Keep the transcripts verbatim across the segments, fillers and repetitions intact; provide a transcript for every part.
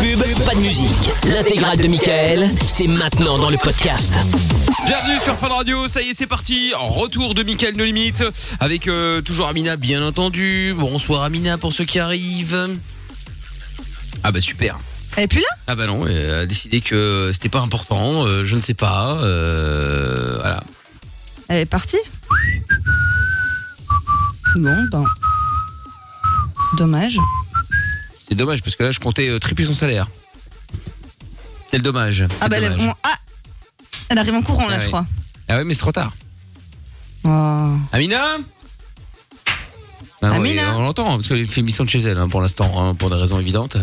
pub, pas de musique. L'intégrale de Mickaël, c'est maintenant dans le podcast. Bienvenue sur Fun Radio, ça y est c'est parti. Retour de Mickaël No Limite avec euh, toujours Amina bien entendu. Bonsoir Amina pour ceux qui arrivent. Ah bah super. Elle est plus là? Ah bah non, elle a décidé que c'était pas important, euh, je ne sais pas. Euh, voilà. Elle est partie? Bon ben. Dommage. C'est dommage parce que là je comptais euh, tripler son salaire. Quel dommage. Ah bah dommage. elle, on- ah elle arrive en courant Ah là, ouais. je crois. Ah ouais mais c'est trop tard. Oh. Amina ah non, Amina. on l'entend parce qu'elle fait une mission de chez elle hein, pour l'instant, hein, pour des raisons évidentes.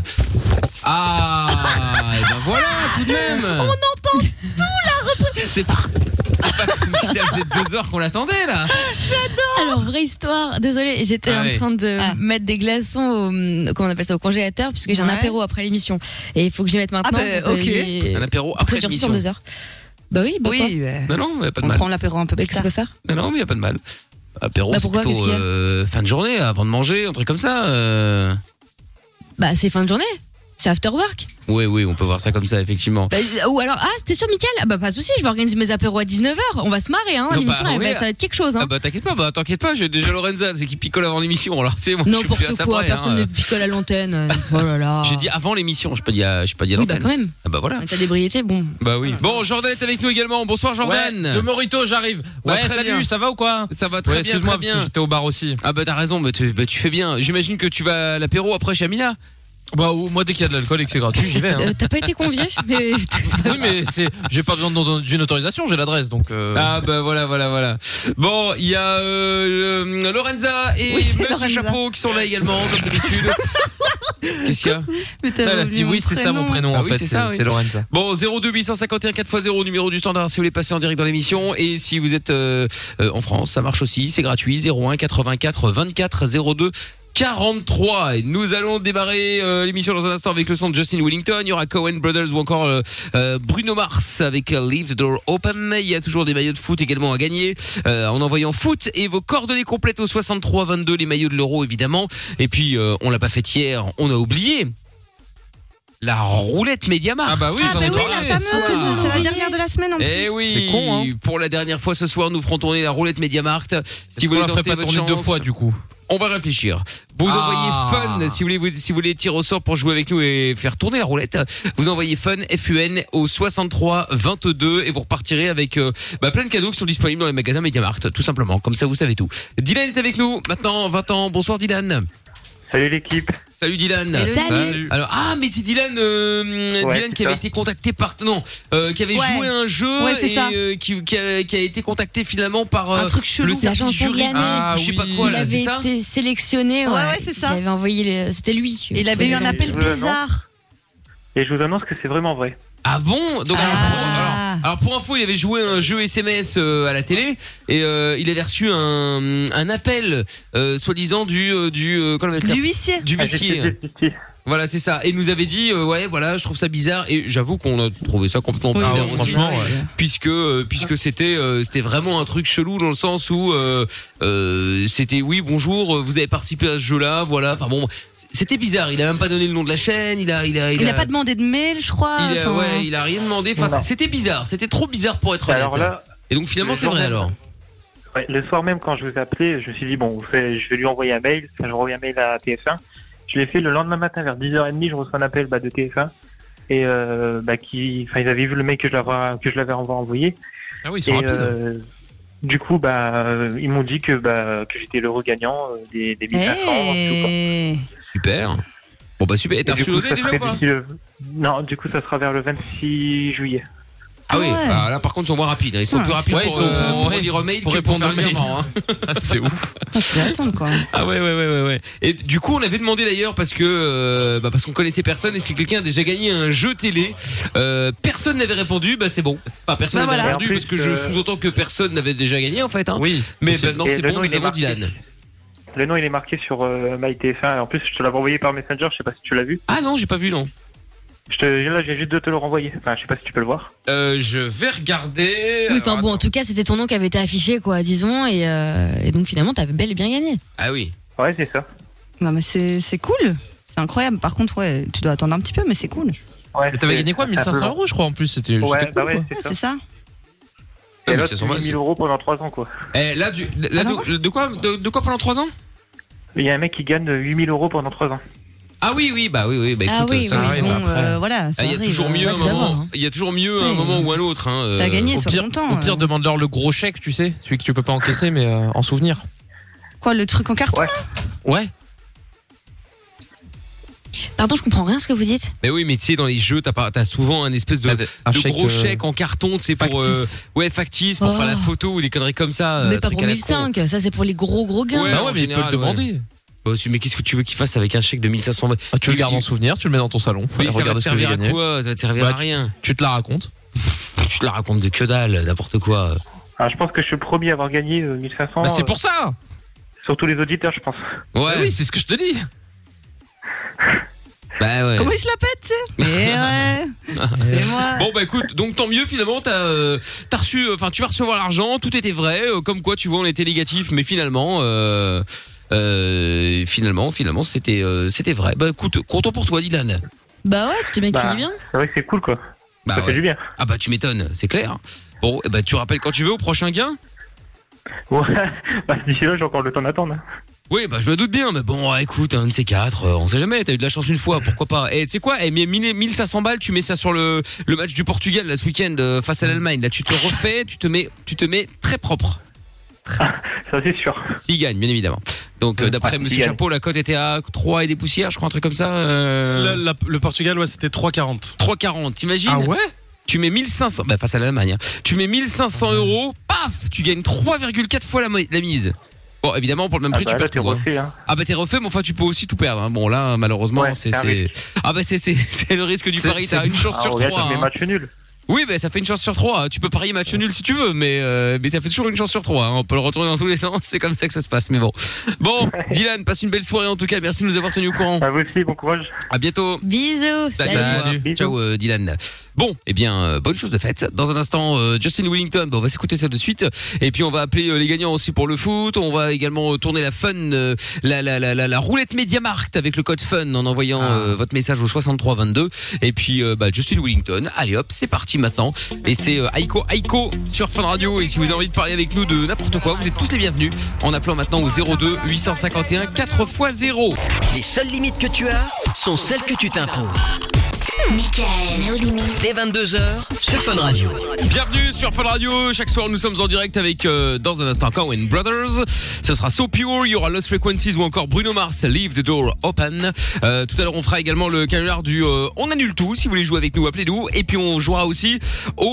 Ah, et ben voilà, tout de même. On entend tout la reprise. C'est pas, c'est pas comme si ça faisait deux heures qu'on l'attendait là. Alors, vraie histoire, désolée, j'étais Ah en ouais. train de Ah. mettre des glaçons au, comment on appelle ça, au congélateur, puisque j'ai un Ouais. apéro après l'émission. Et il faut que j'y mette maintenant. Ah bah, pour que ok. il y ait- Un apéro pour que après ça dure l'émission. sur deux heures. Bah oui, bah quoi. Oui, ouais. Non non, y a pas de On mal. prend l'apéro un peu Bah, plus qu'est-ce tard. qu'on peut faire? Non non, mais y a pas de mal. Apéro, Bah, c'est pourquoi, plutôt qu'est-ce qu'il y a euh, fin de journée, avant de manger, un truc comme ça. Euh... Bah, c'est fin de journée. C'est after work. Oui oui, on peut voir ça comme ça effectivement. Bah, ou alors, ah, t'es sûr, Mickaël? Ah bah, pas de soucis, je vais organiser mes apéros à dix-neuf heures. On va se marrer, hein. Non, L'émission, bah, elle ouais. va- ça va être quelque chose, hein. Ah bah t'inquiète pas, bah t'inquiète pas, j'ai déjà Lorenza, c'est qui picole avant l'émission. Alors tu sais, moi je suis plus à N'importe ça quoi, près, personne hein. ne picole à l'antenne. Oh là là. J'ai dit avant l'émission, je pas dit à, je pas dit à Oui, bah l'antenne. quand même. Ah bah voilà. T'as d'ébriété, bon. Bah oui. Bon, Jordan est avec nous également. Bonsoir Jordan. Ouais, de Morito, j'arrive. Ouais, Ouais, très salut, bien. ça va ou quoi? Ça va très Ouais, bien, excuse-moi très parce que bien. j'étais au bar aussi. Ah bah t'as raison, bah tu, bah tu fais bien. J'imagine que tu vas à l'apéro après chez Amina. Bah ou- moi dès qu'il y a de l'alcool et que c'est gratuit, j'y vais. Hein. Euh, T'as pas été convié, mais c'est pas Oui mais c'est, j'ai pas besoin de- d'une autorisation, j'ai l'adresse donc. Euh... Ah bah voilà, voilà, voilà. Bon, il y a euh, le- Lorenza et Oui, c'est Monsieur Lorenza. Chapeau qui sont là également, comme d'habitude. Qu'est-ce qu'il y a? Mais t'as Là, elle a oublié dit mon oui, c'est ça mon prénom Ah en oui, fait, c'est c'est, ça, oui. c'est Lorenza. Bon, zéro deux huit cent cinquante et un quatre fois zéro, numéro du standard si vous voulez passer en direct dans l'émission. Et si vous êtes euh, euh, en France, ça marche aussi, c'est gratuit. zéro un quatre-vingt-quatre vingt-quatre zéro deux quarante-trois. Et nous allons démarrer euh, l'émission dans un instant avec le son de Justin Wellington. Il y aura Cohen Brothers ou encore euh, euh, Bruno Mars avec euh, Leave the Door Open. Il y a toujours des maillots de foot également à gagner euh, en envoyant foot et vos coordonnées complètes au soixante-trois vingt-deux, les maillots de l'Euro évidemment. Et puis euh, on l'a pas fait hier, on a oublié la roulette Mediamarkt. Ah bah oui, Ah j'en bah ai oui, parlé. la fameuse, c'est la dernière de la semaine en plus. Eh oui, C'est con, hein. pour la dernière fois ce soir, nous ferons tourner la roulette Mediamarkt. Si Si vous vous voulez la ferait tenter pas votre tourner deux chance, fois du coup. on va réfléchir. Vous Ah. envoyez fun si vous voulez vous, si vous voulez tirer au sort pour jouer avec nous et faire tourner la roulette. Vous envoyez fun F U N au soixante-trois vingt-deux et vous repartirez avec euh, bah, plein de cadeaux qui sont disponibles dans les magasins Mediamarkt, tout simplement. Comme ça, vous savez tout. Dylan est avec nous maintenant, vingt ans. Bonsoir Dylan. Salut l'équipe. Salut Dylan. Salut. Alors ah mais c'est Dylan euh, Ouais, Dylan c'est qui avait ça. été contacté par non euh, qui avait Ouais. joué à un jeu Ouais, c'est et ça. euh, qui, qui, a, qui a été contacté finalement par euh, Un truc chelou. le La service chanson de jury l'année. Ah, je sais pas oui. quoi Il là, avait c'est ça. été sélectionné, ouais. Ouais, ouais, c'est ça. Il avait envoyé le... C'était lui. Et il avait eu un Soi-disant. appel Euh, non. bizarre. Et je vous annonce que c'est vraiment vrai. Ah bon. Donc Ah. alors, pour, alors, alors, pour info, il avait joué à un jeu S M S euh, à la télé et euh, il avait reçu un, un appel euh, soi-disant du euh, du euh, comment on appelle ça Du huissier. du Ah, huissier. j'ai- j'ai- j'ai- Voilà, c'est ça. Et il nous avait dit, euh, ouais, voilà, je trouve ça bizarre. Et j'avoue qu'on a trouvé ça complètement Oui, bizarre Ah, c'est- aussi, franchement, ouais. puisque euh, puisque c'était euh, c'était vraiment un truc chelou dans le sens où euh, euh, c'était oui, bonjour, euh, vous avez participé à ce jeu-là, voilà. Enfin bon, c'était bizarre. Il a même pas donné le nom de la chaîne. Il a il a Il n'a pas demandé de mail, je crois. il a, enfin. ouais, il a rien demandé. Enfin, Non. c'était bizarre. C'était trop bizarre pour être honnête. Alors là, Et donc finalement, le c'est jour vrai même- alors. ouais, le soir même quand je vous ai appelé, je me suis dit bon, vous faites- je vais lui envoyer un mail. Enfin, je envoie un mail à T F un. Je l'ai fait le lendemain matin vers dix heures trente. Je reçois un appel bah, de T F un et euh, bah, qui, enfin, ils avaient vu le mail que je l'avais que je l'avais envoyé. Ah oui, ils Et sont rapides. euh, du coup, bah, euh, ils m'ont dit que bah que j'étais l'heureux gagnant euh, des des mille cinq cents. en tout, quoi. Eh. Super. Bon bah super. Et t'as Et du reçu coup, l'hôtel ça déjà serait ou pas? d'ici le- Non, du coup, ça sera vers le vingt-six juillet. Ah oui. ouais. Bah, là par contre, ils sont moins rapides. hein. Ils sont Ah, plus rapides ouais, pour, ils sont- euh, pour ouais, lire un mail pour que pour répondre faire le au mail. virement. hein. Ah, c'est ouf. Ah, je vais attendre quoi. Ah ouais ouais ouais ouais ouais. Et du coup on avait demandé d'ailleurs parce que euh, bah parce qu'on connaissait personne, est-ce que quelqu'un a déjà gagné un jeu télé? euh, Personne n'avait répondu, bah c'est bon. Enfin personne Bah n'avait voilà. répondu Et en parce que plus, je euh, sous-entends que personne n'avait déjà gagné en fait. Hein. Oui. Mais possible. maintenant Et c'est le bon, nom, nous il est avons marqué. Dylan. Le nom il est marqué sur euh, MyTF1. En plus, je te l'avais envoyé par Messenger. Je sais pas si tu l'as vu. Ah non j'ai pas vu non. Je te, là, j'ai juste de te le renvoyer. Enfin, je sais pas si tu peux le voir. Euh, je vais regarder. Oui, enfin Alors, bon, en tout cas, c'était ton nom qui avait été affiché, quoi, disons, et, euh, et donc finalement, t'avais bel et bien gagné. Ah oui. Ouais, c'est ça. Non mais c'est c'est cool. C'est c'est incroyable. Par contre, ouais, tu dois attendre un petit peu, mais c'est cool. Ouais, Et t'avais c'est- gagné quoi, c'est mille cinq cents un peu euros, je crois, en plus. C'était long. Ouais, c'était bah cool, ouais, quoi. c'est Ouais, ça. c'est ça. Et Ah, là, mais c'est c'est normal, huit c'est- mille euros pendant trois ans, quoi. Eh, là, du, là, Attends. de, de quoi, de, de quoi pendant trois ans? Il y a un mec qui gagne huit mille euros pendant trois ans. Ah oui, oui, bah oui, oui, bah Ah écoute, oui, ça oui, arrive. Bon, après. euh, voilà, ça Ah, il y a arrive, toujours euh, mieux ouais, un tu vas voir, moment. hein. Il y a toujours mieux un Oui. moment ou un autre. Hein, euh, T'as gagné Au sur pire, ton temps. au pire euh. demande-leur le gros chèque, tu sais, celui que tu peux pas encaisser, mais euh, en souvenir. Quoi, le truc en carton Ouais. là Ouais. Pardon, je comprends rien ce que vous dites. Mais oui, mais tu sais, dans les jeux, t'as pas, t'as souvent un espèce de, T'as de- un de chèque, gros euh, chèque en carton, tu sais, pour, euh, factice. ouais, factice, pour Oh. faire la photo ou des conneries comme ça. mais euh, pas truc pour à la mille con. cinq, ça c'est pour les gros gros gains. Ouais, bah en ouais, mais il peut général, le demander. Bah, aussi, mais qu'est-ce que tu veux qu'il fasse avec un chèque de mille cinq cents balles? Ah, tu le Il- gardes en il- souvenir, tu le mets dans ton salon. Oui, et ça va regarde te ce que j'ai servir à gagné. quoi? Ça va te servir Bah, à rien. Tu te la racontes. Tu te la racontes de que dalle, n'importe quoi. Ah, je pense que je suis le premier à avoir gagné euh, mille cinq cents. Bah, c'est euh, pour ça. sur tous les auditeurs, je pense. Ouais, Bah oui, c'est ce que je te dis. bah ouais. Comment il se la pète, tu sais Mais ouais. C'est moi. Bon bah écoute, donc tant mieux finalement, t'as euh, t'as reçu, enfin tu vas recevoir l'argent, tout était vrai, euh, comme quoi tu vois on était négatif, mais finalement, euh, euh, finalement, finalement c'était euh, c'était vrai. Bah écoute, content pour toi Dylan. Bah ouais, tu t'es bien Bah, fini bien. c'est vrai que c'est cool, quoi. Bah ça ouais. fait du bien. Ah bah tu m'étonnes, c'est clair. Bon, eh bah tu rappelles quand tu veux au prochain gain. Ouais, bah, d'ici là, j'ai encore le temps d'attendre. hein. Oui, bah je me doute bien, mais bon, ouais, écoute, un de ces quatre, euh, on sait jamais, t'as eu de la chance une fois, pourquoi pas. Et tu sais quoi, eh, mille mille cinq cents balles, tu mets ça sur le, le match du Portugal là, ce week-end euh, face à l'Allemagne. Là, tu te refais, tu te mets, tu te mets très propre. Ça, c'est sûr. S'il gagne, bien évidemment. Donc euh, d'après Ouais, Monsieur s'il gagne. Chapeau, la cote était à trois et des poussières, je crois, un truc comme ça. Euh... Le, la- le Portugal, ouais, c'était trois quarante. trois quarante, t'imagines? Ah ouais. Tu mets mille cinq cents, bah face à l'Allemagne, hein. Tu mets mille cinq cents euros, paf, tu gagnes trois virgule quatre fois la, mo- la mise. Bon, évidemment, pour le même Ah prix, bah, tu là, perds t'es tout. Hein. refait, hein. Ah bah t'es refait, mais enfin tu peux aussi tout perdre. Hein. Bon là, malheureusement, Ouais, c'est c'est un c'est. risque. Ah bah c'est c'est c'est le risque du C'est- pari. T'as c'est- une chance Ah, sur regarde, trois. ça fait hein. match nul. Oui, bah ça fait une chance sur trois. Tu peux parier match nul si tu veux, mais euh, mais ça fait toujours une chance sur trois. Hein. On peut le retourner dans tous les sens. C'est comme ça que ça se passe. Mais bon, bon, Dylan, passe une belle soirée en tout cas. Merci de nous avoir tenus au courant. À vous aussi, bon courage. À bientôt. Bisous. Salut. Salut. à toi. Salut. Ciao euh, Dylan. Bon, eh bien, euh, bonne chose de faite. Dans un instant, euh, Justin Wellington. Bon, on va s'écouter ça de suite. Et puis on va appeler euh, les gagnants aussi pour le foot. On va également euh, tourner la fun, euh, la, la la la la roulette Mediamarkt avec le code fun en envoyant euh, votre message au soixante-trois vingt-deux. Et puis euh, bah, Justin Wellington. Allez hop, c'est parti maintenant. Et c'est euh, Aiko Aiko sur Fun Radio. Et si vous avez envie de parler avec nous de n'importe quoi, vous êtes tous les bienvenus en appelant maintenant au zéro deux huit cent cinquante et un quatre fois zéro. Les seules limites que tu as sont celles que tu t'imposes. Mickaël, nos limites. Dès vingt-deux heures sur Fun Radio. Bienvenue sur Fun Radio. Chaque soir, nous sommes en direct avec, euh, dans un instant, Coen Brothers. Ce sera So Pure, il y aura Lost Frequencies ou encore Bruno Mars, Leave the Door Open. Euh, tout à l'heure, on fera également le canular du euh, On annule tout. Si vous voulez jouer avec nous, appelez-nous. Et puis, on jouera aussi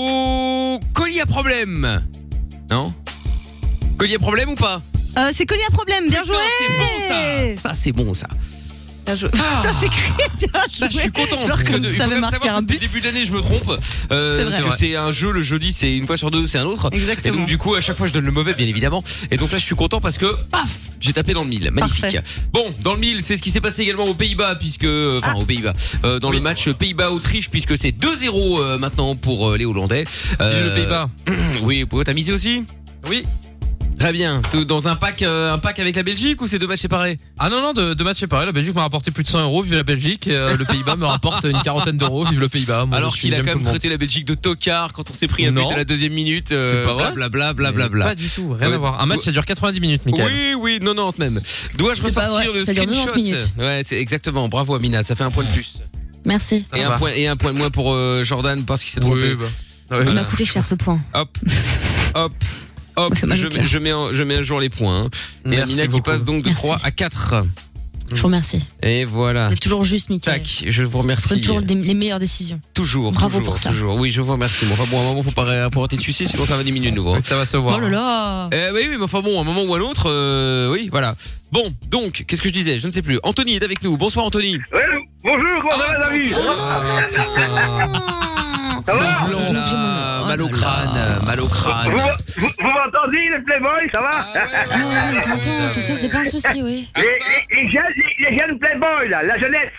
au colis à problème. Non? Colis à problème ou pas? Euh, c'est collier à problème, bien Putain, joué. c'est bon ça. Ça, c'est bon ça. Bien joué. Putain, j'ai crié, bien joué. Là, je suis content Genre parce que comme de- si il faut t'avais même marqué savoir un que depuis but. le début de l'année, je me trompe. Euh, C'est vrai. parce que c'est un jeu, le jeudi, c'est une fois sur deux, c'est un autre. Exactement. Et donc du coup, à chaque fois, je donne le mauvais, bien évidemment. Et donc là, je suis content parce que paf, j'ai tapé dans le mille. Magnifique. Parfait. Bon, dans le mille, c'est ce qui s'est passé également aux Pays-Bas, puisque enfin Ah. aux Pays-Bas, euh, dans le match Pays-Bas-Autriche, puisque c'est deux zéro euh, maintenant pour euh, les Hollandais. Vive le Pays-Bas. Oui, pour t'as misé aussi? Oui. Très bien. Tout dans un pack, euh, un pack avec la Belgique ou c'est deux matchs séparés? Ah non, non, de, de matchs séparés. La Belgique m'a rapporté plus de cent euros, vive la Belgique. Et, euh, le Pays-Bas me rapporte une quarantaine d'euros, vive le Pays-Bas. Moi, Alors je suis- qu'il a j'aime quand tout même le monde. traité la Belgique de tocard quand on s'est pris un but Non. à la deuxième minute. Euh, C'est pas vrai. Blablabla, blablabla. Pas du tout, rien Ouais. à voir. Un match, ça dure quatre-vingt-dix minutes, Mickaël. Oui, oui, quatre-vingt-dix même. Dois-je C'est pas ressortir vrai, le ça dure screenshot? quatre-vingt-dix minutes. Ouais, c'est exactement. Bravo Amina, ça fait un point de plus. Merci. Ça Et un va. point et un point de moins pour euh, Jordan parce qu'il s'est trompé. Oui, bah. Ouais, Il voilà. m'a coûté cher ce point. Hop, hop. Hop, Ça fait mal au je, cœur. mets, je, mets en- je mets un jour les points. hein. Et Merci Amina qui beaucoup. passe donc de Merci. trois à quatre. Je vous remercie. Et voilà. Vous êtes toujours juste, Mickaël. Tac, je vous Vous remercie. prenez toujours des- les meilleures décisions. Toujours. Bravo toujours, pour ça. Toujours. Oui, je vous remercie. Bon, enfin bon, à un moment, faut pas faut arrêter de sucer, sinon ça va diminuer de nouveau. hein. Ça va se voir. Oh là là. Eh oui, oui, mais enfin bon, à un moment ou à un autre, euh, oui, voilà. Bon, donc, qu'est-ce que je disais? Je ne sais plus. Anthony est avec nous. Bonsoir, Anthony. Bonjour, comment Ah, ça va, David? Oh non, non, non. Ça va? Blanc, heureusement que j'ai mon- là, oh mal au là crâne, là. mal au crâne. Vous, vous, vous m'entendez, le Playboy, ça va? Ah ouais, ouais, Ah ouais, oui, t'entends, t'entends, c'est pas un souci, oui. Ah, les, ça. les, les jeunes, les, les jeunes Playboy, là, la jeunesse.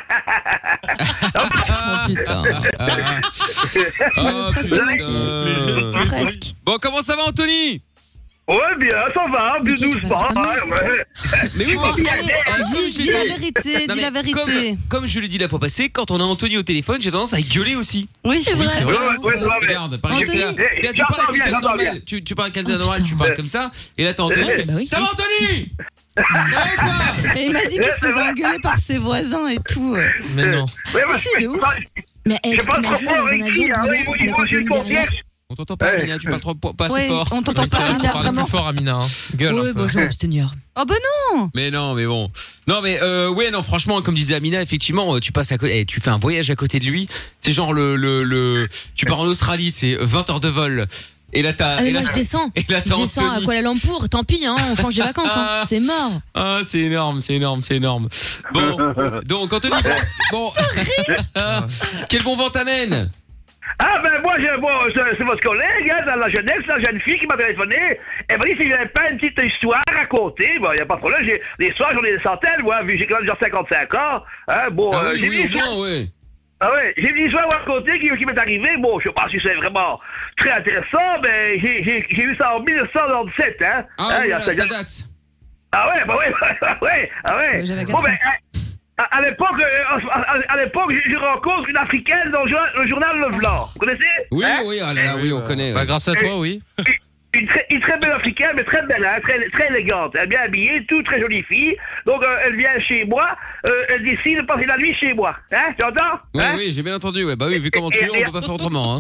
Oh putain. Ah, Tu m'avais presque putain. manqué. Presque. Bon, comment ça va, Anthony? Ouais, bien, ça va, bien Ok, doucement. c'est pas hein, ouais. Mais oui, mais Allez, comme dis, je dis l'ai la dit- vérité, Non, dis mais la vérité. Comme, comme je l'ai dit la fois passée, quand on a Anthony au téléphone, j'ai tendance à gueuler aussi. Oui, c'est vrai. c'est Ouais, vrai. ouais, ouais, ouais, ouais. Regarde, par exemple, Anthony. là, là, tu parles à J'entends bien, quelqu'un de j'entends normal, bien. tu, tu parles à quelqu'un de normal, tu parles comme ça, et là t'as Anthony, Eh, fait, bah oui. ça va Anthony? Ça va quoi? Et il m'a dit qu'il se faisait engueuler par ses voisins et tout. Mais non. Ouais, moi, Si, je de ouf. Mais eh, je tu pense t'imagines trop dans un avec avion qui, hein, douze ouais, heures ils vont- avec ils vont Anthony juste derrière. confier. On t'entend pas, Ouais. Amina, tu parles trop, pas assez Oui, fort. on t'entend pas, Parle Amina, plus vraiment. fort, Amina. hein. Gueule. Ouais, un peu. bah, je vais m'abstenir. Oh ben non. Mais non, mais bon. Non, mais euh, ouais, non, franchement, comme disait Amina, effectivement, tu passes à côté, eh, tu fais un voyage à côté de lui. C'est genre le, le, le, tu pars en Australie, c'est vingt heures de vol. Et là, t'as, Ah, mais et là, moi, je descends. et là, Je t'as descends à Anthony. Kuala Lumpur. Tant pis, hein, on change de vacances. Hein. C'est mort. Ah, c'est énorme, c'est énorme, c'est énorme. Bon, donc Anthony, bon, quel bon vent t'amène? Ah ben moi, je, bon, c'est c'est votre collègue, hein, dans la jeunesse, la jeune fille qui m'a téléphoné. Elle m'a dit si j'avais pas une petite histoire à raconter. Bon, il n'y a pas de problème, j'ai des histoires, j'en ai des centaines, moi, vu que j'ai quand même déjà cinquante-cinq ans. Hein, bon, Ah euh, oui, j'ai oui, des au histoires- moins, ouais. Ah ouais, j'ai une histoire à raconter qui, qui m'est arrivée. Bon, je sais pas si c'est vraiment très intéressant, mais j'ai j'ai- j'ai eu ça en mille neuf cent quatre-vingt-dix-sept, hein. Ah Hein, il y oui, a- là, il y a- ça date. Ah ouais, bah ouais, ah ouais, ah ouais. Ouais, j'avais Bon, quatre ben, ans. à, à l'époque, euh, à, à- à l'époque, je, je rencontre une africaine dans le, jour- le journal Le Blanc. Vous connaissez? Oui, Hein? oui, ah là là, oui, on connaît. Bah, ouais. grâce à toi, oui. Une, une très, une très belle africaine, mais très belle, hein, très, très élégante. Elle est bien habillée, tout très jolie fille. Donc, euh, elle vient chez moi, euh, elle décide de passer la nuit chez moi. Hein, tu entends? Ouais, Hein? oui, j'ai bien entendu. Ouais, bah oui, vu comment tu es, on peut pas faire autrement. Hein.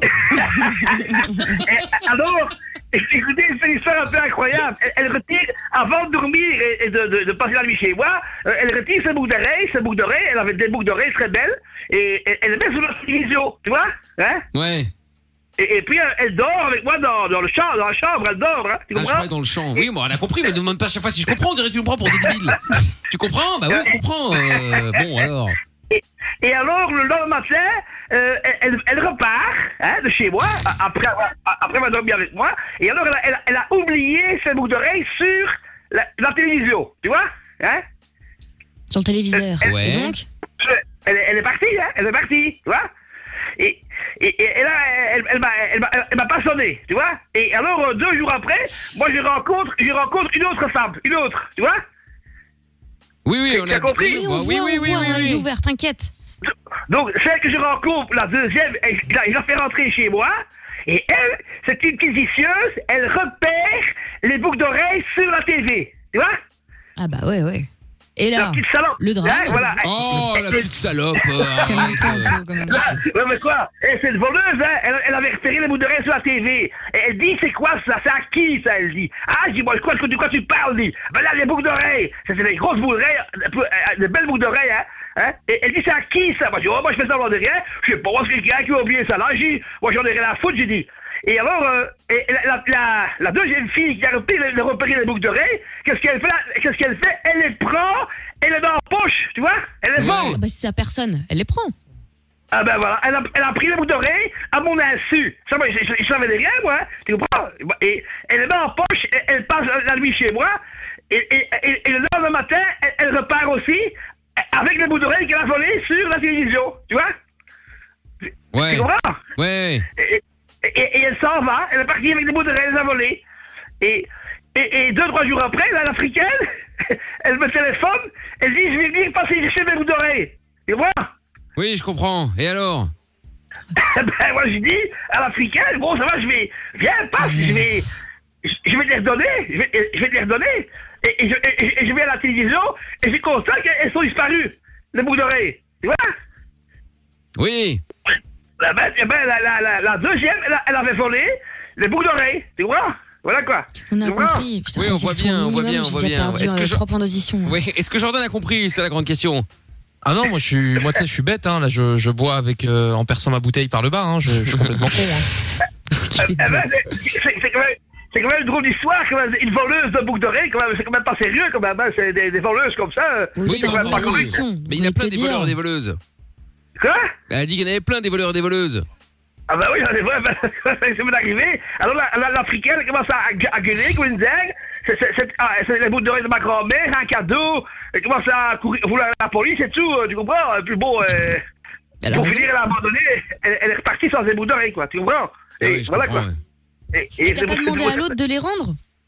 Et alors, écoutez, c'est une histoire un peu incroyable. Elle, elle retire, avant de dormir et, et de, de, de passer la nuit chez moi, euh, elle retire ses boucles d'oreilles, ses boucles d'oreilles, elle avait des boucles d'oreilles très belles, et elle, elle les met sur la télévision, tu vois? Hein? Ouais. Et, et puis, elle, elle dort avec moi dans, dans, le champ, dans la chambre, elle dort, hein? Tu Ah, je comprends? croyais dans le champ. Oui, moi, on a compris, mais ne demande pas à chaque fois si je comprends. On dirait que tu nous prends pour des débiles. Tu comprends? Bah oui, on comprend. euh, bon, alors. Et, et alors, le lendemain matin, euh, elle, elle, elle repart hein, de chez moi, a- après avoir, a- après avoir dormi avec moi, et alors elle a, elle a, elle a oublié ses boucles d'oreilles sur la, la télévision, tu vois? Hein? Sur le téléviseur. Ouais. Et donc Elle, est- elle est partie, hein? Elle est partie, tu vois? Et, et, et, et là, elle, elle, m'a, elle, m'a, elle m'a pas sonné, tu vois? Et alors, euh, deux jours après, moi, je rencontre, je rencontre une autre femme, une autre, tu vois? Oui, oui, on T'as a compris? Oui, bah, on oui, voit, oui, on oui, voit, oui, on a les oui. ouverts, t'inquiète. Donc, celle que je rencontre, la deuxième, elle, je la- je la fais rentrer chez moi, et elle, c'est une petite vicieuse, elle repère les boucles d'oreilles sur la T V, tu vois? Ah bah ouais, ouais. Et La là, petite salope. le drame. Hein, voilà. Oh, la petite salope. euh, arrête, Calme-toi, euh. Anto, quand même. Ouais, mais quoi? Eh, c'est une voleuse, hein? Elle, elle avait repéré les boucles d'oreilles sur la T V. Et elle dit, c'est quoi ça? C'est à qui, ça? Elle dit. Ah, je dis, moi, quoi, de quoi tu parles, dit? Ben là, les boucles d'oreilles. Ça, c'est des grosses boucles d'oreilles, un peu, euh, des belles boucles d'oreilles, hein? Hein? Et elle dit, c'est à qui, ça? Moi, je dis, oh, moi, je fais semblant de rien. Je sais pas, moi, c'est quelqu'un qui a oublié ça là. J'ai dit, moi, j'en ai rien à foutre, j'ai dit. Et alors, euh, et la, la, la, la deuxième fille qui a repéré, de repérer les boucles d'oreilles, qu'est-ce qu'elle fait là? Qu'est-ce qu'elle fait? Elle les prend, elle les met en poche, tu vois? Elle les Ouais. vend. ah bah si c'est à personne, elle les prend. Ah ben voilà, elle a, elle a pris les boucles d'oreilles à mon insu. Ça, moi, je, je, je savais rien, moi. Tu comprends? Et elle les met en poche, elle, elle passe la nuit chez moi, et, et, et, et le lendemain matin, elle, elle repart aussi avec les boucles d'oreilles qu'elle a volées sur la télévision. Tu vois? Ouais. Tu comprends? Ouais. Et, et, et elle s'en va, elle est partie avec des bouts de raies à voler. Et, et, et deux, trois jours après, là, l'Africaine, elle me téléphone, elle dit, je vais venir passer chez mes bouts d'oreilles. Tu vois? Oui, je comprends. Et alors? Ben, moi, je dis à l'Africaine, bon, ça va, je vais, viens, passe, je vais, je je vais te les redonner, je vais, je vais te les redonner. Et, et, je, et, et je vais à la télévision, et je constate qu'elles sont disparues, les bouts d'oreilles. Tu vois? Oui. La, ben, eh ben, la, la, la, la deuxième, elle, a- elle avait volé les boucles d'oreilles. Tu vois? Voilà quoi. On a Tu vois? compris. Putain, Oui, on j'ai voit son bien, on voit minimum, bien, on j'ai voit déjà bien. perdu, Est-ce que euh, je- trois points d'audition. Oui. Est-ce que Jordan a compris? C'est la grande question. Ah non, moi je suis, moi tu sais, je suis bête. Hein. Là, je, je bois avec euh, en perçant ma bouteille par le bas. Hein. Je, je suis complètement con. Hein. Eh ben, c'est- c'est c'est quand même, c'est quand même une drôle d'histoire, quand même. Une voleuse de boucles d'oreilles, quand même, c'est quand même pas sérieux, quand même. hein. C'est des, des voleuses comme ça. euh. Vous Oui, êtes non, en mais pas oui. condition. Mais il y en a Vous plein voulez des te voleurs et dire. des voleuses. Quoi? Elle a dit qu'il y en avait plein des voleurs et des voleuses. Ah ben oui, j'en ai vrai, ben, ça m'est arrivé. Alors la- la- l'Africaine, elle commence à, gu- à gueuler comme une dingue. C'est, c'est, c'est, ah, c'est les boucles d'oreilles de ma grand-mère, un cadeau. Elle commence à courir, vouloir la police et tout, euh, tu comprends? Et puis bon, euh, Elle a pour raison. finir, elle a abandonné. Elle, elle est repartie sans ses boucles d'oreilles, quoi, tu comprends? Ah Et oui, je voilà comprends. quoi. ouais. Et, Et t'as c'est- pas c'est- demandé c'est- à l'autre de les rendre?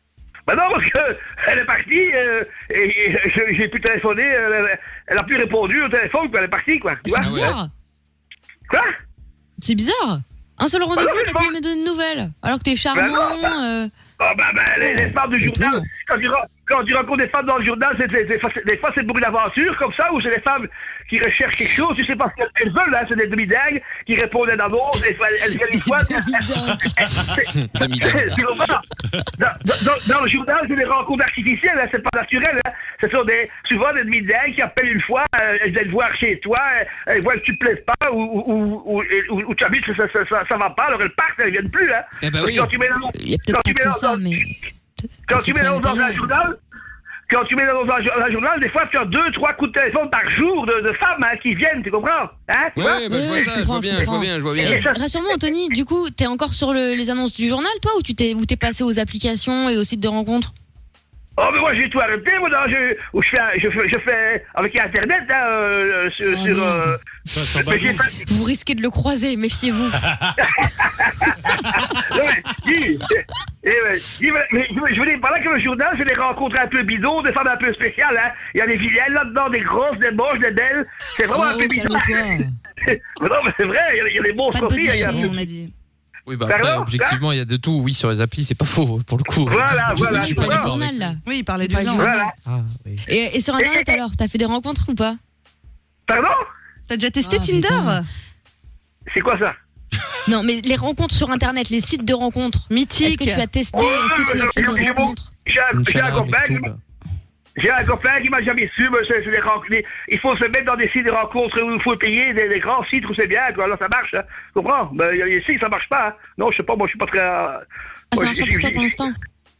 Bah non, parce qu'elle est partie, euh, et, et je- j'ai pu téléphoner, elle, elle a plus répondu au téléphone, puis elle est partie, quoi. Tu C'est vois? bizarre. Quoi? C'est bizarre. Un seul rendez-vous, Bah non, t'as mais plus bon. me donner de nouvelles. Alors que t'es charmant. Bah non, euh, Oh bah, bah les, les femmes du journal, étonnant. quand tu, ra- quand tu rencontres des femmes dans le journal, c'est, c'est, c'est, c'est- des fois c'est pour une aventure comme ça, ou c'est des femmes qui recherchent quelque chose, tu sais pas ce qu'elles veulent, hein, c'est des demi-dingues qui répondent à une annonce, et elles, elles viennent une fois. Demi-dingue. Tu comprends? Dans, dans, dans le journal, c'est des rencontres artificielles, hein, c'est pas naturel. Hein. Ce sont des, souvent des demi-dingues qui appellent une fois, euh, elles viennent voir chez toi, euh, elles voient que tu te plaises pas, ou, ou, ou, ou, ou- ou tu habites, ça, ça, ça, ça va pas, alors elles partent, elles viennent plus. Hein. Eh ben Parce oui. que quand tu mets l'annonce- Il y a peut-être quand tu pas mets que ça, dans- mais. quand tu mets prends dans, dans un l'intérieur. journal, quand tu mets dans un, un journal, des fois tu as deux, trois coups de téléphone par jour de, de femmes hein, qui viennent, tu comprends? Hein, tu vois? Ouais, bah, je vois Ouais, ça, je je vois comprends, bien, je je vois bien, je vois bien. Et ça- Rassure-moi, Anthony, du coup, t'es encore sur le- les annonces du journal, toi, ou tu t'es, ou t'es passé aux applications et aux sites de rencontres? Oh, mais moi j'ai tout arrêté, moi, non, je, où je, fais, je, fais, je fais avec Internet, hein, euh, sur. Oh, sur merde. euh, Ça, ça mais j'ai badou. fait- Vous risquez de le croiser, méfiez-vous. Non, mais, dis, eh, ouais, dis, mais, mais, je veux dire, par là que le journal, c'est des rencontres un peu bidons, des femmes un peu spéciales, hein. Il y a des vilaines là-dedans, des grosses, des moches, des belles. C'est vraiment un Oh, peu bizarre. calme-toi. Mais non, mais c'est vrai, il y a- il y, a des Pas monstres de aussi. body il y a- shaming, on a dit. Oui, bah Pardon, après, hein objectivement, il y a de tout. Oui, sur les applis, c'est pas faux, pour le coup. Voilà, Je sais voilà, que je suis tu pas vois. Du d'accord avec journal, là. Oui, il parlait du Pas du journal. Voilà. Ah, oui. Et, et sur Internet, alors, t'as fait des rencontres ou pas? Pardon? T'as déjà testé Ah, Tinder? putain. C'est quoi ça? Non, mais les rencontres sur Internet, les sites de rencontres. Est-ce Mythique. que tu as testé? Est-ce que tu as fait des rencontres? J'ai un, j'ai un Inch'Allah, copain qui Mektoub. m'a- j'ai un copain qui m'a jamais su, mais c'est, c'est des rencontres. Il faut se mettre dans des sites de rencontres où il faut payer, des, des grands sites où c'est bien, quoi. Là, ça marche, hein. Tu comprends? Ben, il y a des sites, ça marche pas, hein. Non, je sais pas, moi, je suis pas très. euh, Ah, ça moi, marche pas j'ai- pour toi j'ai- pour l'instant.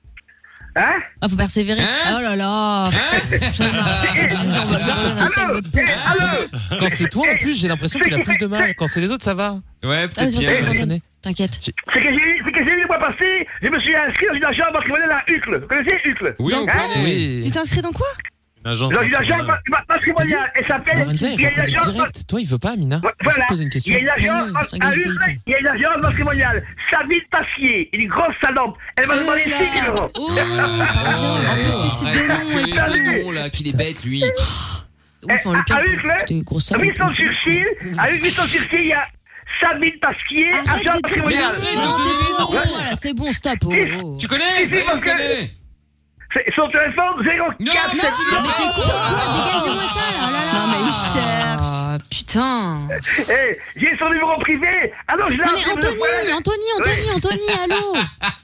Hein? Ah, faut persévérer. Hein Oh là là. J'en ai marre. C'est On va bizarre pas parce rester que- avec votre peau. Allô? Quand c'est toi, en plus, j'ai l'impression qu'il a plus de mal. Quand c'est les autres, ça va. Ouais, Ah, peut-être c'est pour ça bien. que je je regarde. connais. T'inquiète. C'est que j'ai eu, c'est que j'ai eu le mois passé, je me suis inscrit dans une agence matrimoniale à Uccle. Vous connaissez Uccle? Oui, on Hein? connaît. Tu Oui. t'es inscrit dans quoi? Une agence Dans une agence matrimoniale. ma- matrimoniale. Elle s'appelle. Lorenza, il il y a une reconnaît agence. direct. Toi, il veut pas, Amina. Ouais, On s'est Voilà. posé une Il question. y a une Tant agence mieux, à- ça à gage Uccle, qualité. il y a une agence matrimoniale. Sabine Passier, une grosse salope. Elle m'a demandé six mille euros. Oh, Oh là là, En plus, tu cites des arrête, noms et tu connais les noms, là, qu'il est bête, lui. Oui, enfin, le pire, à Uccle, c'était grosse à salope. Huit-Cents-sur-Sil, à Huit-Cents-sur-Sil, il y a Sabine Passier, Arrête agence de dire matrimoniale. Mais arrête. Non, tais-toi, tais-toi, là, c'est bon, stop. Oh, oh. Tu connais? Oui, on connaît. C'est- Son téléphone zéro Non, quatre non, sept non, Mais c'est quoi? Dégagez-moi ça, là, là, là. Non, mais il cherche. Ah, putain. Eh, j'ai son numéro privé. Ah non, je l'ai Non, mais appelé Anthony, deux fois. Anthony, Anthony, Anthony, allô?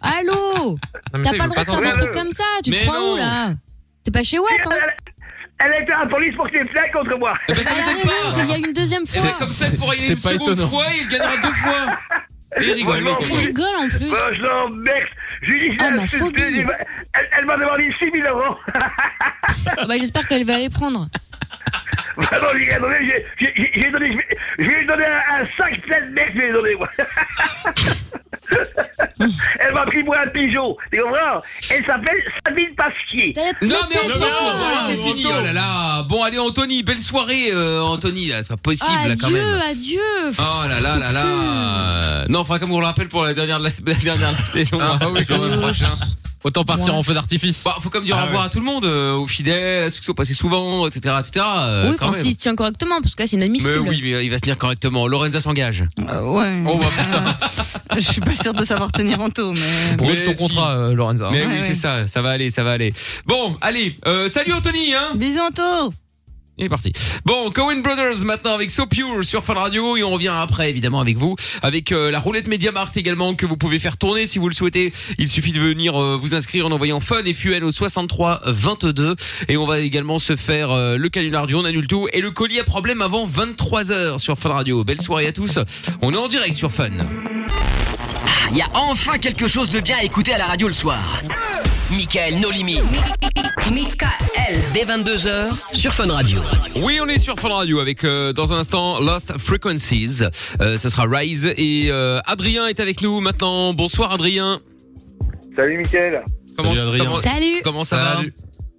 Allô? Non, mais T'as toi, il pas veut le droit de faire t'entendre. des trucs comme ça, tu te Mais crois non. où, là? T'es pas chez Watt, hein? Elle, elle a été à la police pour qu'il ait plainte contre moi. Eh ben, ça Elle a m'étonne raison, qu'il y pas. a une deuxième C'est fois. comme ça qu'il pourra y aller C'est une pas seconde étonnant. fois et il gagnera deux fois. Et il rigole, Ouais, lui, Il quoi. rigole en plus. Oh, je l'emmerde. Je lui dis, Ah, je ma l'insulte. phobie. Elle, elle m'a demandé six mille euros. Ah bah, j'espère qu'elle va les prendre. Vraiment, j'ai rien donné. J'ai- j'ai- j'ai- j'ai donné, je vais- je vais lui donner un, un sac plein de mecs, je vais lui donner, moi. Elle m'a pris pour un pigeon. Tu comprends? Elle s'appelle Sabine Pasquier. T'as la Non mais tête, Anthony, là. bon, allez, c'est fini, oh là là. Bon allez Anthony, belle soirée euh, Anthony, là, c'est pas possible là, quand Adieu, même. adieu. Oh là là là là. Non, enfin comme on le rappelle pour la dernière de la, la dernière de la saison. Ah, hein. bah oui, quand même, prochain. Autant partir Ouais. en feu d'artifice. Bah, faut comme dire Ah au revoir ouais. à tout le monde, euh, aux fidèles, à ceux qui sont passés souvent, et cetera, et cetera. euh, Oui, quand enfin, même. s'il se tient correctement, parce que là, c'est Mais inadmissible. oui, mais il va se tenir correctement. Lorenza s'engage. Euh, ouais. Oh bah putain. Je suis pas sûre de savoir tenir en taux, mais. Brûle Mais ton si. contrat, euh, Lorenza. Mais Ouais, oui, ouais. c'est ça, ça va aller, ça va aller. Bon, allez, euh, salut Anthony, hein. Bisous en taux. Il est parti. Bon, Coen Brothers maintenant avec So Pure sur Fun Radio et on revient après évidemment avec vous avec euh, la roulette Mediamarkt également que vous pouvez faire tourner si vous le souhaitez. Il suffit de venir euh, vous inscrire en envoyant Fun et F U N au soixante-trois vingt-deux et on va également se faire euh, le canular du on annule tout et le colis à problème avant vingt-trois heures sur Fun Radio. Belle soirée à tous. On est en direct sur Fun. Il y a enfin quelque chose de bien à écouter à la radio le soir. Mickaël No Limit. Mickaël. Dès vingt-deux heures sur Fun Radio. Oui, on est sur Fun Radio avec euh, dans un instant Lost Frequencies. Euh, ça sera Rise et euh, Adrien est avec nous maintenant. Bonsoir Adrien. Salut, Mickaël. Comment, Salut, Adrien. comment- Salut. Comment ça Salut. va?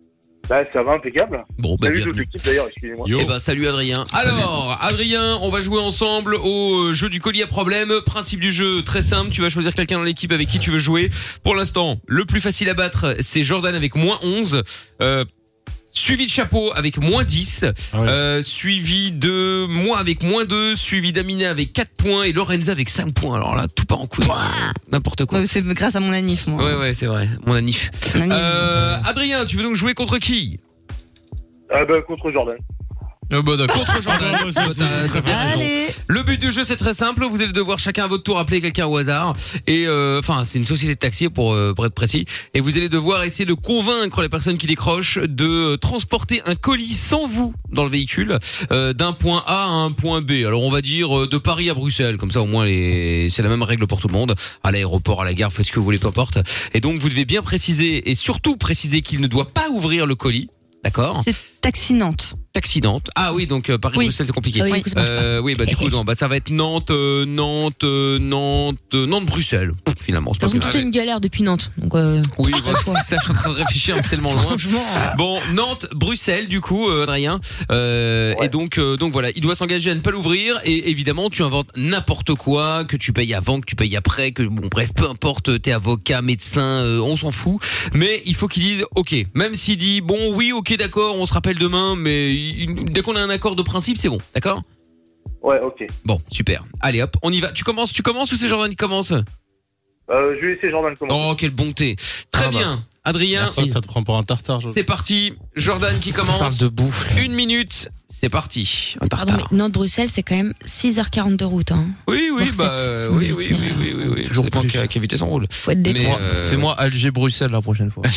Bah, ça va, impeccable. Bon, bah, Salut toute bienvenue. l'équipe d'ailleurs, excusez-moi. Eh ben, salut Adrien. Alors, Adrien, on va jouer ensemble au jeu du colis à problème. Principe du jeu, très simple. Tu vas choisir quelqu'un dans l'équipe avec qui tu veux jouer. Pour l'instant, le plus facile à battre, c'est Jordan avec moins onze. Euh, Suivi de Chapeau avec moins dix, Ah ouais. euh, suivi de moi avec moins deux, suivi d'Amina avec quatre points et Lorenza avec cinq points. Alors là, tout part en couille. N'importe quoi. Ouais, c'est grâce à mon anif, moi. Ouais, ouais, c'est vrai. Mon anif. Mon anif. Euh, Adrien, tu veux donc jouer contre qui? Ah bah, contre Jordan. Oh, bah, d'accord. Contre Jordan. Ah, ouais, c'est- Bah, c'est- t'as- c'est- t'as bien raison. Allez. Le but du jeu, c'est très simple. Vous allez devoir chacun à votre tour appeler quelqu'un au hasard. Et euh, enfin, c'est une société de taxi pour, euh, pour être précis. Et vous allez devoir essayer de convaincre les personnes qui décrochent de transporter un colis sans vous dans le véhicule euh, d'un point A à un point B. Alors on va dire euh, de Paris à Bruxelles. Comme ça, au moins, les... c'est la même règle pour tout le monde. À l'aéroport, à la gare, faites ce que vous voulez, peu importe. Et donc, vous devez bien préciser et surtout préciser qu'il ne doit pas ouvrir le colis. D'accord. C'est Taxi Nantes. Taxi Nantes. Ah oui, donc euh, Paris Oui. Bruxelles c'est compliqué. Ah oui, du coup, ça marche pas. Euh, oui, bah du coup non, bah ça va être Nantes, euh, Nantes, euh, Nantes, euh, Nantes, Bruxelles. Finalement, c'est De pas toute façon, plus tout est mal. une galère depuis Nantes. Donc, euh, Oui, voilà, ça, je suis en train de réfléchir, mais c'est tellement loin. franchement. Bon, Nantes, Bruxelles, du coup, euh, Adrien. Euh, Ouais. Et donc, euh, donc voilà, il doit s'engager à ne pas l'ouvrir. Et évidemment, tu inventes n'importe quoi, que tu payes avant, que tu payes après, que bon, bref, peu importe, t'es avocat, médecin, euh, on s'en fout. Mais il faut qu'il dise, ok, même s'il dit, bon, oui, ok, d'accord, on se rappelle demain, mais il- dès qu'on a un accord de principe, c'est bon, d'accord? Ouais, ok. Bon, super. Allez, hop, on y va. Tu commences, tu commences ou c'est Jordan qui commence? Euh, je vais laisser Jordan commencer. Oh, quelle bonté. Très Ah bah. bien. Adrien, Ça, ça te prend pour un tartare. je- c'est parti. Jordan qui On parle commence. de bouffe. Une minute, c'est parti. Un Pardon, tartare. mais Nantes-Bruxelles, c'est quand même six heures quarante de route. Hein. Oui, oui, Vers bah, sept, euh, sur oui, le oui, oui, itinéraire. oui, oui, oui. Je Toujours sais pas plus. qui a, qui a évité son rôle. Faut être Mais, détendu. euh, Fais-moi Alger-Bruxelles la prochaine fois.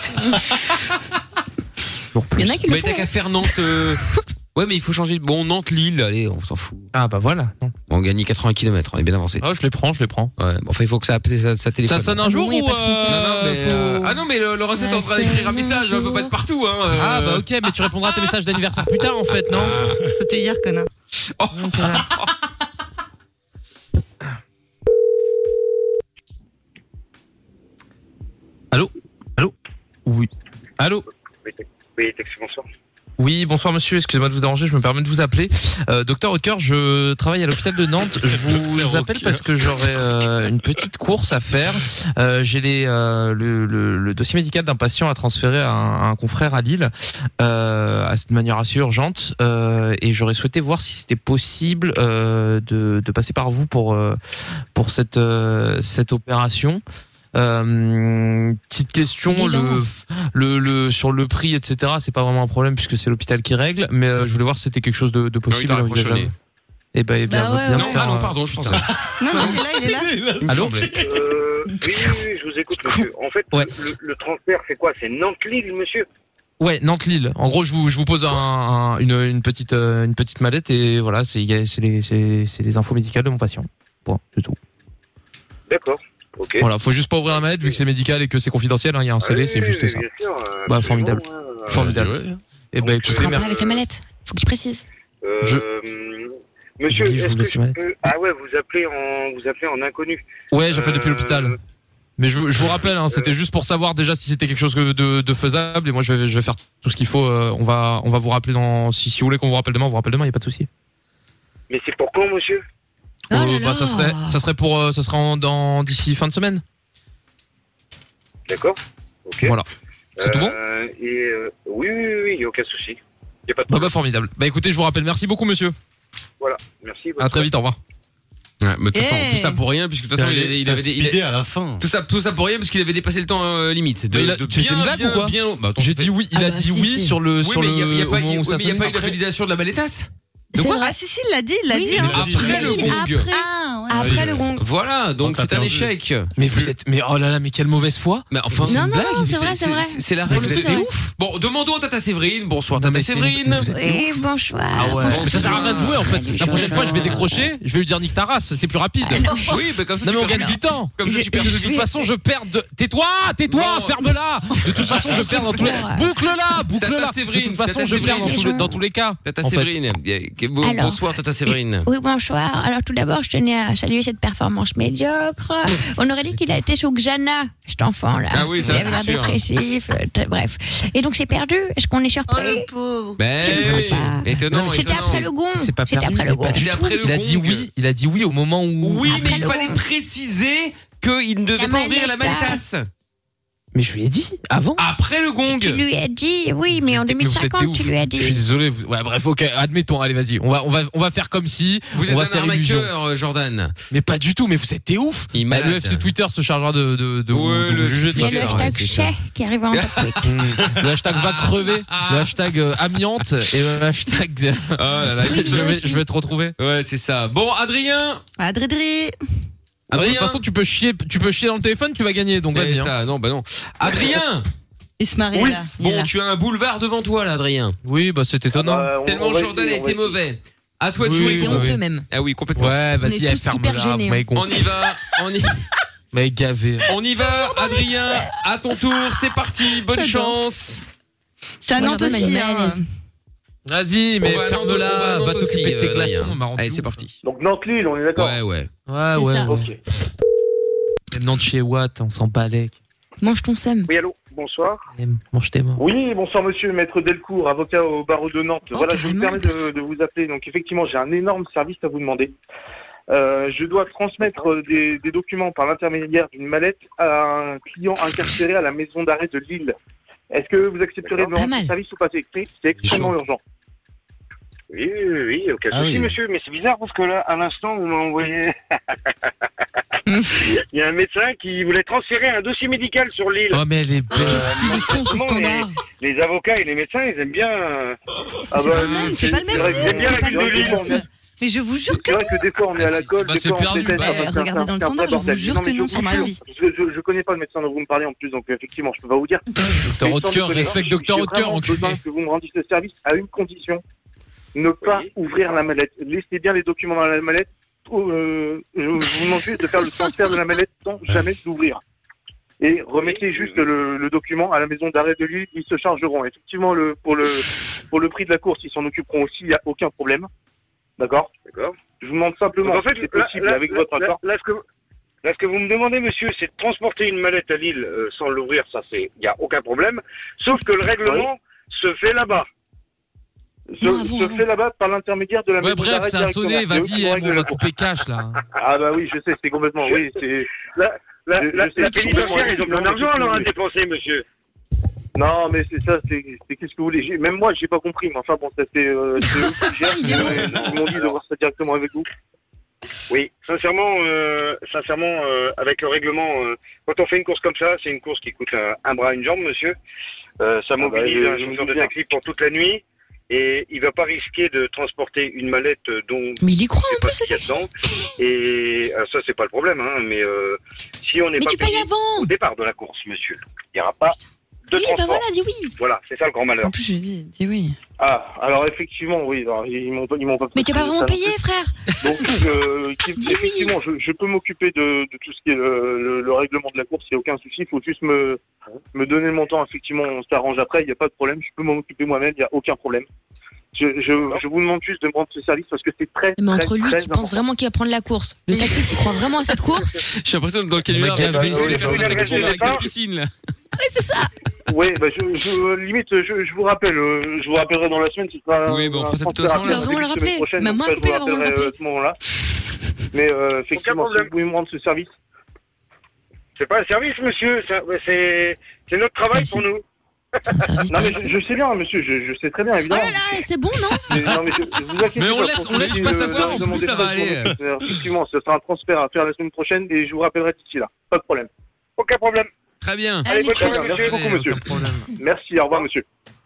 Toujours plus. Il y en a qui le Mais font. t'as qu'à faire Nantes. euh, Ouais, mais il faut changer. Bon, Nantes-Lille, allez, on s'en fout. Ah bah voilà. Non. On gagne quatre-vingts kilomètres, on est bien avancé. Ah, je les prends, je les prends. Ouais, bon, enfin, il faut que ça, ça, ça téléphone. Ça sonne un jour bon, y a ou pas de frontière. Non, non, mais, euh, faut- Ah non, mais le- Laurent, t'es en train d'écrire un message, on peut pas être partout, hein. euh. Ah bah ok, mais tu répondras à tes messages d'anniversaire plus tard en fait, non? C'était hier, connard. Oh. Donc, voilà. Allô? Allô? Oui. Allô? Oui, taxi, bonsoir. Oui, bonsoir monsieur, excusez-moi de vous déranger, je me permets de vous appeler. Euh, docteur Hawker, je travaille à l'hôpital de Nantes. Je vous Docteur appelle Hawker. parce que j'aurais euh, une petite course à faire. Euh, J'ai les euh, le, le, le dossier médical d'un patient à transférer à un, à un confrère à Lille, euh, de manière assez urgente, euh, et j'aurais souhaité voir si c'était possible euh, de, de passer par vous pour euh, pour cette euh, cette opération. Euh, petite question, Il est le, lent. le, le, sur le prix, et cetera, c'est pas vraiment un problème puisque c'est l'hôpital qui règle, mais euh, je voulais voir si c'était quelque chose de, de possible. il a raccroché au envisageable. nez. Eh ben, eh bien, Bah ouais, bien Non, faire, ah non, euh, pardon, je pensais. Non, non, il est là, il est là. Il me Allô semblait. Euh, oui, oui, oui, je vous écoute, monsieur. En fait, Ouais. le, le transfert, c'est quoi? C'est Nantes-Lille, monsieur? Ouais, Nantes-Lille. En gros, je vous, je vous pose un, un- une, une petite, euh, une petite mallette et voilà, c'est, il y a- c'est les, c'est, c'est les infos médicales de mon patient. Bon, c'est tout. D'accord, ok. Voilà, faut juste pas ouvrir la mallette vu que c'est médical et que c'est confidentiel. hein, Il y a un Ah scellé, oui, c'est oui, juste oui, ça. bien sûr, euh, Bah, absolument, formidable. ouais. Formidable. Ouais. Eh ben, Tu écoutez, te merci. avec la mallette. Faut que tu précises. Euh, Je- Monsieur, Oui, je est-ce vous que laisse je mal. peux... Ah ouais, vous appelez en, vous appelez en inconnu. Ouais, j'appelle depuis Euh, l'hôpital. Mais je, je vous rappelle, hein, c'était juste pour savoir déjà si c'était quelque chose de, de faisable. Et moi, je vais, je vais faire tout ce qu'il faut. euh, on va, on va vous rappeler dans. Si, si vous voulez qu'on vous rappelle demain, on vous rappelle demain. Y a pas de souci. Mais c'est pour quand, monsieur? Oh là Euh, bah, ça là. serait, ça serait pour, euh, ça sera en, dans d'ici fin de semaine. D'accord. Ok. Voilà. C'est tout bon Euh, et euh, oui, oui, oui, il y a aucun souci. Y a pas de Bah, problème. bah formidable. Bah écoutez, je vous rappelle. Merci beaucoup, monsieur. Voilà. Merci. À très vite. Au revoir. Ouais, mais de toute façon, Hey. tout ça pour rien, puisque de toute façon, il, il avait, il, speedé à la fin. tout ça, tout ça pour rien, parce qu'il avait dépassé le temps euh, limite. De, Mais il a- de tu fais une blague bien, ou quoi bien, bah, attends, J'ai fais- dit oui. Il Ah a bah, dit si, oui si. sur le, Oui, sur mais le. il y a, il y a au pas, moment il- où oui, ça mais il y a sonne. pas eu la Après- validation de la ballétasse. C'est quoi vrai. Ah, si, si, il l'a dit, il l'a Oui, dit. il hein. l'a dit. Après le Oui, gong. Après, Ah, ouais. après oui. le gong. Voilà, donc Quand c'est t'as un perdu. échec. Mais vous êtes, mais oh là là, mais quelle mauvaise foi. Mais enfin, Non, c'est une non, blague. non, c'est mais vrai, c'est vrai. C'est la Pour règle. le coup, Vous c'est êtes vrai. ouf. Bon, demandons à Tata Séverine. Bonsoir, Non, Tata mais c'est- Séverine. vous êtes- Oui, bonsoir. Ah ouais. Bonsoir. Mais ça sert à rien de jouer en fait. Salut, La prochaine fois, je vais Jordan. décrocher. Je vais lui dire nique ta race. C'est plus rapide. Oui, mais comme ça, Non tu mais on perds gagne rien. du temps. Comme ça, Je- tu perds De de toute façon, je perds de. Tais-toi, tais-toi, Bon. ferme-la. De toute façon, je perds dans tous les. Boucle-la, boucle-la. Tata De Séverine, toute façon, Tata je perds dans Séverine. tous les, dans tous les cas. Tata en fait. Séverine. Bon- Alors. Bonsoir, Tata Séverine. Oui, bonsoir. Alors tout d'abord, je tenais à saluer cette performance médiocre. On aurait dit qu'il a été sous Xana, cet enfant-là. Ah oui, ça, il avait c'est l'air sûr. dépressif, euh, t- bref. Et donc c'est perdu. Est-ce qu'on est surpris? Oh, le pauvre. Ben Je ne oui, sais pas. étonnant, C'était étonnant. après le gong. C'est pas C'était perdu. après le mais pas gong. du C'était tout. après le Il a gong. dit oui. Il a dit oui au moment où. Oui, mais Après il le fallait gong. préciser qu'il ne devait La pas ouvrir la mallette. malletasse. Mais je lui ai dit avant. Après le gong. Tu lui as dit, oui, mais en Vous êtes- deux mille vous êtes cinquante, des ouf. tu lui as Je suis dit. désolé. vous- Ouais, bref, ok, admettons. Allez, vas-y. On va, on va, on va faire comme si. Vous on êtes va un faire illusion. arnaqueur, euh, Jordan. Mais pas du tout. Mais vous êtes des ouf. Il est Bah, malade. le F C Twitter se chargera de, de, de, vous, Ouais, de vous le juger. de Il y a toute le Twitter, façon. ouais, hashtag c'est ça. chais qui arrive en top tweet. Mmh. Le hashtag va crever, le hashtag euh, amiante et le hashtag. Oh là là, je, vais, je vais te retrouver. Ouais, c'est ça. Bon, Adrien. Adrédré. De Adrien. toute façon, tu peux chier, tu peux chier dans le téléphone, tu vas gagner. Donc C'est vas-y. hein. ça. Non, bah non. Adrien. Il se marie Oui. là. Il est Bon, là. tu as un boulevard devant toi, là, Adrien. Oui, bah c'est étonnant. Bah, on- Tellement on va Jordan a essayer, on va été essayer. mauvais. À toi de Oui, jouer. C'était oui, honteux oui. même. Ah oui, complètement. Ouais, On vas-y, est elle tous ferme hyper là. gênés, Mec, On y va. On y, mec gavé. on y va, Adrien. À ton tour, c'est parti. Bonne chance. C'est à Moi, Nantes Jordan a aussi. une hein. malaise. Vas-y, mais On va à Nantes, on va à ferme-la. Nantes Va aussi, t'occuper de tes euh, glaçons. Adrien. on m'a rendu Allez, c'est ouf. parti. Donc Nantes-Lille, on est d'accord. Ouais, ouais. Ouais, C'est ouais. ça. ouais. Ok. Même Nantes chez Watt, on s'en balèque. Mange ton seum. Oui, allô, bonsoir. Mange tes morts. Oui, bonsoir monsieur, maître Delcourt, avocat au barreau de Nantes. Oh, voilà, je me carrément, permets de, de vous appeler. Donc effectivement, j'ai un énorme service à vous demander. Euh, je dois transmettre euh, des, des documents par l'intermédiaire d'une mallette à un client incarcéré à la maison d'arrêt de Lille. Est-ce que vous accepterez de me Pas rendre ce mal. service ou pas? C'est c'est extrêmement chaud. urgent. Oui, oui, oui, aucun Ah souci, oui. monsieur. Mais c'est bizarre parce que là, à l'instant, vous m'avez envoyé. Il y a un médecin qui voulait transférer un dossier médical sur l'île. Oh, mais elle est belle. Il est con ce Comment les, standard. les avocats et les médecins, ils aiment bien. euh, Ah C'est bah, pas le même, c'est pas le même vrai nom, que j'aime bien c'est la pas ville le de même Lille. nom. on est- Mais je vous jure C'est que. vrai que des fois on est à la colle, Bah, des c'est fois on perdu, s'éteint, bah, ça va faire- regardez dans le faire sondage, très je vous bordel. jure Non, mais que je non, vous c'est ma jure, vie. Je, je, je connais pas le médecin dont vous me parlez en plus, donc effectivement je peux pas vous dire. Docteur Haute-Cœur, respecte Docteur Haute-Cœur, J'ai enculé. besoin que vous me rendiez ce service à une condition. Ne pas ouvrir la mallette. Laissez bien les documents dans la mallette. Euh, je vous demande juste de faire le transfert de la mallette sans jamais l'ouvrir. Et remettez juste le, le document à la maison d'arrêt de Lille, ils se chargeront. Effectivement, le, pour, le, pour le prix de la course, ils s'en occuperont aussi, il n'y a aucun problème. D'accord D'accord. Je vous demande simplement Donc, en fait, si c'est là, possible là, avec là, votre là, accord. là, ce que, là, ce que vous me demandez, monsieur, c'est de transporter une mallette à Lille euh, sans l'ouvrir. Ça, c'est, il n'y a aucun problème. Sauf que le règlement se fait là-bas. Se, Non, avant, se avant. fait là-bas par l'intermédiaire de la Ouais, maison bref, d'arrêt ça a directement. sonné. C'est eux qui Vas-y, vont hein, régler on la va course. couper cash là. Ah bah oui, je sais, c'est complètement, oui, c'est... La, la, Je- la, je sais. la pénitentiaire, ils ont plein d'argent alors à Oui. dépenser, monsieur. Non, mais c'est ça, c'est c'est qu'est-ce que vous voulez. J'ai- Même moi, j'ai pas compris, mais enfin bon, ça c'est euh, c'est eux qui gèrent, Il est euh, ils m'ont dit de voir ça directement avec vous. Oui, sincèrement, euh, sincèrement, euh, avec le règlement, euh, quand on fait une course comme ça, c'est une course qui coûte un, un bras, une jambe, monsieur. Euh, ça bah, mobilise je- un je me chauffeur doute de bien. taxi pour toute la nuit. Et il va pas risquer de transporter une mallette dont Mais il y croit je en sais pas plus, ce ce qu'il y a taxi. dedans. Et euh, ça, c'est pas le problème, hein, mais euh, si on n'est Mais pas tu payes payé avant. au départ de la course, monsieur, il n'y aura pas de Oui, bah transport. voilà, dis oui. Voilà, c'est ça le grand malheur. En plus, je lui dis, dis oui. Ah, alors effectivement, oui, alors, ils m'ont pas, ils m'ont pas. Mais tu vas pas vraiment ça- payer, frère. Donc, euh, qui- Dis oui. effectivement, je, je peux m'occuper de, de tout ce qui est le, le- le règlement de la course, il n'y a aucun souci. Il faut juste me, me donner le montant. Effectivement, on s'arrange après, il n'y a pas de problème. Je peux m'en occuper moi-même, il n'y a aucun problème. Je, je, je vous demande juste de me rendre ce service parce que c'est très, Mais entre très, lui très qui pense important. vraiment qu'il va prendre la course, le taxi qui croit vraiment à cette course, J'ai l'impression que dans le canular, On m'a gavé, il va c'est faire pas sa vrai. facture avec sa D'accord. piscine là. oui, c'est ça. Oui, bah je, je, limite, je, je vous rappelle, euh, je vous rappellerai dans la semaine si ça. Oui, bon, on fera ça plutôt à ce moment-là. Il va vraiment le rappeler. Ma main coupée, il va vraiment le rappeler. À ce moment-là. Mais euh, effectivement, si problème. vous pouvez me rendre ce service. C'est pas un service, monsieur, ça- c'est c'est notre travail Bah, pour si. nous. C'est un service Non, mais tarif. je, je sais bien, monsieur, je, je sais très bien, Oh évidemment. là là, c'est bon, non? Mais, non, mais je, je vous inquiétez Mais on pas, laisse- pour on laisse finir pas de- s'asseoir, de en plus, demander ça va de aller. votre- euh, Effectivement, ce sera un transfert à faire la semaine prochaine et je vous rappellerai d'ici là. Pas de problème. Aucun problème. Très bien. Allez, bonne ciao. journée, Merci monsieur. beaucoup, monsieur. Aucun problème. Merci, au revoir, monsieur.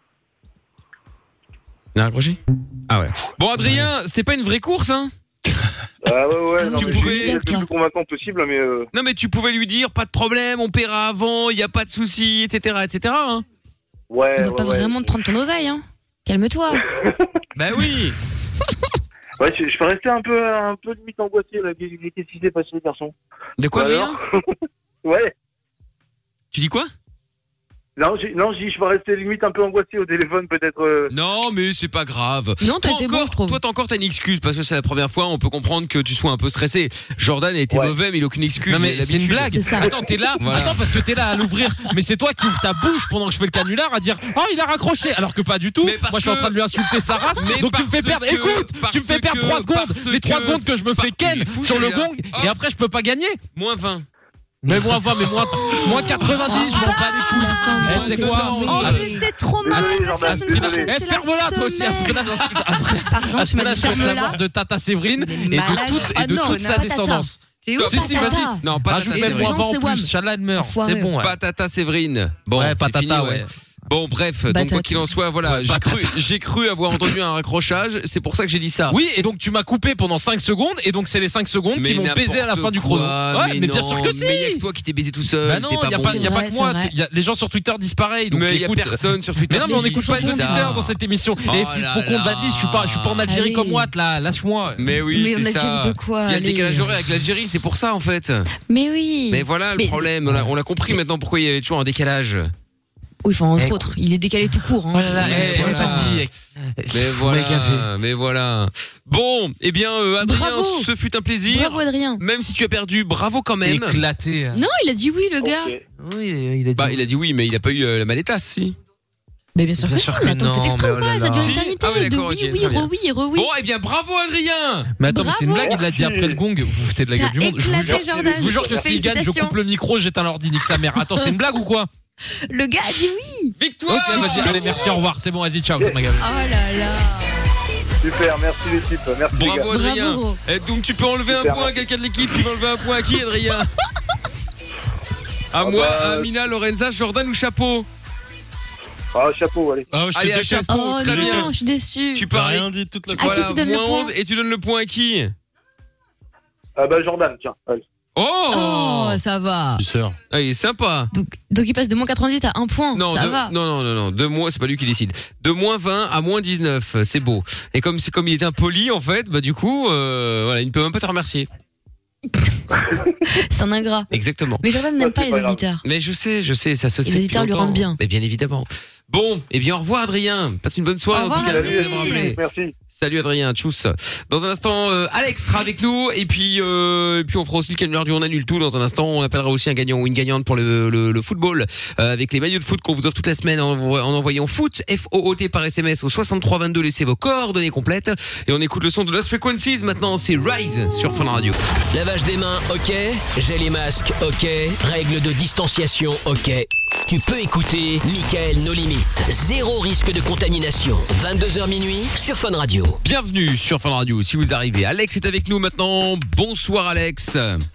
On a raccroché Ah ouais. Bon, Adrien, c'était pas une vraie course, hein? Ah ouais, ouais, Ah, non, tu mais pouvais- je suis le plus convaincant possible, mais euh, Non, mais tu pouvais lui dire, pas de problème, on paiera avant, il y a pas de souci, et cetera, et cetera. Hein. ouais. On va ouais, pas ouais. vraiment te prendre ton oseille, hein. Calme-toi. Bah oui. Ouais, je, je peux rester un peu, un peu limite angoissé, là. Qu'est-ce qu'est-ce qui s'est passé, les garçons? De quoi, Ouais, Adrien? alors Ouais. Tu dis quoi? Non, j'ai, non, j'ai, je vais rester limite un peu angoissé au téléphone, peut-être. Euh... Non, mais c'est pas grave. Non, t'as toi été encore, bon, je trouve. Toi, t'as encore t'as une excuse parce que c'est la première fois. On peut comprendre que tu sois un peu stressé. Jordan a été Ouais. mauvais, mais il a aucune excuse. Non mais il a c'est une l'habitude. blague. C'est ça. Attends, t'es là. Voilà. Attends parce que t'es là à l'ouvrir. Mais c'est toi qui ouvres ta bouche pendant que je fais le canular à dire "Oh, il a raccroché" alors que pas du tout. Mais parce Moi je suis en que- train de lui insulter sa race. Mais Donc tu me fais parce perdre. que- Écoute, parce tu me fais perdre que- trois secondes. parce Les trois que- secondes que je me par- fais ken il est fou, sur le celui-là. gong Oh. et après je peux pas gagner. Moins vingt. Mais moins vingt, mais moins moins quatre-vingt-dix, je m'en bats les couilles. Oh, Eh, c'est non, quoi non, En Ah, plus, t'es trop mal. Désolé, la Jordan, semaine désolé. prochaine, Eh, c'est la ferme-la toi aussi. À ce semaine. moment-là, ensuite, après, Pardon, à ce tu m'as moment-là, dit je vais te la ferme-la. voir de Tata Séverine Mais et de malade. toute, et Ah de non, toute sa pas Tata. descendance. T'es où, Si, si, Tata vas-y. Non, pas Rajoute Tata même moins Séverine. vingt en C'est plus. Wham. Inch'Allah, elle meurt. Enfoiré. C'est bon. ouais. Pas Tata Séverine. Bon, Ouais, c'est pas fini, Tata, ouais. ouais. Bon, bref, donc Batata. quoi qu'il en soit, voilà, j'ai cru, j'ai cru avoir entendu un raccrochage. C'est pour ça que j'ai dit ça. Oui, et donc tu m'as coupé pendant cinq secondes, et donc c'est les cinq secondes Mais qui m'ont baisé à la fin du chrono. n'importe Ouais, mais, quoi, bien sûr que non, si. Mais il y a que toi qui t'es baisé tout seul. Bah non, t'es il y a bon. pas, il y a C'est pas vrai, que moi. c'est vrai. Il y a- les gens sur Twitter disent pareil. Donc Mais il y a écoute, personne sur Twitter. Mais non, mais on qui n'écoute pas les dit ça. auditeurs dans cette émission. Oh Et il là faut qu'on là. vas-y, je suis pas, je suis pas en Algérie Allez. comme Watt là, lâche-moi. Mais oui, Mais en c'est ça. Algérie de quoi, Il y a le allez. décalage horaire avec l'Algérie, c'est pour ça en fait. Mais oui. Mais voilà le Mais- problème. On a, on a compris maintenant pourquoi il y avait toujours un décalage. Oui, enfin, entre Eh, autres, il est décalé tout court. Hein. Oh là là, eh, Voilà. vas-y. Mais voilà. Mais voilà. Bon, eh bien, euh, Adrien, Bravo. ce fut un plaisir. Bravo Adrien. Même si tu as perdu, bravo quand même. Éclaté. Non, il a dit oui, le gars. Ok. Oui, il a dit. Bah, il a dit oui, mais il a pas eu euh, la maletasse, si. Mais bien sûr Bien que sûr si. que Mais attends, non, faites exprès mais ou oh là quoi Ça là. dure Si une éternité. Ah oui, de d'accord, oui, ok, oui, très bien. re-oui et re-oui. Bon, eh bien, bravo Adrien. Mais attends, mais c'est une Bravo. blague, il l'a dit après le gong. Vous vous foutez de la gueule T'as du monde. Je vous éclaté, jure, Jordan. je vous jure que s'il gagne, je Félicitations. coupe le micro, j'éteins l'ordi, nique sa mère. Attends, c'est une blague ou quoi? Le gars a dit oui. Victoire. Ok, vas-y, allez, merci, au revoir. C'est bon, vas-y, ciao, ça m'a gavé. Oh là là. Super, merci l'équipe. Merci les gars. Bravo Adrien. Bravo. Et donc tu peux enlever Super. un point à quelqu'un de l'équipe. Tu peux enlever un point à qui, Adrien? À Ah moi, bah, à Mina, Lorenza, Jordan ou Chapeau? Ah, chapeau, allez. Ah, je te Allez, à déteste. Chapeau, Oh très bien. non, je suis déçue. Tu J'ai paries. rien dit toute la À qui Voilà, tu donnes le moins point onze et tu donnes le point à qui? Ah bah Jordan, tiens. Allez. Oh, Oh, ça va. Je suis sûr. Ah, il est sympa. Donc, donc il passe de moins quatre-vingt-dix à un point. Non, ça de, va. non, non, non, non. De moins, c'est pas lui qui décide. De moins vingt à moins dix-neuf, c'est beau. Et comme c'est comme il est impoli en fait, bah du coup, euh, voilà, il ne peut même pas te remercier. C'est un ingrat. Exactement. Mais Jordan n'aime Ouais, pas c'est les pas grave. auditeurs. Mais je sais, je sais, ça se Et sait. les depuis auditeurs lui longtemps. rendent bien. Mais bien évidemment. Bon, et bien au revoir Adrien. Passe une bonne soirée. Au en tout revoir, cas, Adrien. merci d'avoir appelé. Merci. Salut Adrien, tchuss. Dans un instant, euh, Alex sera avec nous et puis euh, et puis on fera aussi le canular du on annule tout. Dans un instant, on appellera aussi un gagnant ou une gagnante pour le, le, le football euh, avec les maillots de foot qu'on vous offre toute la semaine en, en envoyant foot F O O T par S M S au soixante-trois vingt-deux. Laissez vos coordonnées complètes et on écoute le son de Lost Frequencies. Maintenant, c'est Rise sur Fun Radio. Lavage des mains, ok. Gel et masque, ok. Règles de distanciation, ok. Tu peux écouter Mickaël No Limites. Zéro risque de contamination. vingt-deux heures minuit sur Fun Radio. Bienvenue sur Fun Radio. Si vous arrivez, Alex est avec nous maintenant. Bonsoir Alex.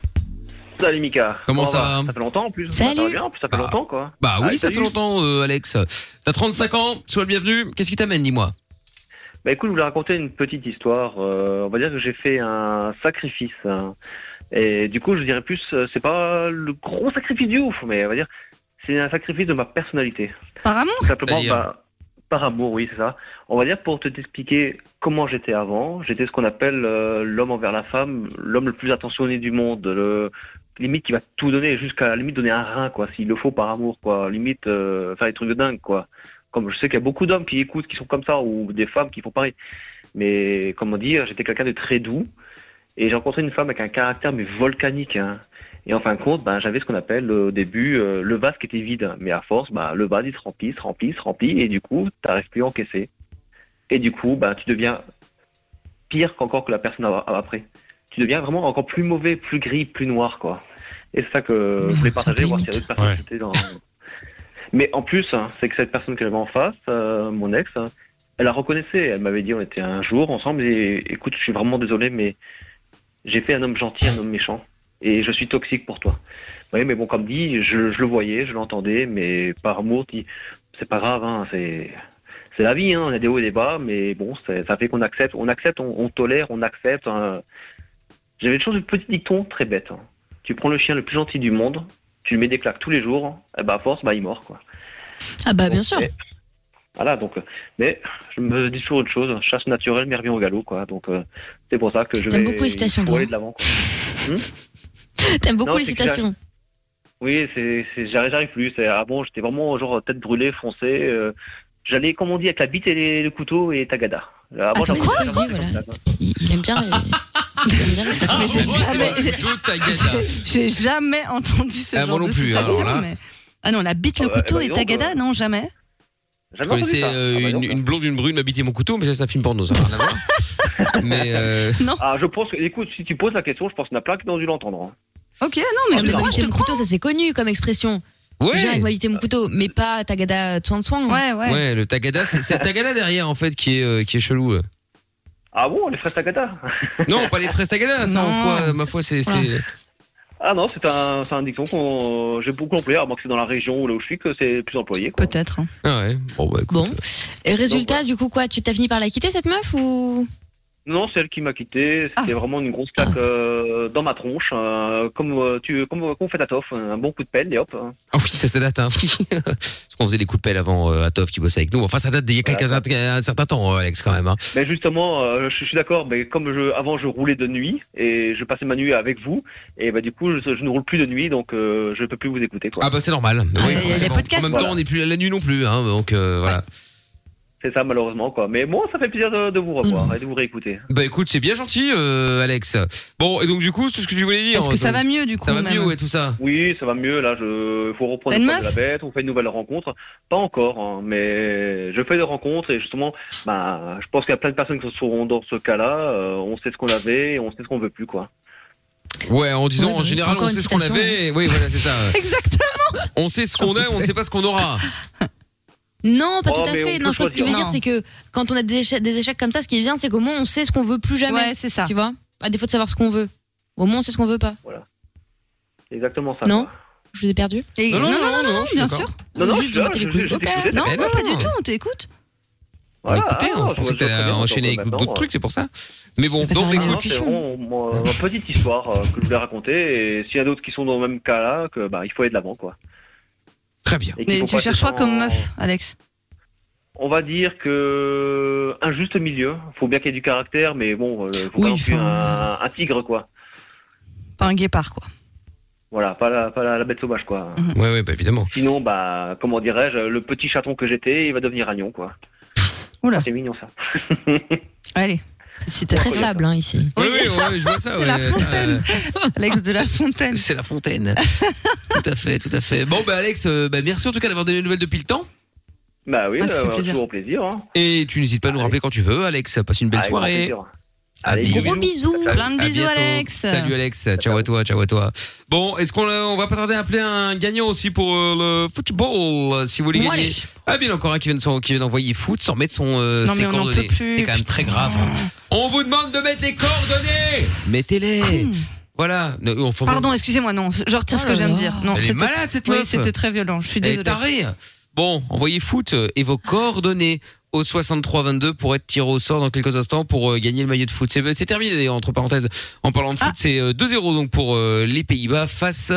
Salut Mika. Comment ça va? Ça fait longtemps en plus. Salut. Ça va bien, en plus ça fait Ah. longtemps quoi. Bah oui, Ah, ça salut. fait longtemps euh, Alex. T'as trente-cinq ans, sois le bienvenu. Qu'est-ce qui t'amène, dis-moi? Bah écoute, je voulais raconter une petite histoire. Euh, on va dire que j'ai fait un sacrifice. hein. Et du coup, je dirais plus, euh, c'est pas le gros sacrifice du ouf, mais on va dire, c'est un sacrifice de ma personnalité. Par amour? Simplement, C'est-à-dire bah, par amour, oui, c'est ça. On va dire pour te t'expliquer comment j'étais avant. J'étais ce qu'on appelle euh, l'homme envers la femme, l'homme le plus attentionné du monde, le limite qui va tout donner, jusqu'à la limite donner un rein, quoi, s'il le faut par amour, quoi. Limite euh, faire des trucs de dingue, quoi. Comme je sais qu'il y a beaucoup d'hommes qui écoutent, qui sont comme ça, ou des femmes qui font pareil. Mais comment dire, j'étais quelqu'un de très doux. Et j'ai rencontré une femme avec un caractère mais volcanique. Hein. Et en fin de compte, ben, j'avais ce qu'on appelle au début euh, le vase qui était vide. Mais à force, ben, le vase il se remplit, se remplit, se remplit. Et du coup, tu n'arrives plus à encaisser. Et du coup, ben, tu deviens pire qu'encore que la personne après. Tu deviens vraiment encore plus mauvais, plus gris, plus noir. Quoi. Et c'est ça que je voulais partager, voir s'il y a d'autres personnes Ouais. qui étaient dans... Mais en plus, hein, c'est que cette personne que j'avais en face, euh, mon ex, hein, elle la reconnaissait. Elle m'avait dit, on était un jour ensemble et écoute, je suis vraiment désolé, mais j'ai fait un homme gentil, un homme méchant. Et je suis toxique pour toi. Oui, mais bon, comme dit, je, je le voyais, je l'entendais, mais par amour, dit, c'est pas grave, hein, c'est, c'est la vie, hein, on a des hauts et des bas, mais bon, c'est, ça fait qu'on accepte, on accepte, on, on tolère, on accepte. Hein. J'avais toujours un petit dicton très bête. Hein. Tu prends le chien le plus gentil du monde, tu lui mets des claques tous les jours, et bah à force, bah il mord, quoi. Ah bah bien Bon, sûr. mais- voilà, donc, euh, mais je me dis toujours autre chose, chasse naturelle, mais revient au galop, quoi. Donc, euh, c'est pour ça que je T'aimes vais beaucoup les citations, il faut toi. aller de l'avant, quoi. T'aimes beaucoup Non, les c'est citations. Oui, c'est, c'est, j'arrive, j'arrive plus. C'est, ah bon, j'étais vraiment genre tête brûlée, foncée. Euh, j'allais, comme on dit, avec la bite et les- le couteau et tagada. Ah, bon, Attends, j'en mais c'est pouvais ce que je pas, dis, voilà. comme ça, quoi. Il, il aime bien les... il aime bien les Ah, mais j'ai jamais, j'ai- Tout tagada. j'ai jamais entendu ce Ah, genre moi non de plus, citation, alors là. mais- Ah non, la bite, le Ah ouais, couteau bah, et dis donc, tagada, euh. non, jamais. Je Jamais entendu connaissais ça. euh, Ah, bah, une, donc, une blonde, une brune m'habitait mon couteau, mais ça c'est un film porno, ça n'a rien à voir. Mais euh, Ah, je pense que, écoute, si tu poses la question, je pense qu'il y en a plein qui ont dû l'entendre. hein. Ok, non, mais Ah, je mais te crois, je m'habiter te mon crois. couteau, ça c'est connu comme expression. Je viens avec ouais, m'habiter mon couteau, mais pas tagada de soin de soin. Ouais, ouais. ouais, le tagada, c'est, c'est le tagada derrière en fait qui est euh, qui est chelou. euh. Ah bon, les fraises tagada? Non, pas les fraises tagada, ça, Non. en foi, ma foi, c'est, c'est... Ah non, c'est un, c'est un dicton qu'on j'ai beaucoup employé, à moins que c'est dans la région où là où je suis que c'est plus employé. Quoi. Peut-être. hein. Ah ouais. Bon bah écoute. Bon. Et résultat, Donc, du coup, quoi, tu t'as fini par la quitter cette meuf ou Non, c'est elle qui m'a quitté. C'était Ah. vraiment une grosse claque euh, dans ma tronche, euh, comme euh, tu, comme euh, qu'on fait à Toff, un bon coup de pelle et hop. hein. Ah oui, ça, ça date, hein. Parce qu'on faisait des coups de pelle avant euh, Atov qui bossait avec nous. Enfin, ça date d'il y a quelques, un, un certain temps, euh, Alex, quand même. Hein. Mais justement, euh, je, je suis d'accord. Mais comme je, avant, je roulais de nuit et je passais ma nuit avec vous, et bah du coup, je, je ne roule plus de nuit, donc euh, je peux plus vous écouter. Quoi. Ah bah c'est normal. Ah, Oui, il y a les forcément. podcasts, En même voilà. temps, on n'est plus à la nuit non plus, hein. Donc euh, voilà. C'est ça, malheureusement, quoi. Mais bon, ça fait plaisir de, de vous revoir et de vous réécouter. Bah écoute, c'est bien gentil, euh, Alex. Bon, et donc du coup, c'est tout ce que tu voulais dire. Est-ce que ça donc, va mieux, du coup Ça va même mieux, ouais, tout ça. Oui, ça va mieux. Là, je faut reprendre T'as une le poil de meuf la bête. On fait une nouvelle rencontre. Pas encore, hein, mais je fais des rencontres et justement, bah, je pense qu'il y a plein de personnes qui seront dans ce cas-là. Euh, on sait ce qu'on avait, et on sait ce qu'on veut plus, quoi. Ouais, en disant Ouais, en bah, général, encore on une sait ce qu'on citation, avait. Oui, voilà, c'est ça. Exactement. On sait ce qu'on a, on ne sait pas ce qu'on aura. Non, pas Oh, tout à mais fait. on Non, peut je crois que ce qu'il veut choisir. dire, c'est que quand on a des échecs, des échecs comme ça, ce qui est bien, c'est qu'au moins on sait ce qu'on veut plus jamais. Ouais, c'est ça. Tu vois, à défaut de savoir ce qu'on veut, au moins on sait ce qu'on veut pas. C'est exactement ça. Non quoi. Je vous ai perdu. Et- Non, non, non, non, non, je suis bien d'accord. sûr. Non, non, Juste je suis vous là, battez les je- couilles. je- Ok. je t'écoutais, Non, mais non, non. pas du tout, on t'écoute. On Voilà, écoutait, ah, on je pensait vois- que je vois t'allais très bien, enchaîner avec donc, d'autres maintenant, trucs, c'est pour ça. Mais bon, Je vais donc faire un Non, écoute. c'est discussion. vraiment moi, ma petite histoire euh, que je voulais raconter. Et s'il y a d'autres qui sont dans le même cas-là, que bah il faut aller de l'avant, quoi. Très bien. Et qu'il Mais faut tu pas cherches quoi être comme en- meuf, Alex? On va dire que un juste milieu. Faut bien qu'il y ait du caractère, mais bon, euh, faut Oui, pas non plus enfin- un, un tigre, quoi. Pas un guépard, quoi. Voilà, pas la, pas la, la bête sauvage, quoi. Ouais, ouais, bah évidemment. Sinon, bah, comment dirais-je, le petit chaton que j'étais, il va devenir agneau, quoi. Oula. C'est mignon, ça. Allez. Si t'as Très fable hein, ici. Oui, oui, ouais, je vois ça. C'est Ouais. la fontaine. Euh, Alex de la Fontaine. C'est la fontaine. Tout à fait, tout à fait. Bon, bah Alex, euh, bah, merci en tout cas d'avoir donné des nouvelles depuis le temps. Bah oui, Ah, ça bah, fait plaisir. toujours au plaisir. Hein. Et tu n'hésites pas à nous rappeler quand tu veux, Alex. Passe une belle Avec grand soirée. plaisir. À Allez, bisous. Gros bisous. Plein de À bisous, bientôt. Alex. Salut Alex, ciao à toi, ciao à toi. Bon, est-ce qu'on a- on va pas tarder à appeler un gagnant aussi pour euh, le football, euh, si vous voulez Ouais. gagner. Ah bien, encore un qui vient de son- qui vient d'envoyer foot sans mettre son euh, Non, ses mais on n'en coordonnées. peut plus. C'est quand même très grave. On vous demande de mettre les coordonnées. Mettez-les. Voilà. Ne- enfin, bon. Pardon, excusez-moi, non, je retire Oh ce que je là viens de là. dire. Non, Elle est c'était- malade cette Oui, meuf. c'était très violent, je suis Elle est désolée. tarée. Bon, envoyez foot euh, et vos coordonnées au soixante-trois vingt-deux pour être tiré au sort dans quelques instants pour euh, gagner le maillot de foot. C'est, c'est terminé d'ailleurs, entre parenthèses. En parlant de foot, Ah. c'est euh, deux zéro donc pour euh, les Pays-Bas face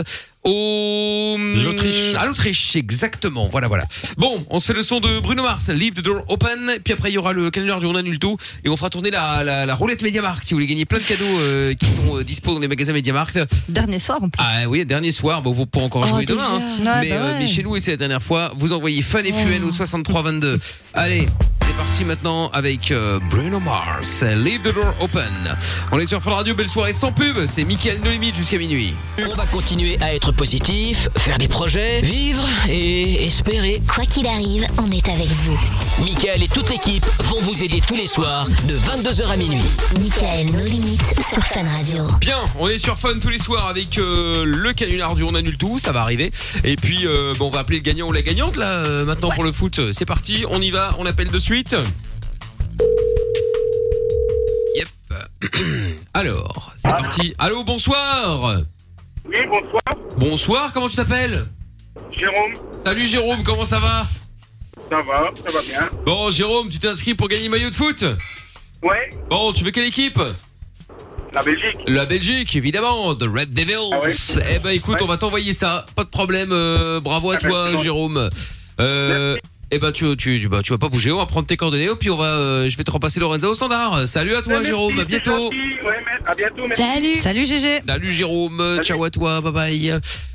au L'Autriche. À l'Autriche, exactement. Voilà, voilà. Bon, on se fait le son de Bruno Mars, Leave the Door Open. Puis après, il y aura le calendrier du on annule tout et on fera tourner la, la, la roulette Mediamarkt. Si vous voulez gagner plein de cadeaux euh, qui sont euh, dispo dans les magasins Mediamarkt. Dernier soir en plus. Ah oui, dernier soir. Bon, vous pourrez encore Oh, jouer déjà. demain. hein. Ouais, mais, bah euh, ouais. mais chez nous, et c'est la dernière fois, vous envoyez Fun et F U N au soixante-trois vingt-deux. Allez, c'est parti maintenant avec euh, Bruno Mars, Leave the Door Open. On est sur Fun Radio, belle soirée sans pub. C'est Mickaël No Limite jusqu'à minuit. On va continuer à être positif, faire des projets, vivre et espérer. Quoi qu'il arrive, on est avec vous. Mickaël et toute l'équipe vont vous aider tous les soirs de vingt-deux heures à minuit. Mickaël, nos limites sur Fun Radio. Bien, on est sur Fun tous les soirs avec euh, le canular du on annule tout, ça va arriver. Et puis, euh, bon, on va appeler le gagnant ou la gagnante là euh, maintenant pour le foot. C'est parti, on y va, on appelle de suite. Yep. Alors, c'est parti. Allô, bonsoir. Oui, bonsoir, Bonsoir, comment tu t'appelles? Jérôme. Salut Jérôme, comment ça va? Ça va, ça va bien. Bon, Jérôme, tu t'es inscrit pour gagner le maillot de foot? Ouais, Bon, tu veux quelle équipe? la Belgique. La Belgique, évidemment, The Red Devils. Ah ouais. Eh ben écoute, Ouais. on va t'envoyer ça, pas de problème. euh, bravo à Ah ben, toi, c'est gentil. Jérôme. Euh, eh ben tu, tu, tu, bah, tu vas pas bouger, on va prendre tes coordonnées, et puis on va, euh, je vais te repasser Lorenzo au standard. Salut à toi, Merci, Jérôme, à c'est bientôt. gentil. Ouais, mais à bientôt, merci. Salut. Salut Gégé. Salut Jérôme, ciao à toi, bye bye.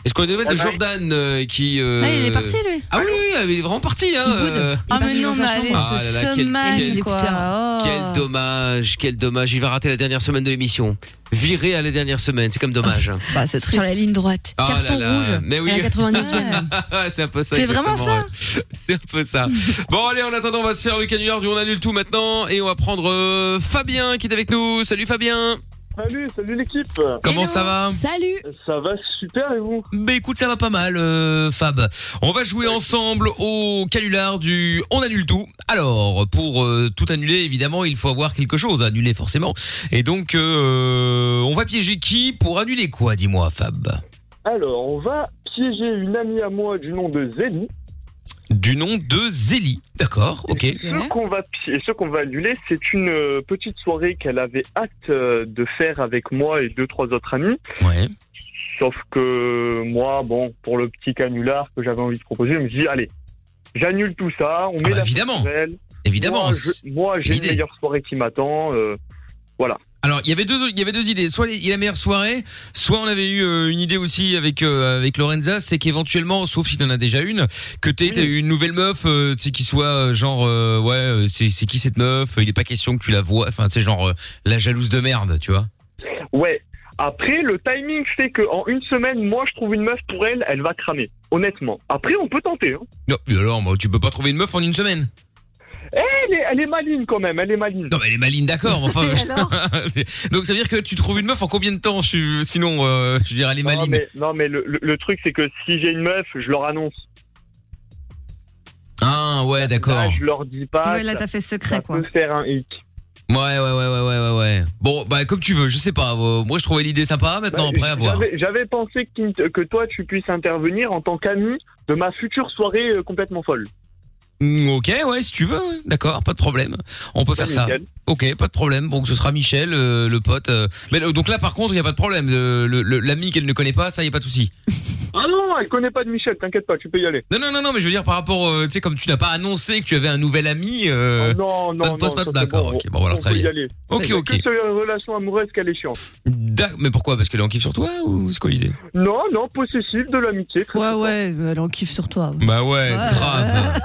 Est-ce qu'on a des nouvelles de Ah, bah, Jordan euh, qui euh... Ah, il est parti, lui. Ah oui, oui, il est vraiment parti. Hein, Il boude. euh. Ah, mais parti non, dans sa mais chambre. allez, Ah là là, ce quel- semaine, quel- quoi. Oh. Quel dommage, quel dommage. Il va rater la dernière semaine de l'émission. Viré à la dernière semaine, c'est comme dommage. Bah, c'est Sur triste. la ligne droite. Oh Carton là là, rouge. mais oui. À la quatre-vingt-neuvième. c'est un peu ça. C'est vraiment exactement, ouais. C'est un peu ça. Bon, allez, en attendant, on va se faire le canular du on annule tout maintenant et on va prendre euh, Fabien qui est avec nous. Salut Fabien. Salut, salut l'équipe. Comment Hello. ça va? Salut. Ça va super et vous? Bah écoute, ça va pas mal, euh, Fab. On va jouer ensemble au canular du on annule tout. Alors, pour euh, tout annuler, évidemment, il faut avoir quelque chose à annuler forcément. Et donc, euh, on va piéger qui pour annuler quoi? Dis-moi, Fab. Alors, on va piéger une amie à moi du nom de Zélie. Du nom de Zélie. D'accord, ok. Ce qu'on va, pi- et ce qu'on va annuler, c'est une euh, petite soirée qu'elle avait hâte euh, de faire avec moi et deux, trois autres amis. Ouais. Sauf que moi, bon, pour le petit canular que j'avais envie de proposer, je me dis, allez, j'annule tout ça, on Ah met bah la évidemment. fête pour elle. Évidemment. Moi, je- moi, j'ai L'idée. une meilleure soirée qui m'attend. euh, voilà. Alors, il y avait deux, il y avait deux idées. Soit il y a la meilleure soirée, soit on avait eu euh, une idée aussi avec euh, avec Lorenza, c'est qu'éventuellement, sauf si t'en as déjà une, que t'aies t'as eu une nouvelle meuf, euh, tu sais, qui soit euh, genre euh, ouais, euh, c'est c'est qui cette meuf? Il est pas question que tu la vois, enfin, tu sais, genre euh, la jalouse de merde, tu vois. Ouais. Après, le timing fait qu'en une semaine, moi, je trouve une meuf pour elle, elle va cramer. Honnêtement. Après, on peut tenter. Hein. Non, mais alors, bah, tu peux pas trouver une meuf en une semaine. Eh, elle, est, elle est maligne quand même, elle est maligne. Non, mais elle est maligne, d'accord. Enfin, Et alors donc ça veut dire que tu trouves une meuf en combien de temps? je- Sinon, euh, je veux dire, elle est Non, maligne. mais, non, mais le, le, le truc, c'est que si j'ai une meuf, je leur annonce. Ah ouais, d'accord. Là, je leur dis pas. Ouais, là, ça- t'as fait secret, ça quoi. peut faire un hic. Ouais, ouais, ouais, ouais, ouais, ouais, ouais. Bon, bah comme tu veux, je sais pas. euh, moi, je trouvais l'idée sympa. Maintenant, Bah, après, à voir. J'avais j'avais pensé que, que toi, tu puisses intervenir en tant qu'ami de ma future soirée euh, complètement folle. Mm, Ok, ouais, si tu veux, ouais. D'accord, pas de problème. On peut faire ça. nickel. Ok, pas de problème. Bon, ce sera Michel, euh, le pote. euh. Mais euh, donc là, par contre, il y a pas de problème. Le- le- le- L'ami qu'elle ne connaît pas, ça, y a pas de souci. Ah non, elle connaît pas de Michel, t'inquiète pas, tu peux y aller. Non, non, non, non, mais je veux dire par rapport, euh, tu sais, comme tu n'as pas annoncé que tu avais un nouvel ami. Euh, Ah non, non, ça ne pose non, pas de ça, c'est d'accord. bon, Ok, bon, voilà, on très peut y bien. aller. Ok, Il y a ok. que sur une relation amoureuse qu'elle est chiante. D'ac- Mais pourquoi? Parce qu'elle est en kiff sur toi ou c'est quoi l'idée? Non, non, possessive de l'amitié. très Ouais, sympa. ouais, elle en kiffe sur toi. Bah ouais, Ouais. grave.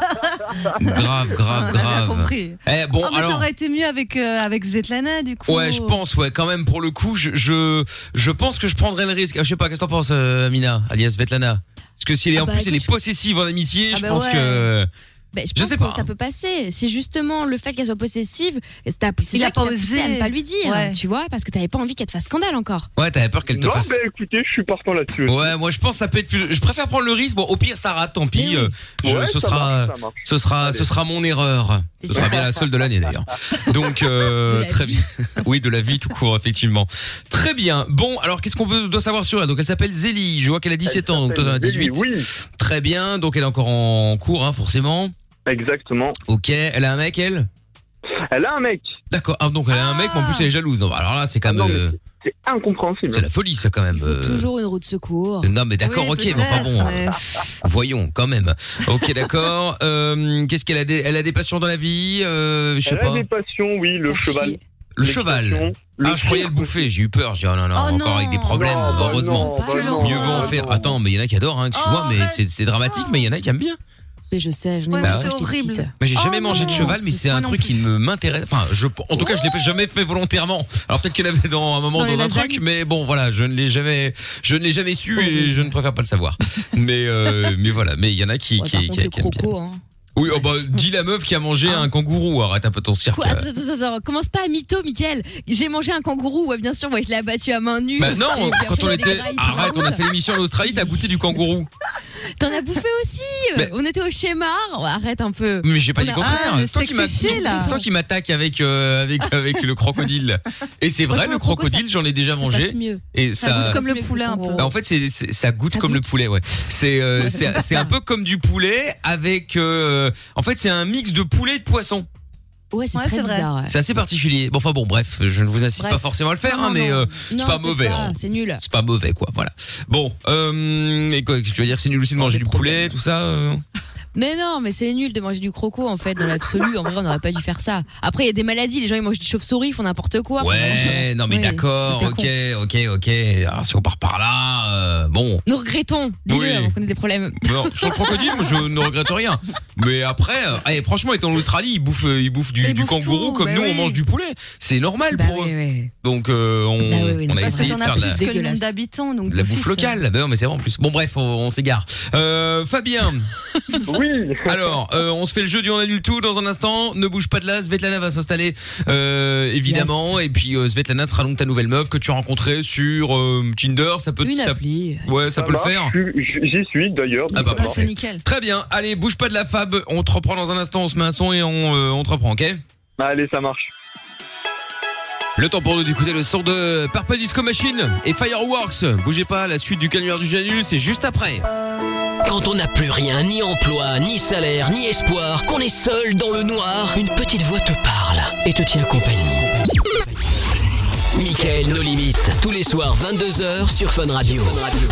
grave, grave, On a bien grave. compris. Eh bon, Ah, mais ça alors. aurait été mieux avec, euh, avec Svetlana, du coup. Ouais, je pense, ouais, quand même, pour le coup, je, je, je pense que je prendrais le risque. Ah, je sais pas, qu'est-ce que t'en penses, euh, Amina, alias Svetlana? Parce que si elle est Ah en bah, plus, elle est écoute, possessive en amitié, Ah je bah pense ouais. que. Ben, je Je pense sais que pas, ça hein. peut passer. C'est justement le fait qu'elle soit possessive. C'est c'est Il ça a qui pas t'a poussé osé. à ne pas lui dire, Ouais. tu vois, parce que t'avais pas envie qu'elle te fasse scandale encore. Ouais, t'avais peur qu'elle te Non, fasse. bah écoutez, je suis partant là-dessus. aussi. Ouais, moi je pense que ça peut être plus. Je préfère prendre le risque. Bon, au pire, ça rate, tant pis. Mais oui. euh, je- Ouais, ce ça sera, marche, ça marche. ce sera, Allez. ce sera mon erreur. Ce sera bien la seule de l'année d'ailleurs. Donc euh, De la très vie. bien. Oui, de la vie tout court, effectivement. Très bien. Bon, alors qu'est-ce qu'on veut, doit savoir sur elle? Donc elle s'appelle Zélie. Je vois qu'elle a dix-sept ans, donc toi t'en as dix-huit. Oui, Très bien. Donc elle est encore en cours, hein, forcément. exactement. Ok. Elle a un mec, elle? Elle a un mec. D'accord. Ah, donc elle a un mec, mais en plus elle est jalouse. Non, alors là, c'est quand Ah même, non, mais euh, C'est incompréhensible. c'est la folie, ça quand même. Il faut euh. toujours une roue de secours. Non, mais d'accord, Oui, ok, mais enfin peut-être, bon. mais- Voyons, quand même. Ok, d'accord. Euh, Qu'est-ce qu'elle a des, elle a des passions dans la vie, euh, je sais Elle pas. a des passions, oui, le Faire cheval. chier. Le l'équitation, cheval. le Ah, je croyais le tir. bouffer. J'ai eu peur. Je dis oh non non, Oh encore non. avec des problèmes. Non, bah Heureusement. non, bah Quelle non, Mieux vaut en bah faire. non. Attends, mais il y en a qui adorent, hein, excuse-moi, Oh, mais arrête. c'est c'est dramatique, mais il y en a qui aiment bien. Mais je sais, je n'ai Ouais, mais pas c'est je horrible. t'excite. Mais j'ai Oh jamais mangé de non, cheval, mais c'est- c'est un moi non truc plus. qui me m'intéresse. Enfin, je, en tout cas, je l'ai jamais fait volontairement. Alors peut-être qu'il y en avait dans un moment Dans les dans un lasagnes. truc, mais bon, voilà, je ne l'ai jamais, je ne l'ai jamais su et je ne préfère pas le savoir. Mais euh, mais voilà, mais il y en a qui Ouais, qui par qui, contre, le qui aiment bien. croco, hein. Oui, oh bah, dis la meuf qui a mangé Ah. un kangourou. Arrête un peu ton cirque. Quoi, attends, attends, attends, commence pas à mytho, Mickaël. J'ai mangé un kangourou, ouais, bien sûr, ouais, je l'ai abattu à main nue. Bah non, Et puis quand après, on j'ai était, des grailles, arrête, tout on a roule. fait l'émission en Australie, t'as goûté du kangourou. T'en as bouffé aussi. Mais- On était au schéma. Arrête un peu. Mais j'ai pas On dit a- le contraire. Ah, le c'est toi qui steak m'a, séché, là. c'est toi qui m'attaque avec euh, avec avec le crocodile. Et c'est vrai, Franchement, le le croco, crocodile, j'en ai déjà Ça mangé. passe mieux. Et Ça ça, goûte comme mieux le que poulet le un peu. kangourou. bah, en fait, c'est, c'est- ça goûte Ça comme le goûte. poulet, ouais. C'est, euh, c'est, c'est un peu comme du poulet avec, euh, en fait, c'est un mix de poulet et de poisson. Ouais, c'est Ouais, très c'est vrai. bizarre. ouais. C'est assez particulier. Bon, enfin bon, bref, je ne vous incite Bref. pas forcément à le faire, Non, hein, mais non. euh, Non, c'est pas mauvais. pas, hein. C'est nul. C'est pas mauvais, quoi. Voilà. Bon, euh, et quoi, tu veux dire, c'est nul aussi de manger des du poulet, tout ça. euh Mais non, mais c'est nul de manger du croco en fait, dans l'absolu. En vrai, on n'aurait pas dû faire ça. Après, il y a des maladies, les gens ils mangent des chauves-souris, ils font n'importe quoi. Ouais, non mais Oui, d'accord, ok, ok, ok. Alors si on part par là, euh, bon. Nous regrettons, dis-le, Oui. avant qu'on ait des problèmes. Non, sur le crocodile, moi, je ne regrette rien. Mais après, euh, allez, franchement, étant en Australie, ils bouffent, euh, ils bouffent du, Ils du bouffent kangourou tout, comme bah nous, oui. on mange du poulet. C'est normal Bah pour oui, eux. oui. Donc euh, on, Bah oui, oui, non, on a ça, essayé T'en de as faire de plus la, que le nombre dégueulasse. d'habitants, donc de la d'office, bouffe locale. Bah non, mais c'est vrai en plus. Bon bref, on, on s'égare. Euh, Fabien. Oui. Alors, euh, on se fait le jeu du on annule tout dans un instant. Ne bouge pas de là. Svetlana va s'installer, euh, évidemment. Et puis euh, Svetlana sera donc ta nouvelle meuf que tu as rencontrée sur euh, Tinder. Ça peut, Une ça, appli. ouais, ça, peut marche, le faire. je suis- J'y suis d'ailleurs. Ah bah Ah, parfait. c'est nickel. Très bien. Allez, bouge pas de la Fab. On te reprend dans un instant. On se met un son et on, euh, on te reprend, ok? Allez, ça marche. Le temps pour nous d'écouter le son de Purple Disco Machine et Fireworks. Bougez pas, la suite du canular du Janus, c'est juste après. Quand on n'a plus rien, ni emploi, ni salaire, ni espoir, qu'on est seul dans le noir, une petite voix te parle et te tient compagnie. Mickaël, nos limites, tous les soirs vingt-deux heures sur Fun Radio.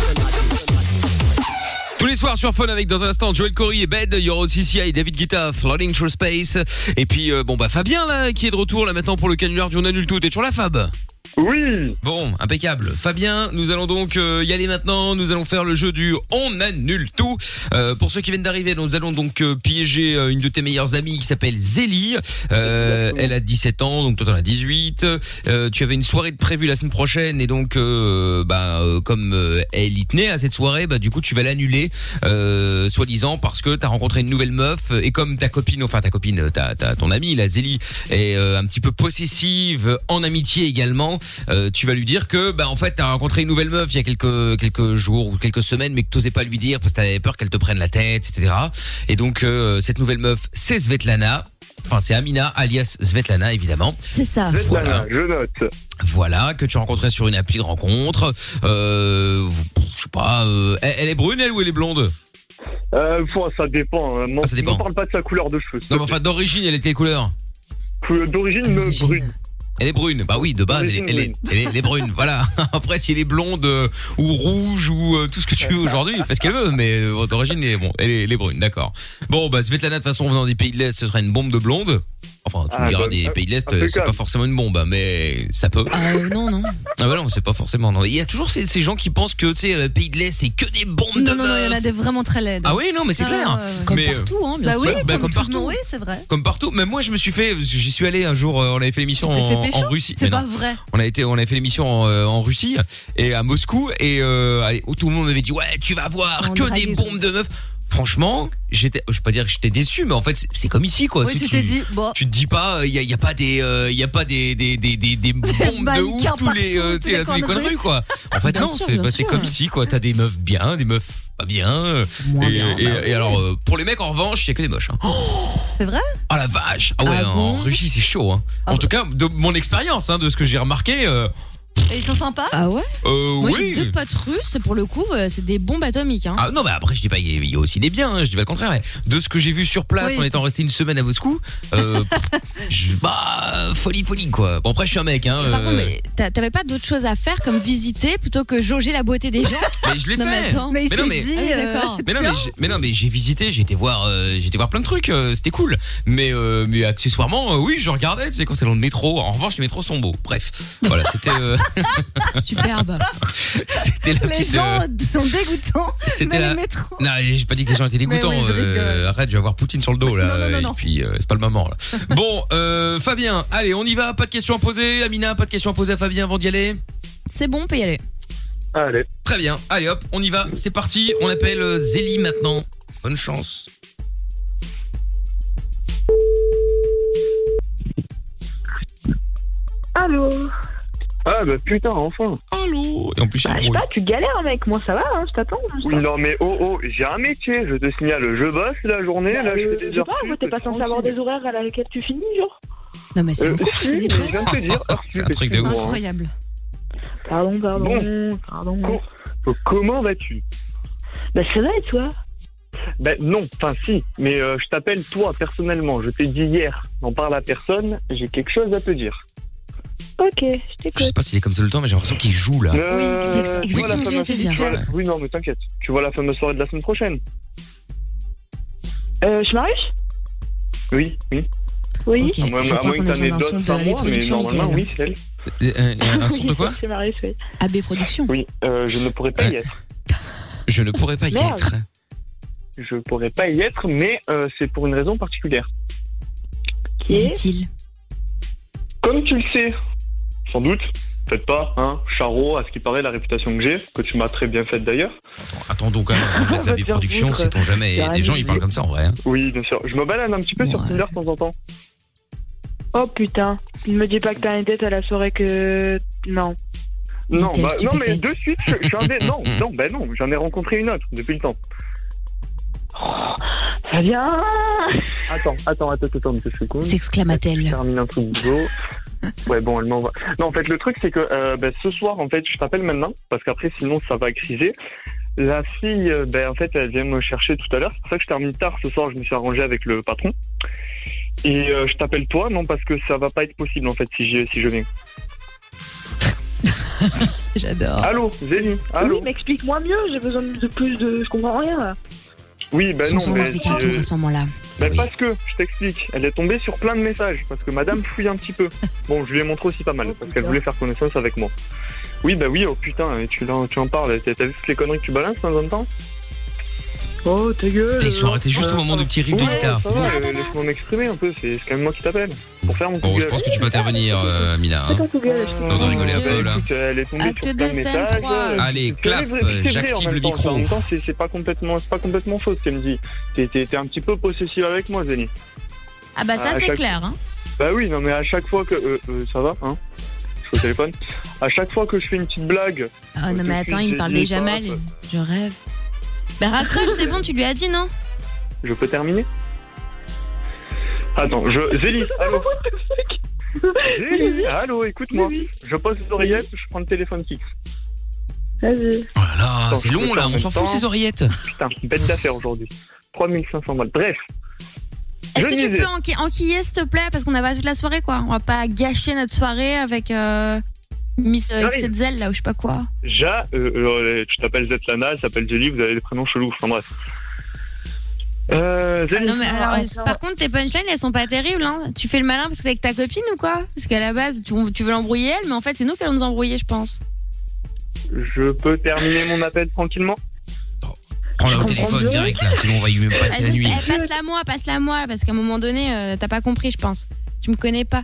Tous les soirs sur Fun avec dans un instant Joel Corey et Bed, il y aura aussi Sia et David Guetta, Floating Through Space. Et puis euh, bon bah Fabien là qui est de retour là maintenant pour le canular du On annule tout. T'es toujours là Fab? Oui. Bon, impeccable. Fabien, nous allons donc euh, y aller maintenant. Nous allons faire le jeu du On annule tout. Euh, pour ceux qui viennent d'arriver, nous allons donc euh, piéger euh, une de tes meilleures amies qui s'appelle Zélie. Euh, elle a dix-sept ans, donc toi t'en as dix-huit. Euh, tu avais une soirée de prévue la semaine prochaine et donc euh, bah euh, comme euh, elle y tenait à cette soirée, bah du coup tu vas l'annuler, euh, soi-disant parce que t'as rencontré une nouvelle meuf et comme ta copine, enfin ta copine, ta, ta ton amie, la Zélie est euh, un petit peu possessive en amitié également. Euh, tu vas lui dire que bah en fait t'as rencontré une nouvelle meuf il y a quelques quelques jours ou quelques semaines mais que t'osais pas lui dire parce que t'avais peur qu'elle te prenne la tête, et cetera. Et donc euh, cette nouvelle meuf c'est Svetlana, enfin c'est Amina alias Svetlana évidemment. C'est ça. Voilà. Je note. Voilà, que tu rencontrais sur une appli de rencontre. Euh, je sais pas, euh, elle, elle est brune elle ou elle est blonde? Euh, faut- ça dépend. hein. M'en- Ah, ça dépend. m'en parle pas de sa couleur de cheveux. s'il te Non mais enfin d'origine elle est de quelle couleur? plaît. D'origine euh, brune. Elle est brune, bah oui, de base, elle est, elle est, elle est, elle est brune, voilà. Après, si elle est blonde euh, ou rouge ou euh, tout ce que tu veux aujourd'hui, elle fait ce qu'elle veut, mais euh, d'origine, elle est, bon, elle est, elle est brune, d'accord. Bon, bah Svetlana, de toute façon, venant des pays de l'Est, ce serait une bombe de blonde. Enfin, tu me Ah, diras, bah, des ah, pays de l'Est, impeccable. euh, c'est pas forcément une bombe, hein, mais ça peut. Ah euh, non, non. Ah bah non, c'est pas forcément, non. Il y a toujours ces, ces gens qui pensent que, tu sais, le pays de l'Est, c'est que des bombes de Non, non, non, il y en a meufs. des vraiment très laides. Ah oui, non, mais c'est Ah, clair. ouais, ouais. Comme Mais, euh, partout, hein, bien Bah sûr. oui, bah, comme, comme tout le partout. monde, oui, c'est vrai. Comme partout, même moi je me suis fait, j'y suis allé un jour, euh, on avait fait l'émission Tu t'es fait en, pécho en Russie. C'est Mais pas non. vrai. On a été, on a fait l'émission en, euh, en Russie et à Moscou et euh, allez, où tout le monde avait dit ouais tu vas voir On que draguait des tout. bombes de meufs. Franchement, j'étais, je vais pas dire que j'étais déçu, mais en fait c'est- c'est comme ici quoi. Oui, Tu- tu t'es dit, bon. tu te dis pas, il y a, y a pas des, il y a pas des des des des, des bombes de mannequins ouf tous les, partout, euh, tous tu sais, les à tous les coins coins de de rue quoi. En fait Bien non, sûr, c'est bien bah, c'est sûr. comme ici quoi. T'as des meufs bien, des meufs pas bien. euh, Moins et, bien, et, bah et alors euh, pour les mecs en revanche, il y a que des moches. Hein. C'est vrai? Oh la vache. Ah ouais, Ah en bon Russie c'est chaud. Hein. En Ah tout cas, de mon expérience, hein, de ce que j'ai remarqué. Euh, Et ils sont sympas? Ah ouais? euh, Moi oui. j'ai deux potes russes, pour le coup, euh, c'est des bombes atomiques. Hein. Ah non, mais après je dis pas, il y a- il y a aussi des biens, hein, je dis pas le contraire. Mais de ce que j'ai vu sur place Oui. en étant resté une semaine à Moscou, euh, je, bah folie folie quoi. Bon après je suis un mec, hein. Et par contre, euh, mais t'a- t'avais pas d'autre chose à faire comme visiter plutôt que jauger la beauté des gens? mais je l'ai Non, mais fait. attends. Mais il Mais non, s'est mais- dit. Ah oui, euh, d'accord. Mais non, mais, j'ai- mais non, mais j'ai visité, j'ai été voir, euh, j'ai été voir plein de trucs, euh, c'était cool. Mais, euh, mais accessoirement, euh, oui, je regardais, tu sais, quand t'es dans le métro. En revanche, les métros sont beaux. Bref, voilà, c'était, euh, Superbe. c'était la Les petite. gens euh, sont dégoûtants. c'était Dans la. les métros. Non, j'ai pas dit que les gens étaient dégoûtants. Mais oui, je euh, rigole. arrête, je vais avoir Poutine sur le dos là. Non, non, non, non. Et puis, euh, c'est pas le moment là. Bon, euh, Fabien, allez, on y va. Pas de questions à poser. Amina, pas de questions à poser à Fabien avant d'y aller. C'est bon, on peut y aller. Allez. Très bien. Allez hop, on y va. C'est parti. On appelle euh, Zélie maintenant. Bonne chance. Allô? Ah bah putain, enfin. Allô. Et en plus, Bah, je sais pas, tu galères, mec. Moi, ça va, hein, je t'attends. Oui, non mais oh oh, j'ai un métier, je te signale, je bosse la journée, là je fais Euh, des je sais heures. pas, moi, sup, t'es pas censé avoir des horaires à laquelle tu finis, genre? Non, mais c'est Euh, un couple, c'est si, des je potes. viens de te dire, heures C'est un sup, truc de ouf. excuse-moi, hein. Incroyable. Pardon, pardon, Bon. pardon. Co- co- comment vas-tu? Bah, ça va, et toi? Ben non, enfin si, mais euh, je t'appelle toi personnellement, je t'ai dit hier, n'en parle à personne, j'ai quelque chose à te dire. Ok, je Je sais t'écoute. pas s'il est comme ça le temps, mais j'ai l'impression qu'il joue là. Euh, c'est ex- tu vois la exactement ce que je fameuse- vais te dire. tu vois la- Oui, non, mais t'inquiète. Tu vois la fameuse soirée de la semaine prochaine? Euh, chez Marius? Oui, oui. Oui. Ok, À moins, je à crois moins qu'on que a t'en aies besoin d'un son d'autres, de pas A B moi, mais Productions, normalement, Mickaël. oui, c'est elle. Euh, euh, Un son de quoi? Chez Marius, oui. A B Productions. Oui, euh, je ne pourrais pas y Ouais. être. Je ne pourrais pas y Merde. être. Je pourrais pas y être, mais euh, c'est pour une raison particulière. Qui est? Dit-il. Comme tu le sais, sans doute, peut-être pas, hein, Charo, à ce qui paraît, la réputation que j'ai, que tu m'as très bien faite d'ailleurs. Attends donc, hein, on va mettre la B Production, sait-on jamais. C'est Les gens, rien ils parlent dit. comme ça en vrai. hein. Oui, bien sûr. Je me balade un petit peu sur Ouais. Tinder de temps en temps. Oh putain, ne me dis pas que t'as une tête à la soirée que... Non. Non, Dit-elle bah, non, mais stupéfaite. de suite, je- j'en ai, non, non, ben non, j'en ai rencontré une autre depuis le temps. Ça vient. Attends, attends, attends, attends, deux secondes. Je S'exclama-t-elle. termine un truc beau. Ouais, bon, elle m'envoie. Non, en fait, le truc, c'est que euh, ben, ce soir, en fait, je t'appelle maintenant, parce qu'après, sinon, ça va criser. La fille, euh, ben, en fait, elle vient me chercher tout à l'heure. C'est pour ça que je termine tard ce soir, je me suis arrangé avec le patron. Et euh, je t'appelle toi, non, parce que ça va pas être possible, en fait, si je, si je viens. J'adore. Allô, Zélie, allô. Oui, mais explique-moi mieux, j'ai besoin de plus de... Je comprends rien, là. Oui, ben Son non, sang mais... dans ses quintours euh, à ce moment-là. Ben Oui. parce que, je t'explique, elle est tombée sur plein de messages, parce que madame fouille un petit peu. Bon, je lui ai montré aussi pas mal, parce qu'elle voulait faire connaissance avec moi. Oui, bah oui, oh putain, et tu, en- tu en parles, t'as t'as vu toutes les conneries que tu balances dans un temps? Oh, ta gueule. Ils sont arrêtés juste au moment du petit riff de Ouais, guitare. ça C'est bon. va, euh, laisse-moi m'exprimer un peu, c'est c'est quand même moi qui t'appelle, pour faire mon coup Bon, de je gueule. pense que tu peux intervenir, euh, Mina. C'est hein. ton coup de gueule, Euh, Non, de rigoler un bah, peu, là. écoute, elle est tombée Acte sur plein de deux, scène messages. trois. euh, Allez, c'est clap, vrai, c'est vrai, j'active en le même temps, micro. En même temps, c'est c'est pas complètement, c'est pas complètement faux ce qu'elle me dit. T'es t'es- t'es un petit peu possessive avec moi, Zélie. Ah bah ça À c'est chaque- clair. Hein. Bah oui, non mais à chaque fois que... Euh, euh, ça va, hein? Je suis au téléphone. À chaque fois que je fais une petite blague... Oh non tout mais de suite, attends, il me j'ai parle dit, déjà pas, mal. ça. Je rêve. Bah raccroche, c'est bon, tu lui as dit non? Je peux terminer? Attends, je... Zélie, allô? Zélie, allô, écoute-moi. Je pose les oreillettes, je prends le téléphone fixe. Vas-y. Oh là là, Attends, c'est je long peux là, faire en on s'en même fout temps. ces oreillettes. Putain, bête d'affaires aujourd'hui. trois mille cinq cents balles. Bref. Est-ce Je que tu disais. peux enqui- enquiller s'il te plaît? Parce qu'on a pas toute la soirée quoi. On va pas gâcher notre soirée avec euh, Miss euh, J'arrive. Xetzel là ou je sais pas quoi. Ja, euh, euh, tu t'appelles Zetlana, elle s'appelle Zélie, vous avez des prénoms chelous. Enfin bref. Euh, Zélie. Non mais alors, Ah, euh, non. par contre tes punchlines elles sont pas terribles hein. Tu fais le malin parce que t'es avec ta copine ou quoi? Parce qu'à la base tu, tu veux l'embrouiller elle, mais en fait c'est nous qui allons nous embrouiller je pense. Je peux terminer mon appel tranquillement? Prends-la au Je téléphone comprends direct là, sinon on va y même passer la Vas-y, nuit. eh, passe-la moi, passe-la moi parce qu'à un moment donné euh, t'as pas compris je pense. Tu me connais pas.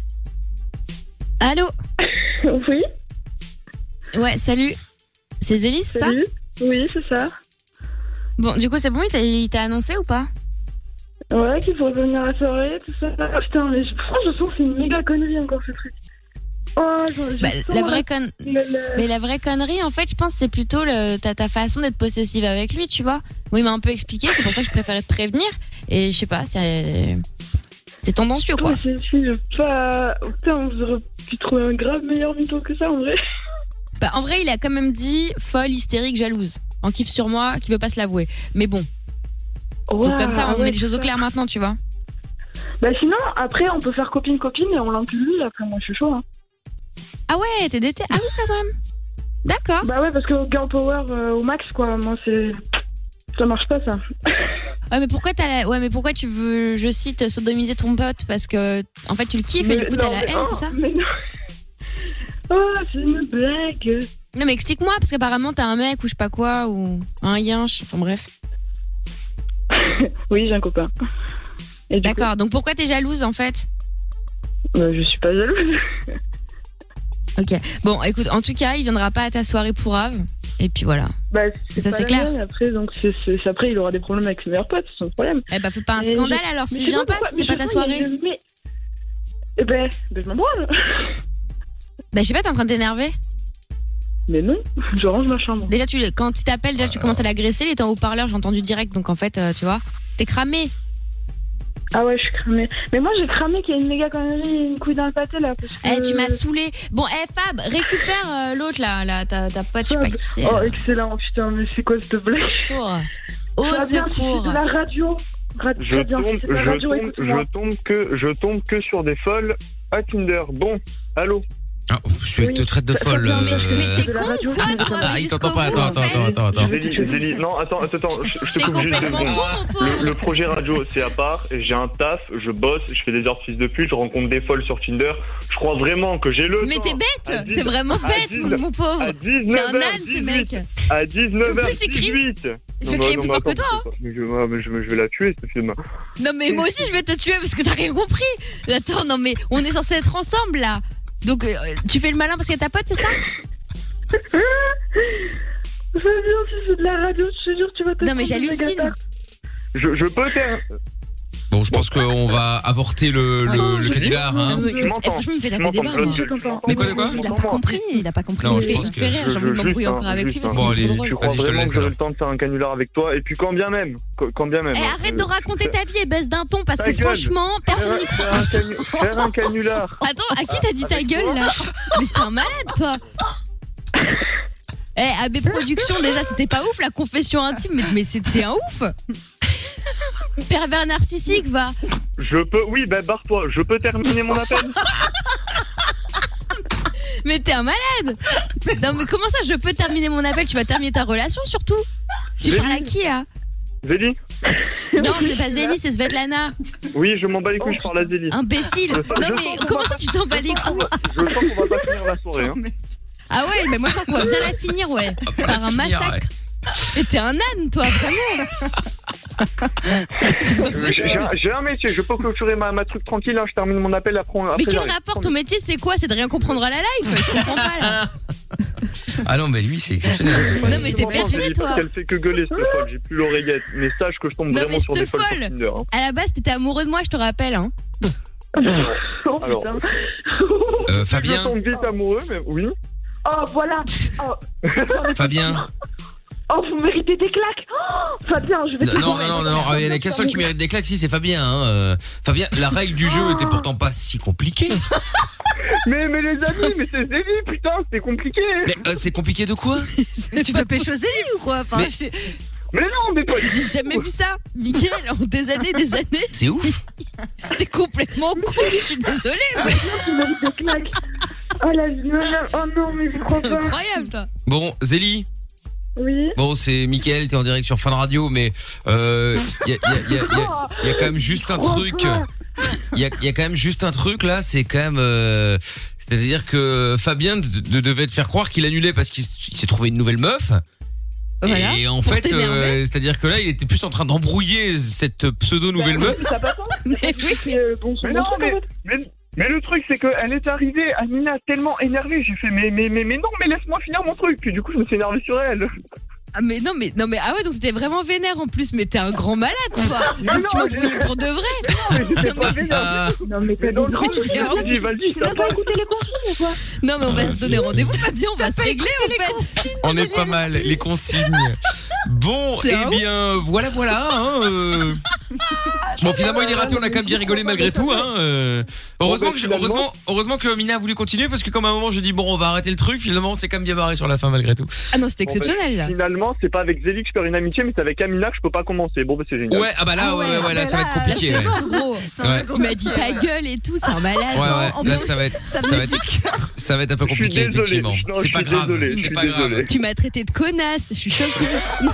Allô? Oui, Ouais, salut. C'est Zélie, c'est ça? salut. Oui, c'est ça. Bon, du coup, c'est bon, il t'a- il t'a annoncé ou pas? Ouais, qu'il faut venir à la soirée, tout ça. Ah, putain, mais je, franchement, je sens que c'est une méga connerie encore ce truc. Oh, je, je Bah, sens la vraie conne... le- le- Mais la vraie connerie, en fait, je pense, c'est plutôt le... ta, ta façon d'être possessive avec lui, tu vois. Oui, il m'a un peu expliqué, c'est pour ça que je préférais te prévenir. Et je sais pas, c'est. C'est tendancieux, quoi. Ouais, c'est si, je pas. Putain, vous auriez pu trouver un grave meilleur mytho que ça en vrai. Bah, en vrai, il a quand même dit folle, hystérique, jalouse. En kiffe sur moi, qui veut pas se l'avouer. Mais bon. Donc, Ouah, comme ça, on ouais, met les choses au putain. clair maintenant, tu vois. Bah, sinon, après, on peut faire copine-copine et on l'inclut lui. Après, moi, je suis chaud. Hein. Ah ouais, t'es dété. Ah oui, quand même. D'accord. Bah, ouais, parce que girl power euh, au max, quoi. Moi, c'est. Ça marche pas, ça. Ouais, mais pourquoi t'as la... ouais, mais pourquoi tu veux, je cite, sodomiser ton pote? Parce que, en fait, tu le kiffes et Mais du coup, t'as non, la mais haine, oh, c'est ça? Mais non. Oh, c'est une blague. Non, mais explique-moi, parce qu'apparemment, t'as un mec ou je sais pas quoi, ou un yinche, enfin bref. Oui, j'ai un copain. Et du D'accord, donc pourquoi t'es jalouse, en fait? coup, bah, je suis pas jalouse. Ok. Bon, écoute, en tout cas, il viendra pas à ta soirée pour Ave. Et puis voilà. Bah, c'est Ça, pas c'est la clair. mienne, après, donc c'est, c'est- après, il aura des problèmes avec ses meilleurs potes, c'est son problème. Eh bah, fais pas un Mais scandale je- alors, mais s'il je sais vient pas, pourquoi- si c'est mais pas je ta sais pas, il y a soirée. une- Mais... Eh ben, ben, je m'en branle. Bah, je sais pas, t'es en train de t'énerver. Mais non, je range ma chambre. Déjà, tu, quand il t'appelle, déjà, tu commences à l'agresser, il était en haut-parleur, j'ai entendu direct, donc en fait, euh, tu vois, t'es cramé. Ah ouais, je suis cramée. Mais moi, j'ai cramé qu'il y a une méga connerie, une couille dans le pâté, là. Parce que... Eh, tu m'as saoulé. Bon, eh, Fab, récupère euh, l'autre là, là, ta, ta pote, je sais pas qui c'est. Oh, là. excellent, putain, mais c'est quoi cette blague? Secours. Au Fabien, secours. c'est de la radio. Ra- Je Fabien, tombe, c'est de la je radio, tombe, écoute-moi. je tombe que, je tombe que sur des folles à Tinder. Bon, allô? Ah, je te traite de folle. Non, mais, euh, mais t'es con ou quoi, toi? Ah, Mais il t'entend jusqu'au pas. bout, Attends, en attends, fait. attends, attends. Zélie, Zélie, non, attends, attends, attends, je, je te T'es coupe juste deux complètement secondes. con, mon pauvre. Le, le projet radio, c'est à part. J'ai un taf, je bosse, je fais des heures de fils de pute, je rencontre des folles sur Tinder. Je crois vraiment que j'ai le Mais temps. t'es À bête, dix t'es vraiment à bête, dix mon, mon pauvre. à C'est un dix-neuf heures âne, ce mec. À dix-neuf En heures plus, il crie. dix-huit. Je Non, vais mais- crier non, plus mais fort que attends, toi. mais je, ah, mais je, vais- je vais la tuer, cette fille. Non, mais moi aussi, je vais te tuer parce que t'as rien compris. Attends, non, mais on est censé être ensemble, là. Donc, euh, tu fais le malin parce qu'elle ta pote, c'est ça? Fabien, tu fais de la radio, je te jure, tu vas te Non, mais prendre des j'hallucine. méga-tartes. Je, je peux faire. Bon, je pense qu'on va avorter le, le, le canular. Hein. Oui, et franchement, il me fait taper des barres, moi. Mais quoi, de quoi? Il a pas compris, il a pas compris. Non, Il je me fait, pense il me que- fait rire, j'ai envie de m'embrouiller encore avec lui parce Bon, qu'il est allez, trop Tu drôle. crois Vas-y, je te vraiment laisse, que j'aurai alors. le temps de faire un canular avec toi? Et puis quand bien même, quand quand bien même. Eh, hein, arrête euh, de raconter ta vie et baisse d'un ton parce Ta que gueule. franchement, personne n'y faire, croit. un canu- faire un canular. Attends, à qui t'as dit ta gueule là? Mais c'est un malade, toi. Eh, A B Productions, déjà, c'était pas ouf la confession intime, mais, mais c'était un ouf. Pervers narcissique, va. Je peux, oui, ben barre-toi. Je peux terminer mon appel. Mais t'es un malade. Non, mais comment ça, je peux terminer mon appel? Tu vas terminer ta relation surtout. Tu Zélie. parles à qui, là? Zélie? Non, c'est pas Zélie, c'est Svetlana. Oui, je m'en bats les couilles, je parle à Zélie. Imbécile. Je- Non, je mais sens qu'on comment va- ça, tu t'en bats les couilles? Je sens qu'on va pas finir la soirée. Hein. Ah ouais, mais moi je sens qu'on va bien la finir, ouais. Par un massacre. Mais t'es un âne, toi, vraiment. C'est pas Euh, J'ai possible. un- j'ai un métier, je peux clôturer ma, ma truc tranquille, hein, je termine mon appel après. après Mais quel j'arrive. rapport? Ton métier, c'est quoi? C'est de rien comprendre à la life? Je comprends pas, là. Ah non, mais lui, c'est exceptionnel. Non, mais t'es Franchement, perché, Zélie, toi. parce qu'elle fait que gueuler, cette folle. J'ai plus l'oreillette. Mais sache que je tombe Non, vraiment mais sur des cette folles sur folle. Tinder. Hein. À la base, t'étais amoureux de moi, je te rappelle, hein. Oh Alors, putain. Euh, je Fabien, tombe vite amoureux, mais oui. Oh voilà. Oh. Fabien. Oh, vous méritez des claques. Oh, Fabien, je vais Non, te non, non, non, non, il y en a qu'un seul qui mérite des claques, si, c'est Fabien. Hein. euh. Fabien, la règle du jeu était pourtant pas si compliquée. Mais, mais les amis, mais c'est Zélie, putain, c'était compliqué. Mais euh, c'est compliqué de quoi? Tu veux pécho Zélie ou quoi? Enfin, Mais- je- Mais non, mais pas. J'ai jamais vu ça. Miguel, en des années, des années, C'est ouf. t'es complètement con. Je suis désolée. mais Tu mérites des claques. Oh la vie, non, non, oh non, mais je crois C'est pas. incroyable, toi. Bon, Zélie. Oui. Bon, c'est Mickaël, t'es en direct sur Fun Radio, mais euh, y, a, y, a, y, a, y, a, y a quand même juste un truc. Il y a, y a quand même juste un truc là, c'est quand même. Euh, c'est-à-dire que Fabien de, de- devait te faire croire qu'il annulait parce qu'il s- il s'est trouvé une nouvelle meuf. Voilà, Et en pour fait, t'énerver. euh, c'est-à-dire que là, il était plus en train d'embrouiller cette pseudo nouvelle meuf. Ça passe pas. Mais oui. C'est euh, bon, Mais bon non, truc, en mais, fait. mais, mais le truc, c'est qu'elle est arrivée, Amina, tellement énervée. J'ai fait, mais, mais, mais, mais non, mais laisse-moi finir mon truc. Puis du coup, je me suis énervé sur elle. Ah mais non mais non mais ah ouais donc t'étais vraiment vénère en plus mais t'es un grand malade toi. Mais Donc, non, tu m'as mais- brouillé pour de vrai. Non, mais j'étais pas vénère. Ah, Non, mais t'as Mais dans des le grands truc, c'est je un me suis dit, vas-y, Tu ça n'as pas passe. écouté les consignes ou quoi? Non mais on va se donner rendez-vous Fabien, on va se régler en fait. on est pas mal, les consignes. Bon, C'est un eh bien, voilà, voilà. Hein, euh. Bon, finalement, il est raté. On a quand même bien rigolé malgré tout. Hein, euh. Heureusement que, je- heureusement, heureusement que Mina a voulu continuer parce que comme à un moment, je dis bon, on va arrêter le truc. Finalement, on s'est quand même bien barré sur la fin malgré tout. Ah non c'était Bon, bah, exceptionnel là. Finalement, c'est pas avec Zélie que je perds une amitié, mais c'est avec Amina que je peux pas commencer. Bon, bah, c'est génial. Ouais, ah bah là, Ah ouais, ouais, ouais, ouais, là, bah ça va être là, compliqué. C'est Ouais, mort gros. ouais, Il m'a dit ta gueule et tout, c'est un malade. ouais, en ouais. Là, plus, ça va être, ça ça me va être, ça va être un peu Je suis compliqué désolé. effectivement. Non, C'est je pas suis grave, désolé, je c'est suis pas grave. désolé. Tu m'as traité de connasse, je suis choquée.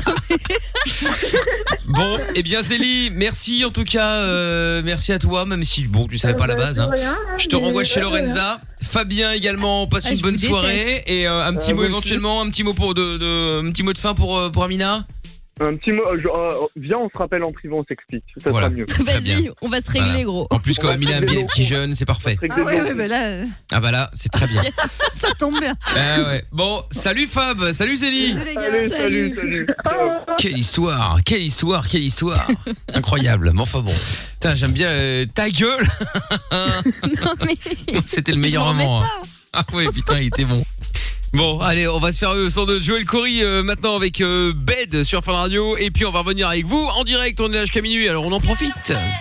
Bon, eh bien Zélie, merci en tout cas, euh, merci à toi, même si bon, tu savais pas à la base. Hein. Je te renvoie chez Lorenza. Fabien également, passe Ah, une je bonne vous soirée et euh, un petit Ah, mot moi éventuellement, un petit mot pour de, de un petit mot de fin pour euh, pour Amina. Un petit mot, euh, genre, euh, viens, on se rappelle en privé, on s'explique. Ça Voilà. sera mieux. Très bien. Vas-y, on va se régler Voilà. gros. En plus, quand Amina aime bien les petits jeunes, c'est parfait. Régler Ah ouais, nos- ouais, bah là, euh, Ah bah là, c'est très bien. ça tombe bien. Ah ouais. Bon, salut Fab, salut Zélie. Bisous les gars. Allez, salut, salut. Ciao. Quelle histoire, quelle histoire, quelle histoire. Incroyable. Mais enfin bon. Putain, j'aime bien euh, ta gueule. Non mais C'était le meilleur je m'en moment. remets hein. Ah ouais, putain, il était bon. Bon, allez, on va se faire le son de Joël Corey euh, maintenant avec euh, Bed sur Fun Radio et puis on va revenir avec vous en direct, on est là jusqu'à minuit, alors on en profite.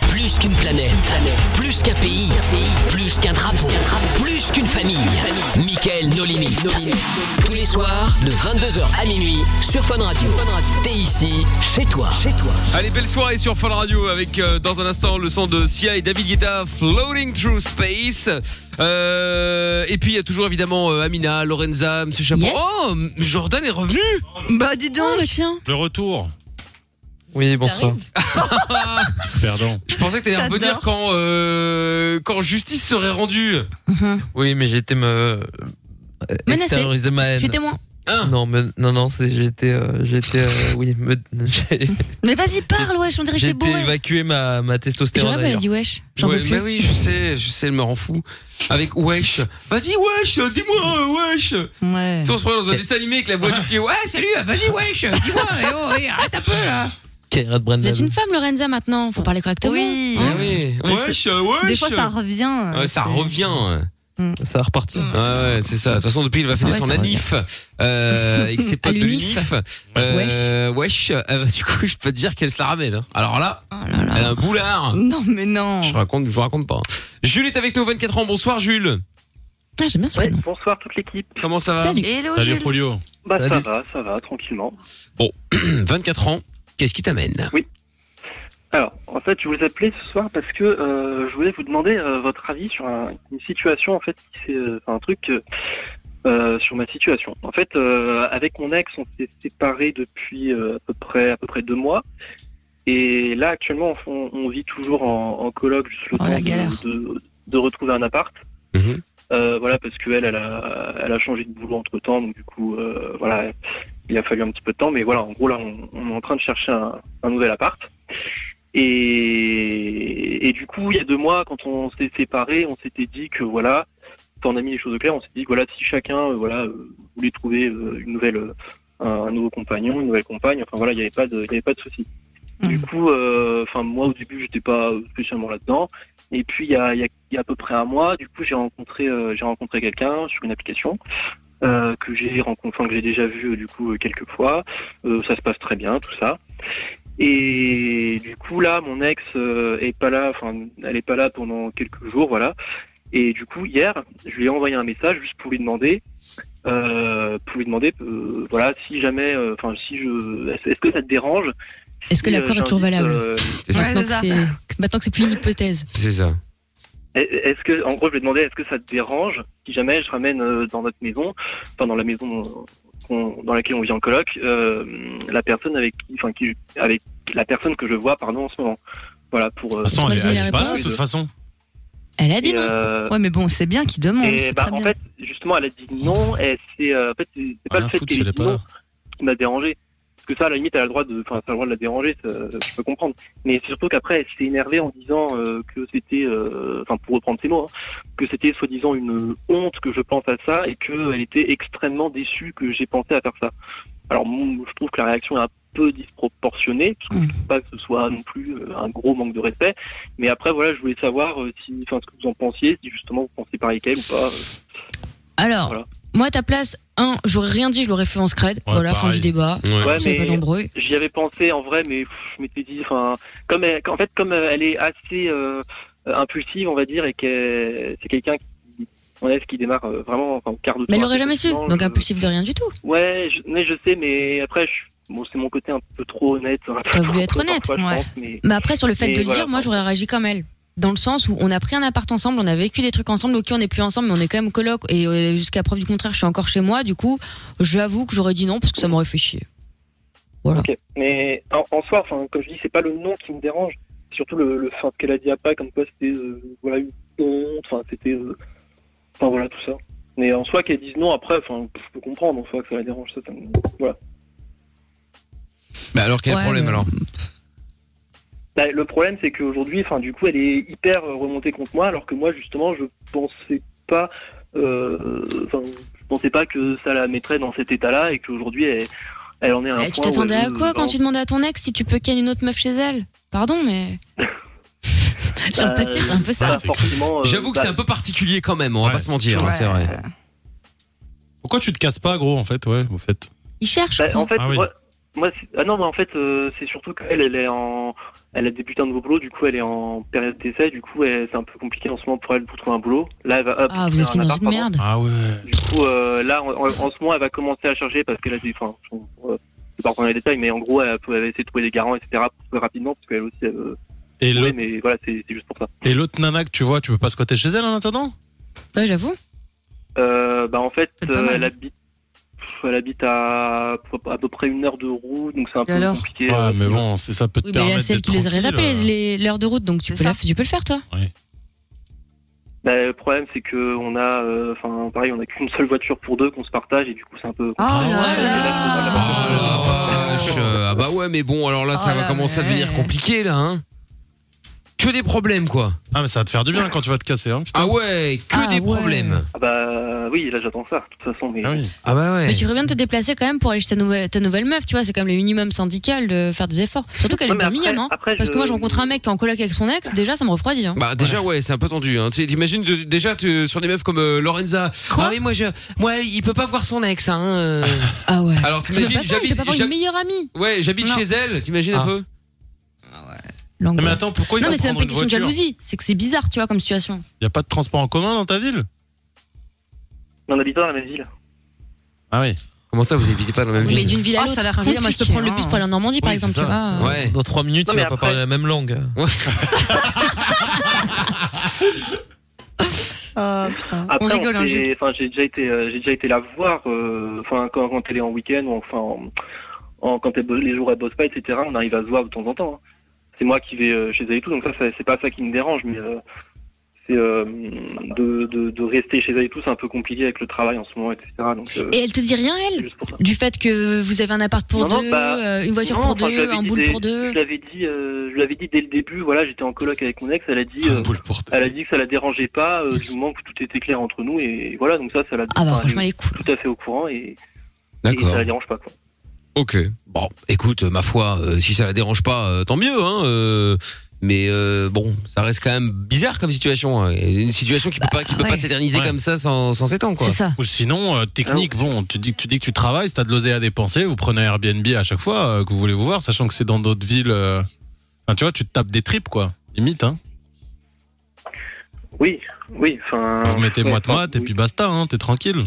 Plus qu'une planète, plus qu'un pays, plus qu'un drapeau, plus qu'une famille. Mickaël No Limit. Tous les soirs, de vingt-deux heures à minuit, sur Fun Radio. T'es ici, chez toi. Allez, belle soirée sur Fun Radio avec euh, dans un instant le son de Sia et David Guetta, Floating Through Space. Euh, et puis il y a toujours évidemment euh, Amina, Lorenza, Monsieur Chapeau. Yes. Oh, Jordan est revenu. Bah dis donc. Oh, bah tiens. Le retour. Oui, bonsoir. Pardon. Je pensais que t'allais J'adore. revenir quand euh, quand justice serait rendue. Mhm. Oui, mais j'ai été me euh, Menacé. extérioriser ma haine. Je suis témoin. Hein Non, mais non, non, c'est, j'étais, euh, j'étais, euh, oui, me, j'ai, Mais vas-y, parle, wesh, on dirait que j'ai t'es été bourré. évacuer ma, ma Je testostérone. rêve, elle a ailleurs. dit wesh. J'en Ouais, peux plus. mais oui, je sais, je sais, elle me rend fou. Avec wesh. Vas-y wesh, dis-moi euh, wesh. Ouais. Tu sais, on se prend dans un dessin animé avec la voix du pied. Ouais, salut, vas-y wesh, dis-moi. Eh oh, eh, arrête un peu là. Kairat Vous Brandon. êtes une femme, Lorenza, maintenant. Faut parler correctement. Oui. Ah oui. Wesh, wesh. Des fois, ça revient. Ouais, ça C'est- revient. Ça va repartir. Ouais, ouais, c'est ça. De toute façon, depuis, il va fêter Ah ouais, son ça anif euh, avec ses À potes de l'unif. l'unif. Euh, wesh. Euh, du coup, je peux te dire qu'elle se la ramène. Hein. Alors là, Oh là là. elle a un boulard. Non, mais non. Je raconte, je vous raconte pas. Jules est avec nous, vingt-quatre ans. Bonsoir, Jules. Ah, j'aime bien ce Ouais, prénom. bonsoir toute l'équipe. Comment ça va? Salut. Hello, Salut Jules. Julio. Bah ça Salut. va, ça va, tranquillement. Bon, vingt-quatre ans. Qu'est-ce qui t'amène? Alors, en fait, je vous appelais ce soir parce que euh, je voulais vous demander euh, votre avis sur un- une situation, en fait, qui c'est euh, enfin, un truc euh, euh, sur ma situation. En fait, euh, avec mon ex, on s'est séparés depuis euh, à peu près à peu près deux mois. Et là, actuellement, on, on vit toujours en, en coloc, juste le Oh, temps la de, galère. de, de retrouver un appart. Mhm. Euh, voilà, parce qu'elle, elle a, elle a changé de boulot entre temps, donc du coup, euh, voilà, il a fallu un petit peu de temps, mais voilà, en gros, là, on, on est en train de chercher un, un nouvel appart. Et, et du coup, il y a deux mois, quand on s'est séparés, on s'était dit que voilà, quand on a mis les choses au clair, on s'est dit que voilà, si chacun, euh, voilà, euh, voulait trouver euh, une nouvelle, euh, un, un nouveau compagnon, une nouvelle compagne, enfin voilà, il n'y avait pas de, il y avait pas de souci. Du coup, euh, enfin moi au début, j'étais pas spécialement là-dedans. Et puis il y a, il y, a, il y a à peu près un mois, du coup, j'ai rencontré, euh, j'ai rencontré quelqu'un sur une application. Euh, que j'ai rencontré, enfin, que j'ai déjà vu euh, du coup euh, quelques fois. Euh, ça se passe très bien, tout ça. Et du coup là, mon ex euh, est pas là, enfin, elle est pas là pendant quelques jours, voilà. Et du coup hier, je lui ai envoyé un message juste pour lui demander, euh, pour lui demander, euh, voilà, si jamais, enfin, si je, est-ce est-ce que ça te dérange? Est-ce que si, l'accord euh, est toujours j'invite, valable euh, C'est ça. Maintenant que c'est maintenant que c'est plus une hypothèse. C'est ça. Est-ce que, en gros, je lui ai demandé, est-ce que ça te dérange si jamais je ramène euh, dans notre maison, enfin dans la maison qu'on- dans laquelle on vit en coloc, euh, la personne avec qui, enfin qui, avec la personne que je vois, pardon, en ce moment. Voilà pour. De Euh, toute façon, Tu elle m'as est dit la elle est pas là, de réponse toute façon. Elle a dit et, non. euh, Ouais, mais bon, c'est bien qu'il demande. et c'est bah, très en bien. fait, justement, elle a dit non. Et c'est, euh, en fait, c'est c'est pas Rien le fait foutre si qu'elle elle ait est dit pas non là. qui m'a dérangé. Parce que ça, à la limite, elle a le droit de, enfin, ça a le droit de la déranger, ça, je peux comprendre. Mais c'est surtout qu'après, elle s'est énervée en disant euh, que c'était, euh, enfin, pour reprendre ses mots, hein, que c'était soi-disant une honte que je pense à ça et qu'elle était extrêmement déçue que j'ai pensé à faire ça. Alors, moi, je trouve que la réaction est un peu disproportionnée, parce que je trouve pas que ce soit non plus euh, un gros manque de respect. Mais après, voilà, je voulais savoir euh, si, enfin, ce que vous en pensiez, si justement vous pensez pareil qu'elle ou pas. euh. Alors, Voilà. moi à ta place, un, j'aurais rien dit, je l'aurais fait en scred. Ouais, voilà, fin pareil. du débat. Ouais. Ouais, Vous avez mais pas d'embrouille. j'y avais pensé en vrai, mais pff, je m'étais dit, enfin, comme elle, en fait, comme elle est assez euh, impulsive, on va dire, et que c'est quelqu'un qui, on est, qui démarre euh, vraiment enfin, au quart de Mais elle temps l'aurait jamais su, facilement, donc je- impulsif de rien du tout. Ouais, je, mais je sais, mais après, je, bon, c'est mon côté un peu trop honnête. un peu T'as voulu trop être honnête. parfois, je Ouais. pense, mais, Mais après, sur le fait mais de le voilà, dire, moi j'aurais réagi comme elle. Dans le sens où on a pris un appart ensemble, on a vécu des trucs ensemble, ok on n'est plus ensemble mais on est quand même coloc et euh, jusqu'à preuve du contraire je suis encore chez moi, du coup j'avoue que j'aurais dit non parce que ça m'aurait fait chier. Voilà. Ok. Mais en, en soi, enfin, comme je dis, c'est pas le nom qui me dérange, c'est surtout le, le fin, ce qu'elle a dit après, comme quoi c'était euh, voilà une honte, enfin c'était, euh, enfin voilà tout ça. Mais en soi qu'elle dise non après, enfin je peux comprendre en soi que ça la dérange, ça, ça me... voilà. Bah alors quel Ouais, problème mais- alors? Bah, le problème c'est qu'aujourd'hui, enfin du coup, elle est hyper euh, remontée contre moi, alors que moi justement, je pensais pas, euh, enfin je pensais pas que ça la mettrait dans cet état-là et qu'aujourd'hui elle, elle en est à un Eh, tu point où t'attendais elle à veut quoi quand vraiment- tu demandais à ton ex si tu peux ken une autre meuf chez elle? Pardon mais... Sur le papier c'est un peu ça. J'avoue que c'est un peu particulier quand même, on va pas se mentir, hein, c'est vrai. Pourquoi tu te casses pas, gros, en fait, ouais, au fait? Il cherche Bah, quoi. en fait, Ah oui. moi, moi, c'est- ah non, mais en fait, euh, c'est surtout qu'elle, elle est en, elle a débuté un nouveau boulot, du coup, elle est en période d'essai, du coup, elle- c'est un peu compliqué en ce moment pour elle pour trouver un boulot. Là, elle va, hop, Ah, vous êtes trouver mis un dans une appart, merde. Ah ouais. Du coup, euh, là, en, en- en ce moment, elle va commencer à chercher parce qu'elle a des, enfin, son- euh, je vais pas rentrer dans les détails, mais en gros, elle, peut, elle va essayer de trouver des garants, et cetera, pour trouver rapidement, parce qu'elle aussi, elle veut Et trouver, l'autre- mais voilà, c'est c'est juste pour ça. Et l'autre nana que tu vois, tu peux pas squatter chez elle en attendant? Ouais, j'avoue. Euh, bah, en fait, C'est pas euh, mal. elle habite, elle habite à à peu près une heure de route, donc c'est un Et peu alors compliqué. Ouais, euh, mais bon, c'est ça peut te Oui, mais il y a permettre celle d'être qui les aurait tranquille, zappés, euh. les- l'heure de route, donc tu peux, la, tu peux le faire, toi. Bah, le problème, c'est que on a, euh, enfin, pareil, on a qu'une seule voiture pour deux qu'on se partage, et du coup, c'est un peu. Oh là là. Vache, euh, ah bah ouais, mais bon, alors là, ça Oh va là, commencer à mais- devenir compliqué, là, hein. Que des problèmes, quoi. Ah, mais ça va te faire du bien quand tu vas te casser, hein, putain. Ah ouais, que Ah des ouais. problèmes. Ah bah oui, là, j'attends ça, de toute façon, mais. Ah oui. Ah bah ouais. Mais tu ferais bien de te déplacer quand même pour aller chez ta nouvelle, ta nouvelle meuf, tu vois, c'est quand même le minimum syndical de faire des efforts. Surtout qu'elle Ouais, est mais bien après- mignonne, hein. après, Parce je- que moi, je rencontre un mec qui est en coloc avec son ex, déjà, ça me refroidit, hein. Bah déjà ouais, c'est un peu tendu. Hein. Tu sais, t'imagines de- déjà tu- sur des meufs comme euh, Lorenza. Quoi Ah oui, moi je, moi il peut pas voir son ex. Hein. euh. Ah ouais. Alors C'est même t'imagines, pas ça, il peut j'habite, pas avoir une j'hab- meilleure amie. ouais, j'habite Non. chez elle. T'imagines un Ah. peu. Non, mais attends, pourquoi il Non, faut mais c'est même prendre pas une une question de voiture? jalousie, c'est que c'est bizarre, tu vois, comme situation. Y a pas de transport en commun dans ta ville? On habite dans la même ville. Ah oui. Comment ça, vous habitez pas dans la même Oui, mais ville? d'une ville à Oh, l'autre. ça a l'air Enfin, je veux dire, moi, je peux compliqué, prendre le bus pour aller en Normandie, par Oui, exemple, c'est tu ça. vois. Ouais. Dans trois minutes, Non, tu mais vas pas après- parler la même langue. Oh putain. Après, on rigole, hein, fait- Jules. enfin, j'ai déjà été, euh, j'ai déjà été la voir, euh, enfin, quand, quand elle est en week-end, ou enfin, en, en- quand elle, bosse- les jours elle bosse pas, et cetera. On arrive à se voir de temps en temps. hein. C'est moi qui vais euh, chez elle et tout, donc ça, ça- c'est pas ça qui me dérange, mais euh, c'est euh, de, de, de rester chez elle et tout, c'est un peu compliqué avec le travail en ce moment, et cetera. Donc, euh, Et elle te dit rien, c'est elle juste pour ça. Du fait que vous avez un appart pour Non, non, deux, bah, euh, une voiture non, pour enfin, je deux, l'avais un dit boule dès- pour deux. Je l'avais dit, euh, je l'avais dit dès le début. Voilà, j'étais en coloc avec mon ex. Elle a dit, euh, Boule pour deux. elle a dit que ça la dérangeait pas, euh, du moment que tout était clair entre nous. Et voilà, donc ça, ça la. Ah bah enfin, franchement, elle elle est cool. tout à fait au courant et, et D'accord. ça la dérange pas quoi. Ok. Bon, écoute, ma foi, euh, si ça la dérange pas, euh, tant mieux. Hein. euh, mais euh, bon, ça reste quand même bizarre comme situation. Hein. Une situation qui peut pas, qui peut ouais. pas s'éterniser Ouais. comme ça sans, sans s'étendre, quoi. C'est ça. Ou sinon, euh, technique, bon, tu dis, que- tu dis que tu travailles, si t'as de l'oseille à dépenser, vous prenez Airbnb à chaque fois euh, que vous voulez vous voir, sachant que c'est dans d'autres villes. euh, Enfin, tu vois, tu te tapes des tripes, quoi. Limite, hein. Oui, oui. Enfin. Vous mettez ouais, moite-moite et oui. puis basta, hein, t'es tranquille.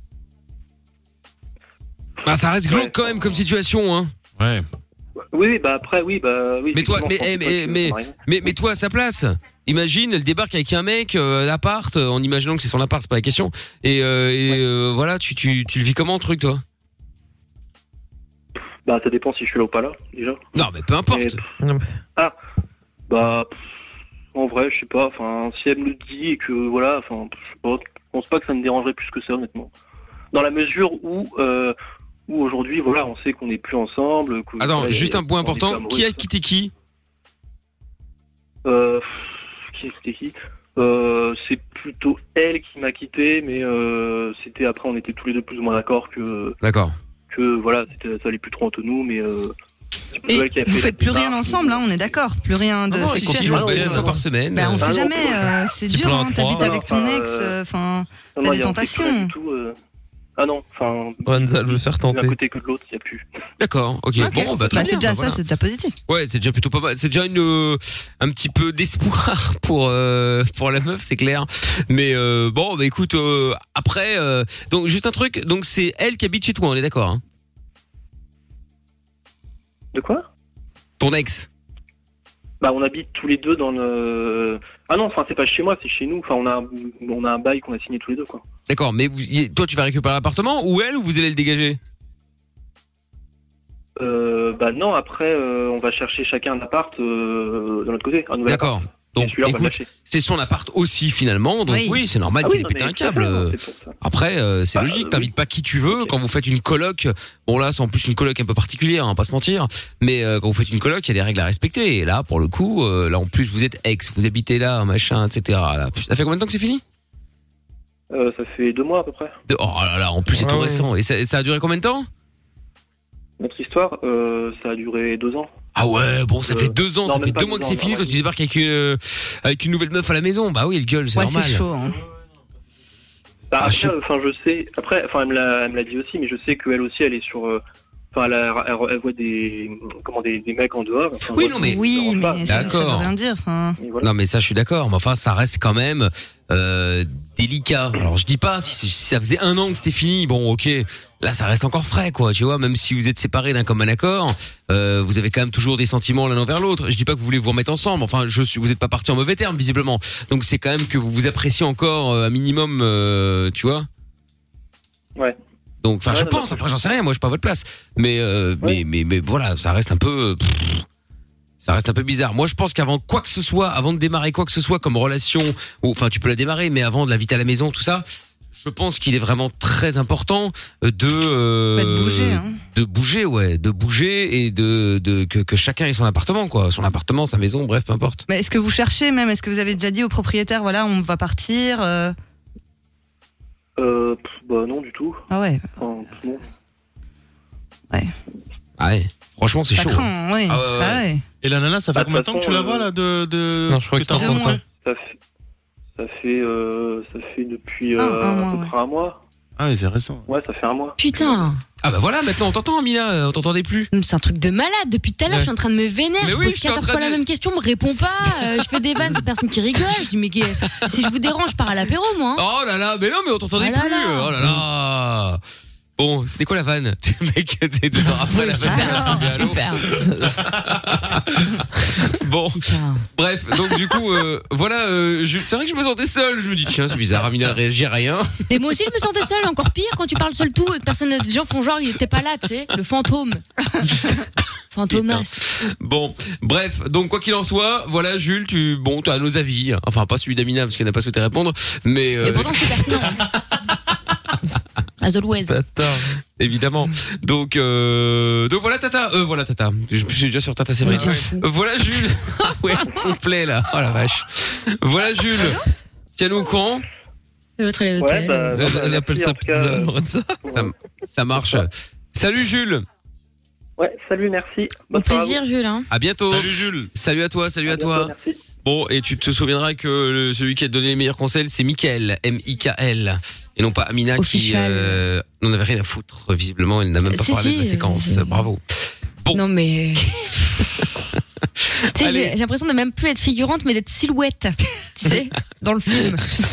Ah, ça reste glauque Ouais. quand même comme situation, hein. Ouais. Oui, oui, bah après, oui, bah oui. Mais toi, effectivement, mais, je pense eh, que mais, ça mais, m'arrive. mais, mais toi à sa place, imagine, elle débarque avec un mec, euh, l'appart, euh, en imaginant que c'est son appart, c'est pas la question. Et, euh, et euh, voilà, tu, tu, tu le vis comment le truc, toi? Bah, ça dépend si je suis là ou pas là, déjà. Non, mais peu importe. Mais- Ah, bah, pff, en vrai, je sais pas. Enfin, si elle me le dit et que voilà, enfin, je sais pas. Je pense pas que ça me dérangerait plus que ça, honnêtement. Dans la mesure où, euh, où aujourd'hui, voilà, on sait qu'on n'est plus ensemble. que, Attends, voilà, juste y a- un point on est plus important. amoureux, Qui a tout ça. quitté qui? Euh, pff, qui c'était qui euh, C'est plutôt elle qui m'a quitté, mais euh, c'était après, on était tous les deux plus ou moins d'accord que, D'accord. que voilà, c'était, ça allait plus trop entre nous, mais. Euh, c'est plutôt Et elle qui a vous fait la faites plus rien démarche. ensemble, hein, on est d'accord. Plus rien de Non, non, sexuel. continue, Continue, ouais, une ouais, fois ouais. par semaine. Ben, on euh, sait Ah non, jamais, faut- euh, c'est Petit dur, plan hein, à trois. t'habites avec ton Enfin, ex, euh, enfin, Non, t'as non, des il y a un petit peu tentations. du tout, euh, Ah non, enfin. Lorenza, elle veut faire D'un tenter. côté que de l'autre, il n'y a plus. D'accord, ok. Ok. Bon, bah, très Bah, c'est bien, déjà bah, ça, voilà. c'est déjà positif. Ouais, c'est déjà plutôt pas mal. C'est déjà une euh, un petit peu d'espoir pour euh, pour la meuf, c'est clair. Mais euh, bon, bah écoute, euh, après, euh, donc juste un truc. Donc c'est elle qui habite chez toi, on est d'accord, hein? De quoi? Ton ex. Bah, on habite tous les deux dans le. Ah non, enfin, c'est pas chez moi, c'est chez nous. Enfin, on a, un- on a un bail qu'on a signé tous les deux, quoi. D'accord, mais vous, y- toi tu vas récupérer l'appartement ou elle ou vous allez le dégager? Euh, bah non, après, euh, on va chercher chacun un appart euh, de notre côté, un nouvel D'accord. appart. Donc Et celui-là, on va le écoute, lâcher. c'est son appart aussi finalement, donc oui, Oui. c'est normal Ah qu'il oui, ait non, pété mais un tout à câble. fait, non, euh. c'est pour ça. Après, euh, c'est Bah, logique, euh, t'invites oui. pas qui tu veux. Ok. Quand vous faites une coloc, bon là c'est en plus une coloc un peu particulière, hein, pas se mentir, mais euh, quand vous faites une coloc, il y a des règles à respecter. Et là, pour le coup, euh, là en plus vous êtes ex, vous habitez là, machin, et cetera. Là. Ça fait combien de temps que c'est fini? Euh, ça fait deux mois à peu près. De- Oh là là, en plus c'est Ah tout ouais. récent. Et ça, ça a duré combien de temps? Notre histoire, euh, ça a duré deux ans. Ah ouais, bon, ça Euh, fait deux ans, non, ça même fait pas deux deux mois que ans, c'est non, fini. ouais. Toi, tu débarques avec une euh, avec une nouvelle meuf à la maison. Bah oui, elle gueule, c'est Ouais, normal. c'est chaud. hein. Bah, Ah, je sais- après, enfin, je sais. Après, enfin, elle me l'a, elle me l'a dit aussi, mais je sais qu'elle aussi, elle est sur. euh, enfin, elle, elle, elle voit des, comment, des, des mecs en dehors. Enfin, Oui, moi, non, mais- ça me Oui, dérange pas. mais ça, ça D'accord. veut rien dire. Enfin, Et voilà. Non mais ça je suis d'accord, mais enfin ça reste quand même euh, délicat. Alors je dis pas si, si ça faisait un an que c'était fini, bon ok, là ça reste encore frais quoi, tu vois, même si vous êtes séparés d'un commun accord, euh, vous avez quand même toujours des sentiments l'un envers l'autre. Je dis pas que vous voulez vous remettre ensemble, enfin je suis, vous êtes pas partis en mauvais termes visiblement, donc c'est quand même que vous vous appréciez encore euh, un minimum, euh, tu vois. Ouais. Donc enfin Ouais, je non, pense, non, après j'en sais rien, moi je suis pas à votre place, mais euh, mais, mais mais voilà, ça reste un peu. Pff, Ça reste un peu bizarre. Moi, je pense qu'avant quoi que ce soit, avant de démarrer quoi que ce soit comme relation, ou enfin, tu peux la démarrer, mais avant de l'inviter à la maison, tout ça, je pense qu'il est vraiment très important de euh, Bah, de bouger, hein. de bouger, ouais, de bouger et de de que, que chacun ait son appartement, quoi, son appartement, sa maison, bref, peu importe. mais est-ce que vous cherchez même? Est-ce que vous avez déjà dit au propriétaire, voilà, on va partir euh... Euh, pff, bah non, du tout. Ah ouais. Enfin, non. Ouais. Ah ouais. Franchement, c'est Ça chaud. craint, oui. Ah ouais, ouais. Ah ouais. Et la nana, ça fait Bah, de combien de toute temps que tu façon, la vois euh, là de, de... Non, je crois que t'as t'as Deux rencontré mois. Ça fait, ça fait, euh, ça fait depuis euh, Un- un mois, à peu ouais. près un mois. Ah oui, c'est récent. Ouais, ça fait un mois. Putain, Ah bah voilà, maintenant on t'entend, Amina, euh, on t'entendait plus. c'est un truc de malade. Depuis tout à l'heure, Ouais. je suis en train de me vénérer. Mais je oui, pose je suis en quatorze train fois de- la même question, me réponds pas. euh, je fais des vannes, c'est personne qui rigole. Je dis, mais que- si je vous dérange, je pars à l'apéro, moi. hein. Oh là là, mais non, mais on t'entendait Oh là plus. là. Oh là là. Bon, c'était quoi la vanne? Mec, t'es deux heures après Oui, la vanne. super, Mais allô super. Bon, Putain. bref, donc du coup, euh, voilà, euh, je- c'est vrai que je me sentais seul. Je me dis, tiens, c'est bizarre, Amina réagit à rien. Et moi aussi, je me sentais seule. Encore pire quand tu parles seul tout et que personne, les gens font genre, il était pas là, tu sais, le fantôme. Fantomas. Bon, bref, donc quoi qu'il en soit, voilà, Jules, tu, bon, tu as nos avis. Enfin, pas celui d'Amina parce qu'elle n'a pas souhaité répondre, mais Et euh, pourtant, c'est pertinent. As always. évidemment. Donc, euh, donc voilà, Tata. Euh, voilà, Tata. Je je suis déjà sur Tata Séverine. Mais t'en fous. Euh, Voilà, Jules. Ah ouais, complet là. Oh la vache. Voilà, Jules. Tiens-nous au courant. L'autre, elle est au Ouais, tel. bah, Elle, bah, elle merci, appelle en ça tout pizza, cas. Lorenza. Ça, ça marche. Salut, Jules. Ouais, salut, merci. Au Bonne soirée à plaisir, Jules. Hein. À bientôt. Salut Jules. Salut à toi. Salut vous. à toi. bientôt, merci. Bon, et tu te souviendras que le- celui qui a donné les meilleurs conseils, c'est Mickaël, M I K L, et non pas Amina qui Official. euh, n'en avait rien à foutre. Visiblement, elle n'a même pas Si, parlé de la si, séquence. euh, Bravo. Bon. Non, mais. Tu sais, Allez. j'ai j'ai l'impression de même plus être figurante, mais d'être silhouette. Tu sais, dans le film.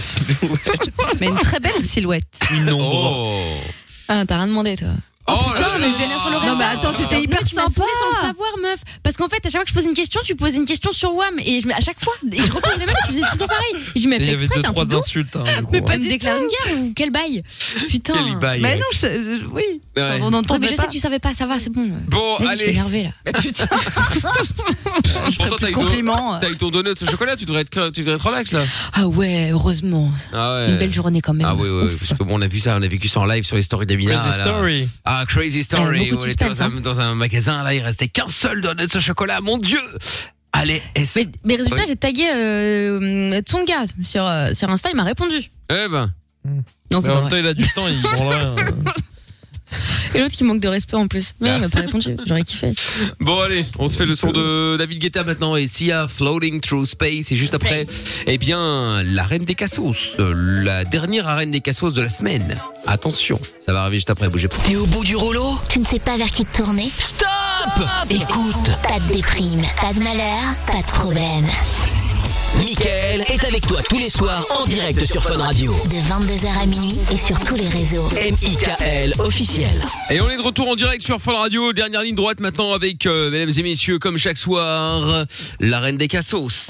Mais une très belle silhouette. Oh. Ah, t'as rien demandé, toi. Oh, putain, là mais là. vénère sur le réseau. Non, mais attends, j'étais Non, hyper mais tu m'as sympa. saoulée sans le savoir, meuf. Parce qu'en fait, à chaque fois que je pose une question, tu poses une question sur W A M. Et je, me- à chaque fois, et je repose les mêmes, tu faisais toujours pareil. Et je Et m'ai il y fait avait exprès, deux, c'est un truc trois de ouf. insultes. Hein, du Mais coup, pas ouais. Elle me du déclare tout. une guerre ou quel bail Putain. Quel bail. Mais non, je- je- oui. Ouais. On Ouais, n'entendait mais je sais pas. que tu savais pas, ça va, c'est bon. Bon, Vas-y, je suis allez. énervée là. Pourtant, t'as eu, ton, Compliment. t'as eu ton donut au chocolat, tu devrais être, tu devrais être relax là. Ah ouais, heureusement. Ah ouais. Une belle journée quand même. Ah oui, oui, Ouf. parce que bon, on a vu ça, on a vécu ça en live sur les stories d'Amina. Crazy là. Story. Ah, Crazy Story. Euh, beaucoup de où elle était dans suspense, un, dans un magasin, là, il restait qu'un seul donut au chocolat, mon Dieu. Allez, est-ce... Mais, mais résultat, Oui. j'ai tagué euh, Tsonga sur, euh, sur Insta, il m'a répondu. Eh ben. Non, c'est Mais en pas même temps, vrai. il a du temps, il branle rien. Et l'autre qui manque de respect en plus. Mais il m'a pas répondu, j'aurais kiffé. Bon, allez, on se fait le son de David Guetta maintenant et Sia, Floating Through Space. Et juste après, eh bien, la Reine des Cassos, la dernière Reine des Cassos de la semaine. Attention, ça va arriver juste après, bougez pas. T'es au bout du rouleau? Tu ne sais pas vers qui te tourner? Stop! Écoute, Pas de déprime, pas de malheur, pas de problème. Mickaël est avec toi tous les soirs en direct sur Fun Radio. De vingt-deux heures à minuit et sur tous les réseaux. M I K L officiel. Et on est de retour en direct sur Fun Radio, dernière ligne droite maintenant avec, euh, mesdames et messieurs, comme chaque soir, la Reine des Cassos.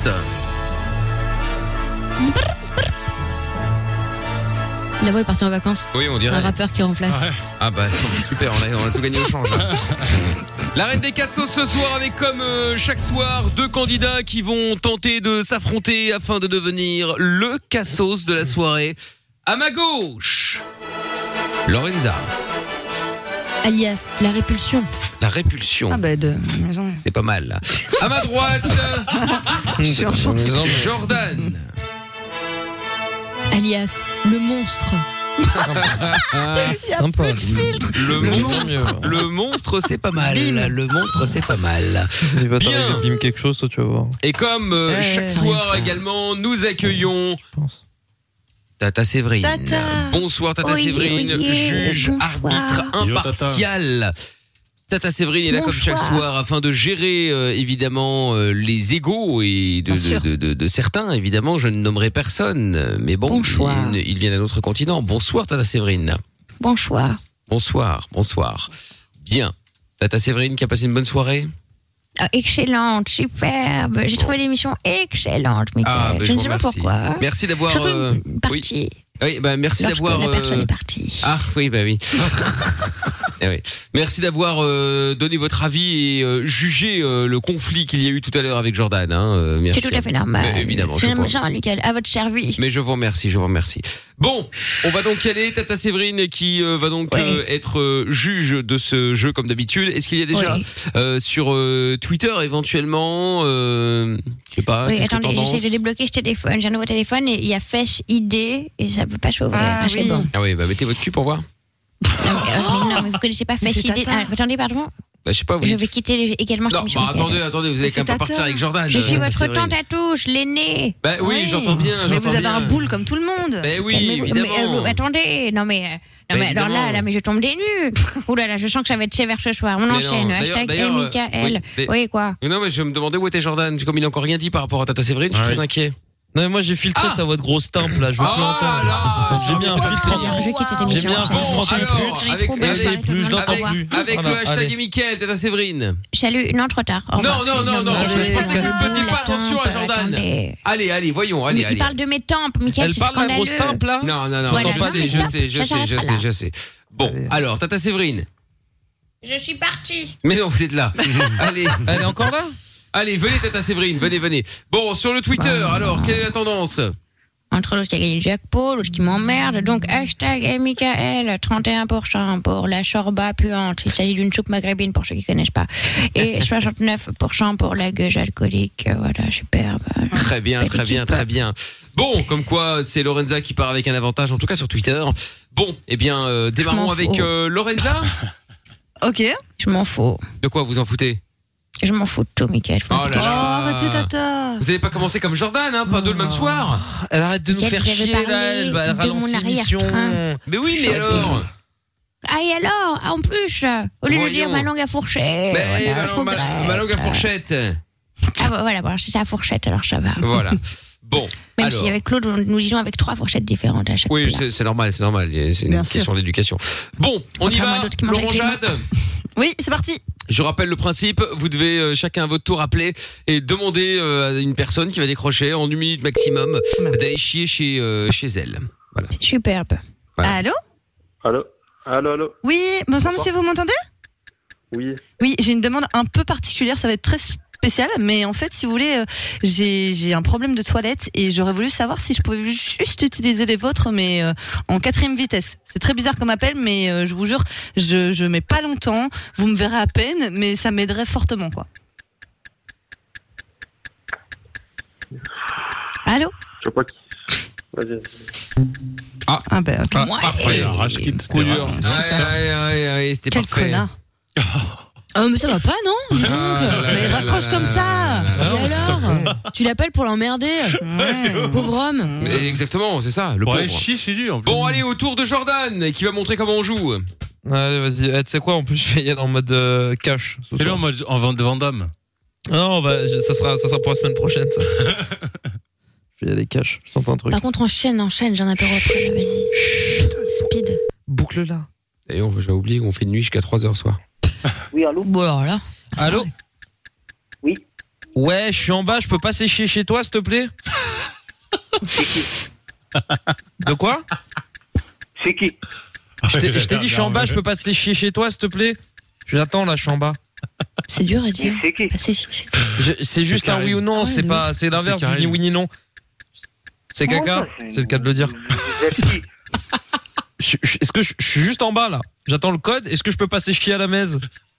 La voix est partie en vacances. Oui, on dirait. Un rappeur qui remplace. Ah bah super, on a, on a tout gagné au change. hein. La Reine des Cassos ce soir avec comme euh, chaque soir deux candidats qui vont tenter de s'affronter afin de devenir le Cassos de la soirée. À ma gauche, Lorenza, Alias, la répulsion. la répulsion. Ah bah de maison. C'est pas mal. Là. À ma droite, Jordan. Alias, le monstre. Sympa. Le monstre, le monstre c'est pas mal. Le monstre c'est pas mal. Il va Bien. t'arriver bim quelque chose, toi, tu vas voir. Et comme euh, Ouais. chaque soir également, nous accueillons Je pense. Tata Séverine. Tata. Bonsoir Tata Oui, Séverine, oui, juge, bonsoir. arbitre Yo, Tata. impartial. Tata Séverine est là comme Bonsoir. chaque soir afin de gérer euh, évidemment euh, les égos et de, Bien de, sûr. de, de, de certains. Évidemment, je ne nommerai personne, euh, mais bon, Bonsoir. ils, ils viennent d'un autre continent. Bonsoir Tata Séverine. Bonsoir. Bonsoir, bonsoir. Bien. Tata Séverine qui a passé une bonne soirée. Ah, excellente, superbe. J'ai trouvé l'émission excellente, Mickaël. Ah, ben, je je ne vous sais pas remercie. pourquoi. Merci d'avoir. Surtout euh, une partie. Oui. Oui, bah merci Lorsque d'avoir. la personne euh, est partie. Ah oui, bah oui. Eh oui. Merci d'avoir euh, donné votre avis et euh, jugé euh, le conflit qu'il y a eu tout à l'heure avec Jordan. Hein. Euh, merci. C'est tout à fait normal. Mais évidemment, je J'aime vois. ça, Mickaël. À votre service. Mais je vous remercie, je vous remercie. Bon, on va donc y aller. Tata Séverine qui euh, va donc Oui. euh, être euh, juge de ce jeu comme d'habitude. Est-ce qu'il y a déjà Oui. euh, sur euh, Twitter éventuellement, euh, je sais pas, Oui, quelques attendez, tendances j'essaie de débloquer ce téléphone. J'ai un nouveau téléphone et il y a Fèche I D et ça ne peut pas s'ouvrir. Ah, Ah, c'est oui. bon. Ah oui, bah mettez votre cul pour voir. Non, mais, euh, mais non, mais vous connaissez pas Mais Fèche c'est I D. Tata. Ah, attendez, pardon. Bah je sais pas. Vous Je dites- vais quitter les- également cette Non, émission. bah Mickaël. attendez, attendez, vous allez Mais quand même c'est pas partir Tata. avec Jordan. Je suis euh, votre Séverine. tante à tous, l'aînée. Bah oui, Ouais. j'entends bien, Mais j'entends vous avez bien. un boule comme tout le monde. Bah oui, Mais- évidemment. mais, euh, attendez, non mais, euh, non Mais mais alors évidemment. là, là, mais je tombe des nues. Ouh là là, je sens que ça va être sévère ce soir. On Mais enchaîne. non, d'ailleurs- Hashtag d'ailleurs, euh, Mickaël. oui, mais- Oui, quoi. Mais non, mais je me demandais où était Jordan, comme il n'a encore rien dit par rapport à Tata Séverine, je suis Ouais. très inquiet. Non, mais moi j'ai filtré Ah sa voix de grosse timpe là, je veux plus Oh l'entendre. là J'ai mis un là filtre là. en Je quitte cette J'ai émission. mis un ça va. filtre Bon, en alors, plus. avec, Trop bien, avec, parler, tout le plus, monde je va l'entends voir. plus. avec Voilà, le hashtag allez. Mickaël, Tata Séverine. Salut, non, trop tard. Au Non, revoir. non, non, non, Mickaël, je je pensais que vous vous faisiez pas la attention à tempe, Jordan. attendez. Allez, allez, voyons, allez, Il allez. parle de mes tempes, Mickaël, Elle c'est parle de la grosse scandaleux. timpe là Non, non, non, Voilà, je non, sais, mais je stop, sais, je ça sais, je s'arrête sais, là. je sais. Bon, alors, Tata Séverine. Je suis partie. Mais non, vous êtes là. Allez, Elle est encore là allez, venez, Tata Séverine, venez, venez. Bon, sur le Twitter, alors, quelle est la tendance? Entre l'autre qui a gagné le jackpot, l'autre qui m'emmerde. Donc, hashtag Mickaël, trente et un pour cent pour la chorba puante. Il s'agit d'une soupe maghrébine pour ceux qui connaissent pas. Et soixante-neuf pour cent pour la gueule alcoolique. Voilà, superbe. Très bien, Belle très bien, équipe. très bien. Bon, comme quoi, c'est Lorenza qui part avec un avantage, en tout cas sur Twitter. Bon, eh bien, euh, démarrons m'en avec fous. euh, Lorenza. Ok. Je m'en fous. De quoi vous en foutez? Je m'en fous de tout, Mickaël. Je m'en Oh fous là de Oh, tout. là. arrêtez, Tata. Vous avez pas commencé comme Jordan, hein, pas deux le même soir. Elle arrête de nous Mickaël, faire j'avais chier là, parlé elle, va- elle de ralentit mon l'émission. arrière-train. Mais oui, mais alors. Ah, et alors, ah, en plus, au lieu de Voyons. dire ma langue à fourchette. Mais voilà, ma, je langue- ma- regrette. ma langue à fourchette. Ah, bah, voilà, bon, c'est ça, fourchette, alors ça va. Voilà. Bon, Même alors. si avec Claude, on- nous disons avec trois fourchettes différentes à chaque Oui, fois. c'est c'est normal, c'est normal. C'est une Bien question sûr. d'éducation. Bon, on y Contrairement à va. d'autres qui mangent Laurent avec les mains. Jade. Oui, c'est parti. Je rappelle le principe, vous devez euh, chacun à votre tour appeler et demander euh, à une personne qui va décrocher en une minute maximum d'aller chier chez, euh, chez elle. Voilà. Superbe. Voilà. Allô? Allô Allô, allô Oui, bonsoir monsieur, vous m'entendez? Oui. Oui, j'ai une demande un peu particulière, ça va être très spécial, mais en fait, si vous voulez, euh, j'ai j'ai un problème de toilette et j'aurais voulu savoir si je pouvais juste utiliser les vôtres, mais euh, en quatrième vitesse. C'est très bizarre comme appel, mais euh, je vous jure, je, je mets pas longtemps, vous me verrez à peine, mais ça m'aiderait fortement, quoi. Allô? Je sais pas qui. Vas-y. Ah, Ah ben, ok. ah, Ouais. parfait. Ah, rage kit, c'était Coup dur. vraiment- Ouais, ouais, ouais, ouais, c'était Quel parfait. connard. Oh, mais ça va pas, non? Dis donc. Ah là là Mais là raccroche là comme là ça. là là là. Et alors? Tu l'appelles pour l'emmerder? Ouais. Pauvre homme. Et Exactement, c'est ça, le Pour aller pauvre. chier chez lui en plus. Bon, allez, au tour de Jordan, qui va montrer comment on joue. Allez, vas-y. Eh, tu sais quoi, en plus, je vais y aller en mode euh, cash. ce Fais-le soir. en mode en vente de Vandame. Non, on va, je- ça, sera, ça sera pour la semaine prochaine, ça. Je vais y aller cash. Je tente un truc. Par contre, enchaîne, enchaîne, j'en ai apéro après, là, vas-y. Speed. Boucle là. D'ailleurs, j'ai oublié qu'on fait de nuit jusqu'à trois heures soir. Oui, allô Bon, alors là. Allô? Oui. Ouais, je suis en bas, je peux pas sécher chez toi, s'il te plaît? De quoi? C'est qui? Je t'ai je t'ai dit, je suis en bas, je peux pas se lécher chez toi, s'il te plaît? J'attends là, je suis en bas. C'est dur à dire. C'est qui? Passer chez chez toi. Je- C'est juste un Karim. oui ou non, Ah ouais, c'est de pas, c'est l'inverse C'est du Karim. oui ni non. C'est caca, Oh, c'est le cas de le dire. Vous êtes qui? Je- je- Est-ce que je, je suis juste en bas là? J'attends le code. Est-ce que je peux passer chier à la messe?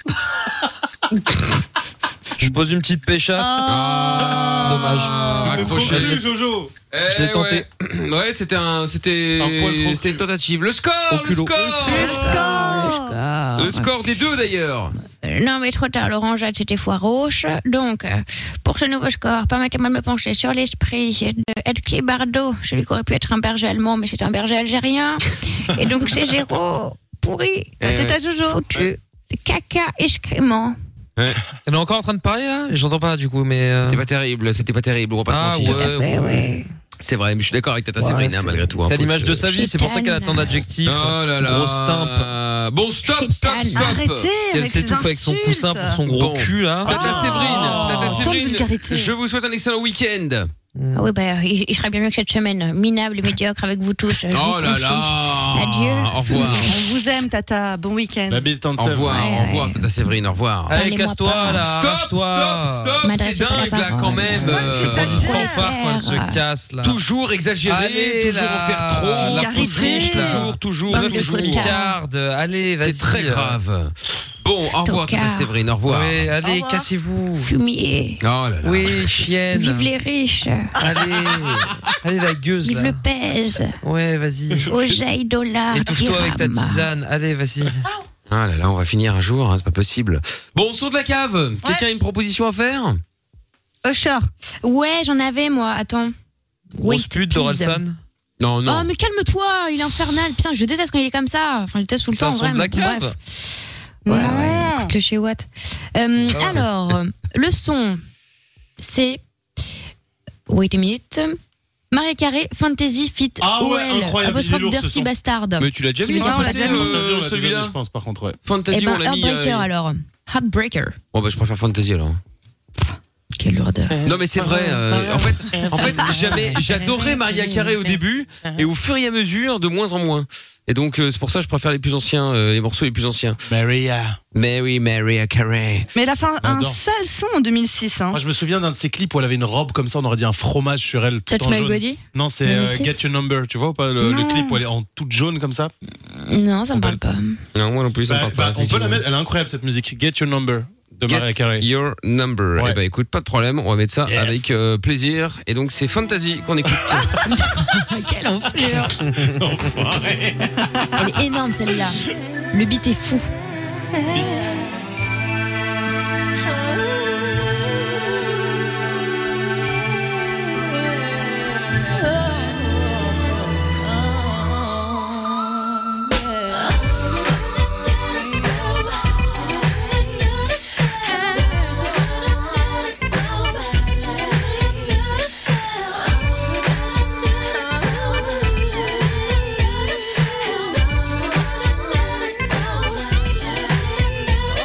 Je pose une petite péchasse. Ah. Dommage. Accroché. Je l'ai- Jojo. Eh, Je l'ai tenté. Ouais, ouais c'était un, c'était, Un poil trop c'était une tentative. Le score, Au le culot. score, Let's go. Ah. le score des deux d'ailleurs. Euh, Non, mais trop tard, Laurent Jade, c'était foiroche. Donc, euh, pour ce nouveau score, permettez-moi de me pencher sur l'esprit de Ed Clébardo, celui qui aurait pu être un berger allemand, mais c'est un berger algérien. Et donc, c'est Géraud, pourri, La tête à Jojo. foutu. caca excrément. Ouais. Elle est encore en train de parler là? J'entends pas du coup, mais. Euh... C'était pas terrible, c'était pas terrible, on va pas ah, se mentir. Ouais, fait, ouais. ouais. C'est vrai, mais je suis d'accord avec Tata Ouais, Séverine, hein, c'est- malgré tout. hein, C'est faut l'image que- de sa vie, c'est pour ça qu'elle a tant d'adjectifs. Oh là là. Grosse timpe. Bon, stop, stop, stop. Arrêtez Si elle avec s'étouffe ces avec son insultes. coussin pour son gros Bon. cul là. Tata Oh. Séverine, Tata Tant de Séverine, vulgarité. je vous souhaite un excellent week-end. Ah oui, bah, il, il serait bien mieux que cette semaine. Minable et médiocre avec vous tous. Je Oh vous là confie. là. Adieu. Au revoir. On vous aime, Tata. Bon week-end. La bise tente Au revoir, Ouais, au revoir, ouais. Tata Séverine, au revoir. Allez, Parlez-moi casse-toi pas. là, Stop, arrache-toi. stop, stop, c'est M'adressez pas la dingue là parole. quand même. Ouais, euh, c'est pas Une du fanfare quand elle faire. se casse là. Toujours exagéré, Allez, toujours là, en faire trop, la Vulgarité. fausse riche là. toujours, toujours, Bande de toujours. soldats. Garde, allez, vas-y. C'est très grave. Bon, au revoir, Tocard. Tata Séverine, au revoir. Ouais, Au allez, revoir. cassez-vous. Fumier. Oh là là. Oui, chienne. Vive les riches. Allez, allez la gueuse Vive là. le pèse. Ouais, vas-y. Oseille, dollar. Étouffe-toi avec ta dirham. tisane. Allez, vas-y. Ah là là, on va finir un jour, hein, c'est pas possible. Bon, son de la cave. Quelqu'un a une proposition à faire? Usher. Ouais, j'en avais moi. Attends. Grosse Wait, pute please. d'Orelsan. Non, non. Oh, mais calme-toi, il est infernal. Putain, je déteste quand il est comme ça. Enfin, je déteste tout le C'est un temps, son de vraiment. la cave. Bref. Ouais, ouais, Non. écoute le chez Watt. Euh, Ah ouais. alors, le son, c'est. Wait a minute. Maria Carré, Fantasy Fit Ah ouais, O L, incroyable, il est apostrophe lourd, ce Dirty son. Bastard. Mais tu l'as déjà Qui mis veut dire dans on l'a passé, déjà mis. euh, Fantasy, on l'a déjà celui-là mis, je pense, par contre, ouais. Fantasy, Eh ben, on l'a mis. Heartbreaker euh, alors. Heartbreaker. Bon bah je préfère Fantasy alors. Quelle lourdeur. Non mais c'est vrai. euh, en fait, en fait, jamais. J'adorais Maria Carey au début et au fur et à mesure, de moins en moins. Et donc euh, c'est pour ça que je préfère les plus anciens, euh, les morceaux les plus anciens. Maria. Mary, Maria Carey. Mais elle a fait un, un J'adore. sale son en deux mille six. Hein. Moi, je me souviens d'un de ces clips où elle avait une robe comme ça, on aurait dit un fromage sur elle, tout Touch en My jaune. Body. Non, c'est deux mille euh, six. Get Your Number, tu vois ou pas le, le Non. clip où elle est en toute jaune comme ça. Non, ça me On parle peut- pas. Non moi non plus ça me Bah, parle pas. bah, on peut la effectivement. mettre, elle est incroyable cette musique. Get Your Number de Get Mariah Carey. Your Number. Ouais. Eh ben écoute, pas de problème, on va mettre ça Yes. avec euh, plaisir. Et donc c'est Fantasy qu'on écoute. Quelle enflure. Elle est énorme celle-là. Le beat est fou. Oh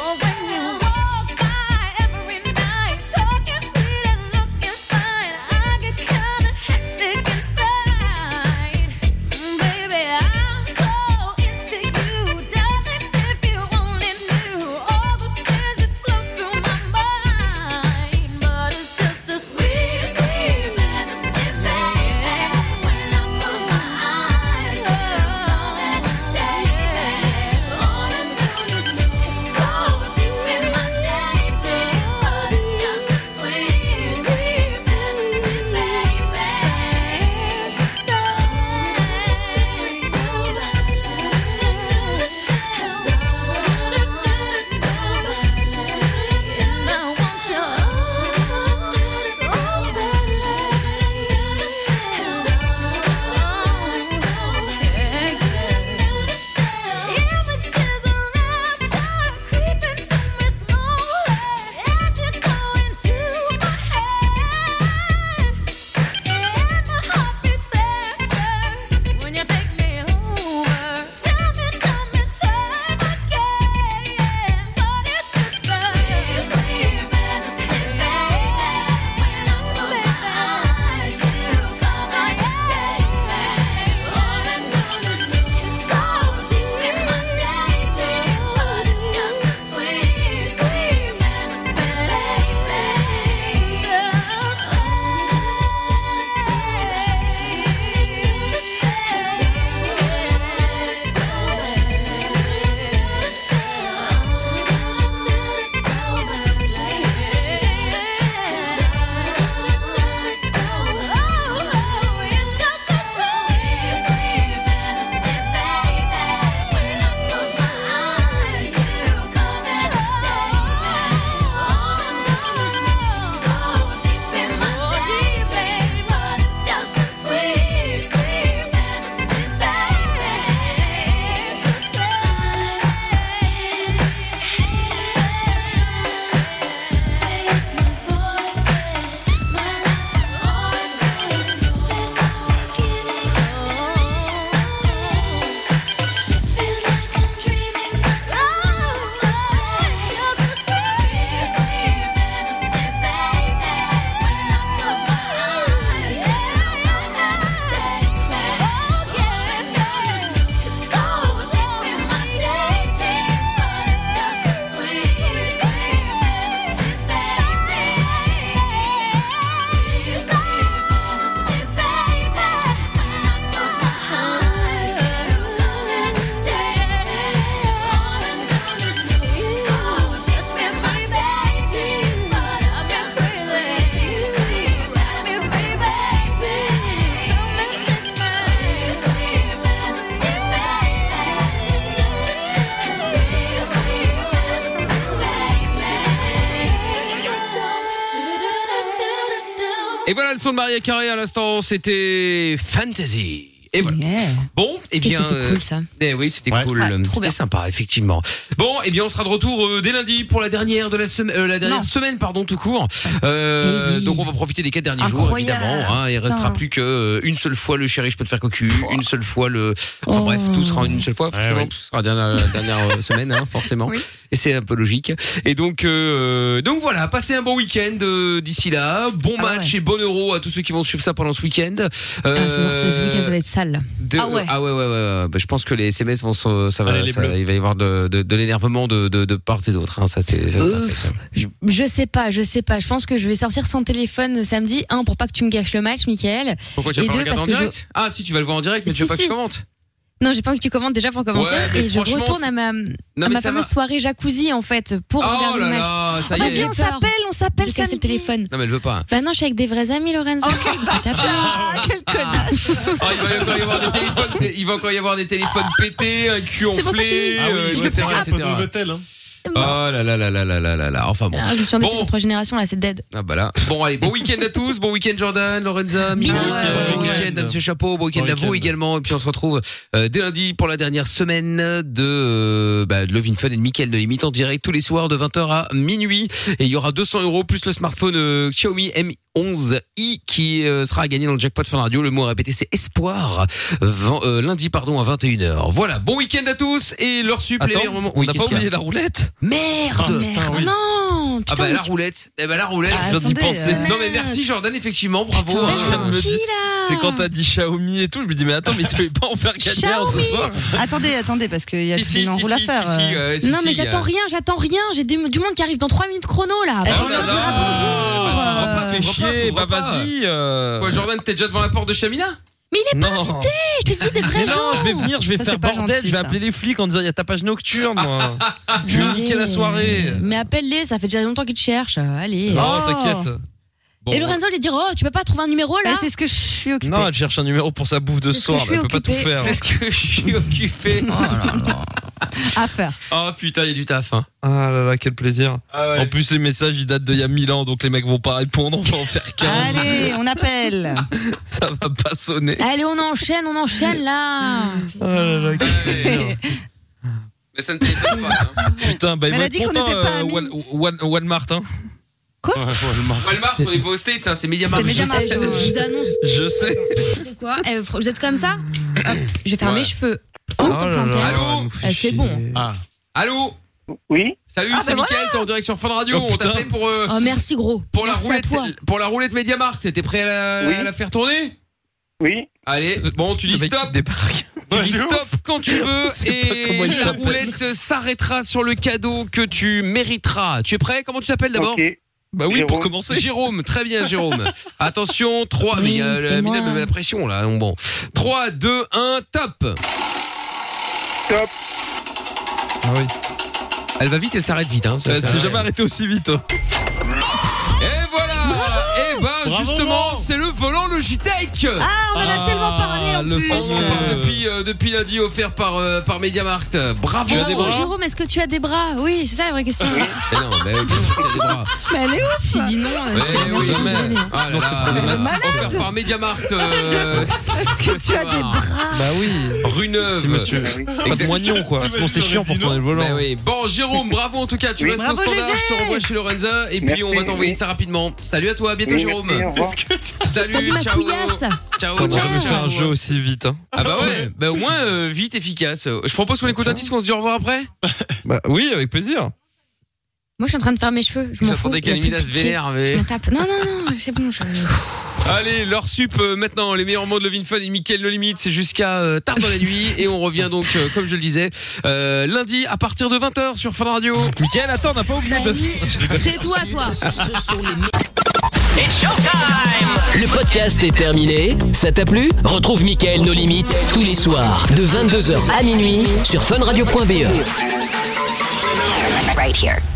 Et voilà le son de Maria Carré à l'instant, c'était Fantasy. Et voilà. Yeah. Bon, et Qu'est-ce bien. que c'est cool, ça. Eh oui, c'était Ouais. cool. Ouais, trop C'était bien. sympa, effectivement. Bon, et bien, on sera de retour euh, dès lundi pour la dernière de la semaine, euh, la dernière Non. semaine, pardon, tout court. Euh, Eh oui. Donc, on va profiter des quatre derniers jours, Incroyable. évidemment. Hein, il restera Putain. plus que euh, une seule fois le chéri, je peux te faire cocu, une seule fois le. Enfin Oh. bref, tout sera en une seule fois, forcément, Ouais, oui. parce que ce sera la dernière, la dernière euh, semaine, hein, forcément. Oui. Et c'est un peu logique. Et donc, euh, donc voilà, passez un bon week-end euh, d'ici là. Bon Ah match ouais. et bon euro à tous ceux qui vont suivre ça pendant ce week-end. Ah, c'est sûr, ce week-end, ça va être sale. De- Ah ouais. Ah ouais, ouais, ouais. ouais. Bah, je pense que les S M S vont se, ça va, Allez, les ça- bleus. il va y avoir de, de, de l'énervement de, de, de part et d'autres. Hein. Ça, c'est, ça, c'est un Euh, fait. Je, je sais pas, je sais pas. Je pense que je vais sortir sans téléphone samedi. Un, pour pas que tu me gâches le match, Mickaël. Pourquoi tu vas Et pas deux, regarder en parce que direct Ah, si, tu vas le voir en direct, mais tu Si, veux pas que si. je commente. Non, j'ai pas envie que tu commentes déjà pour commencer. Ouais, mais et je franchement, retourne à ma, Non, à mais ma ça fameuse va. soirée jacuzzi, en fait, pour Oh regarder là le match. là, ça y Vas-y, est. on s'appelle, on s'appelle J'ai cassé le samedi. téléphone. Non, mais elle veut pas. Bah non, je suis avec des vrais amis, Lorenzo. T'as pas- Ah, quelle connasse. Ah, il va encore y avoir des téléphones, des- il va encore y avoir des téléphones pétés, un cul C'est pour ça enflé, que- Ah oui, euh, ouais, et cetera, c'est un et peu cetera. Novotel, hein. Oh là là là là là là là là. Enfin bon. Ah, je me suis endetté Bon. sur trois générations, là, c'est dead. Ah bah là. Bon allez, bon week-end à tous, bon week-end Jordan, Lorenza, Mimi, Ouais, bon ouais, week-end ouais. à Monsieur Chapeau, bon week-end Bon à vous week-end. également, et puis on se retrouve euh, dès lundi pour la dernière semaine de, euh, bah, de Love in Fun et de Mickaël No Limite en direct tous les soirs de vingt heures à minuit, et il y aura deux cents euros plus le smartphone euh, Xiaomi M onze i qui euh, sera à gagner dans le jackpot Fun Radio. Le mot à répéter c'est espoir. Vent- euh, lundi pardon à vingt et une heures. Voilà, bon week-end à tous et leur sup les Attends, meilleurs moments. on Oui, n'a qu'est-ce pas qu'il y a oublié la roulette. Merde. Putain, oui. Non, Ah putain. bah mais la tu- roulette, eh bah la roulette, Ah, je viens d'y attendez, penser. euh, Non mais merci Jordan, effectivement, bravo. Putain, hein. je viens de me qui, dire- là C'est quand t'as dit Xiaomi et tout, je me dis mais attends mais tu veux pas en faire gagner un ce Xiaomi. soir. Attendez, attendez, parce qu'il y a Si, toute si, une si, enroule à si, faire. si, si, euh. ouais, si, Non, si, mais il y a- j'attends rien, j'attends rien. J'ai du, du monde qui arrive dans trois minutes chrono, là. Eh, Oh on là va là, dire bonjour. bah, tu vas pas, euh, tu Fais vois pas, chier, tu vois bah pas. vas-y. euh. Quoi, Jordan, t'es déjà devant la porte de Chamina Mais il est pas Non. invité, je t'ai dit des vrais Mais non, gens. je vais venir, je vais Ça, faire c'est pas bordel, gentil, je vais ça. appeler les flics en disant il y a tapage nocturne moi. Je vais niquer la soirée. Mais appelle-les, ça fait déjà longtemps qu'ils te cherchent. Allez. Non, Oh. t'inquiète. Bon, Et Lorenzo lui dire, oh, tu peux pas trouver un numéro là eh, c'est ce que je suis occupée. Non, elle cherche un numéro pour sa bouffe de C'est ce ce que soir, je elle suis peut pas tout occupée. faire. c'est ce que je suis occupé. À faire. Oh putain, il y a du taf. Hein. Ah là là, quel plaisir. Ah ouais. En plus, les messages ils datent d'il y a mille ans, donc les mecs vont pas répondre, on va en faire quinze. Allez, on appelle. Ça va pas sonner. Allez, on enchaîne, on enchaîne là. Oh là là, quel plaisir. Mais ça ne t'étonne pas. Hein. Putain, bah ils Mais vont elle a être dit qu'on contents, n'était pas euh, amis. Wal- Wal- Walmart, hein. Walmart, on est pas au States, hein, c'est Mediamarkt. C'est Mediamarkt. Je, je vous annonce. Je sais. C'est quoi eh, Vous êtes comme ça Hop, je vais faire Ouais. mes cheveux en Oh temps là plantaire. là, Allô elle nous fait Eh, c'est chier. bon. Ah. Allô Oui. Salut, Ah, c'est bah Mickaël, t'es en direct sur Fun Radio. Oh, on putain. t'appelle pour euh, Oh, merci gros. pour la Merci roulette à toi. pour la roulette Mediamarkt. T'es prêt à la, Oui. à la faire tourner? Oui. Allez, bon, tu Le dis mec qui stop. débarque. Tu dis stop quand tu veux sais pas comment et il la s'appelle. roulette s'arrêtera sur le cadeau que tu mériteras. Tu es prêt? Comment tu t'appelles d'abord? Ok. Bah oui, Jérôme. pour commencer. Jérôme, très bien Jérôme. Attention, trois, mais il y a Oui, la c'est Mina moi. me met la pression là. Donc bon. trois, deux, un, top. Top. Ah oui. Elle va vite, elle s'arrête vite hein. Ça, Elle ça- s'est jamais arrêtée aussi vite. hein. Et voilà. Et ben Bravo, justement, Laurent. c'est le volant Logitech. Ah, on en a Ah, tellement parlé en le plus. On en fameux. parle depuis euh, depuis lundi, offert par euh, par Mediamarkt. Bravo. Tu as des Oh, bras Jérôme, est-ce que tu as des bras? Oui, c'est ça la vraie question. Mais non, mais bien sûr qu'il a des bras. Mais elle est ouf. Si dit non, euh, Ouais, c'est oui, c'est jamais. désolé. Ah là Sinon, c'est là, problématique. offert par Mediamarkt. Euh, Est-ce que tu as des bras? Bah oui. Rue Neuve. Si monsieur. Pas de moignon quoi. Sinon c'est chiant pour tourner le volant. Bah oui. Bon, Jérôme, bravo en tout cas. Tu Oui. restes Bravo, au standard. Gégé. Je te renvoie chez Lorenza. Et puis, Merci, on va t'envoyer oui. ça rapidement. Salut à toi. À bientôt, Oui, Jérôme. merci, au revoir. Salut, Salut ma ciao. couillasse. Ciao, Ça ciao, m'a jamais ciao. fait un jeu aussi vite. Hein. Ah bah ouais. Bah au moins, euh, vite, efficace. Je propose qu'on écoute un disque, on se dit au revoir après. Bah oui, avec plaisir. Moi, je suis en train de faire mes cheveux. Je m'en fous. J'attendais il y a plus qu'Alimina de se pitié. vénère, mais. Je me tape. Non, non, non, c'est bon. Je... Allez, leur sup euh, maintenant, les meilleurs mots de Love in Fun et Mickaël No Limite, c'est jusqu'à euh, tard dans la nuit et on revient donc, euh, comme je le disais, euh, lundi à partir de vingt heures sur Fun Radio. Mickaël, attends, on n'a pas oublié de. Tais-toi, toi. Le podcast est terminé. Ça t'a plu? Retrouve Mickaël No Limite tous les soirs de vingt-deux heures à minuit sur fun radio point b e. Right here.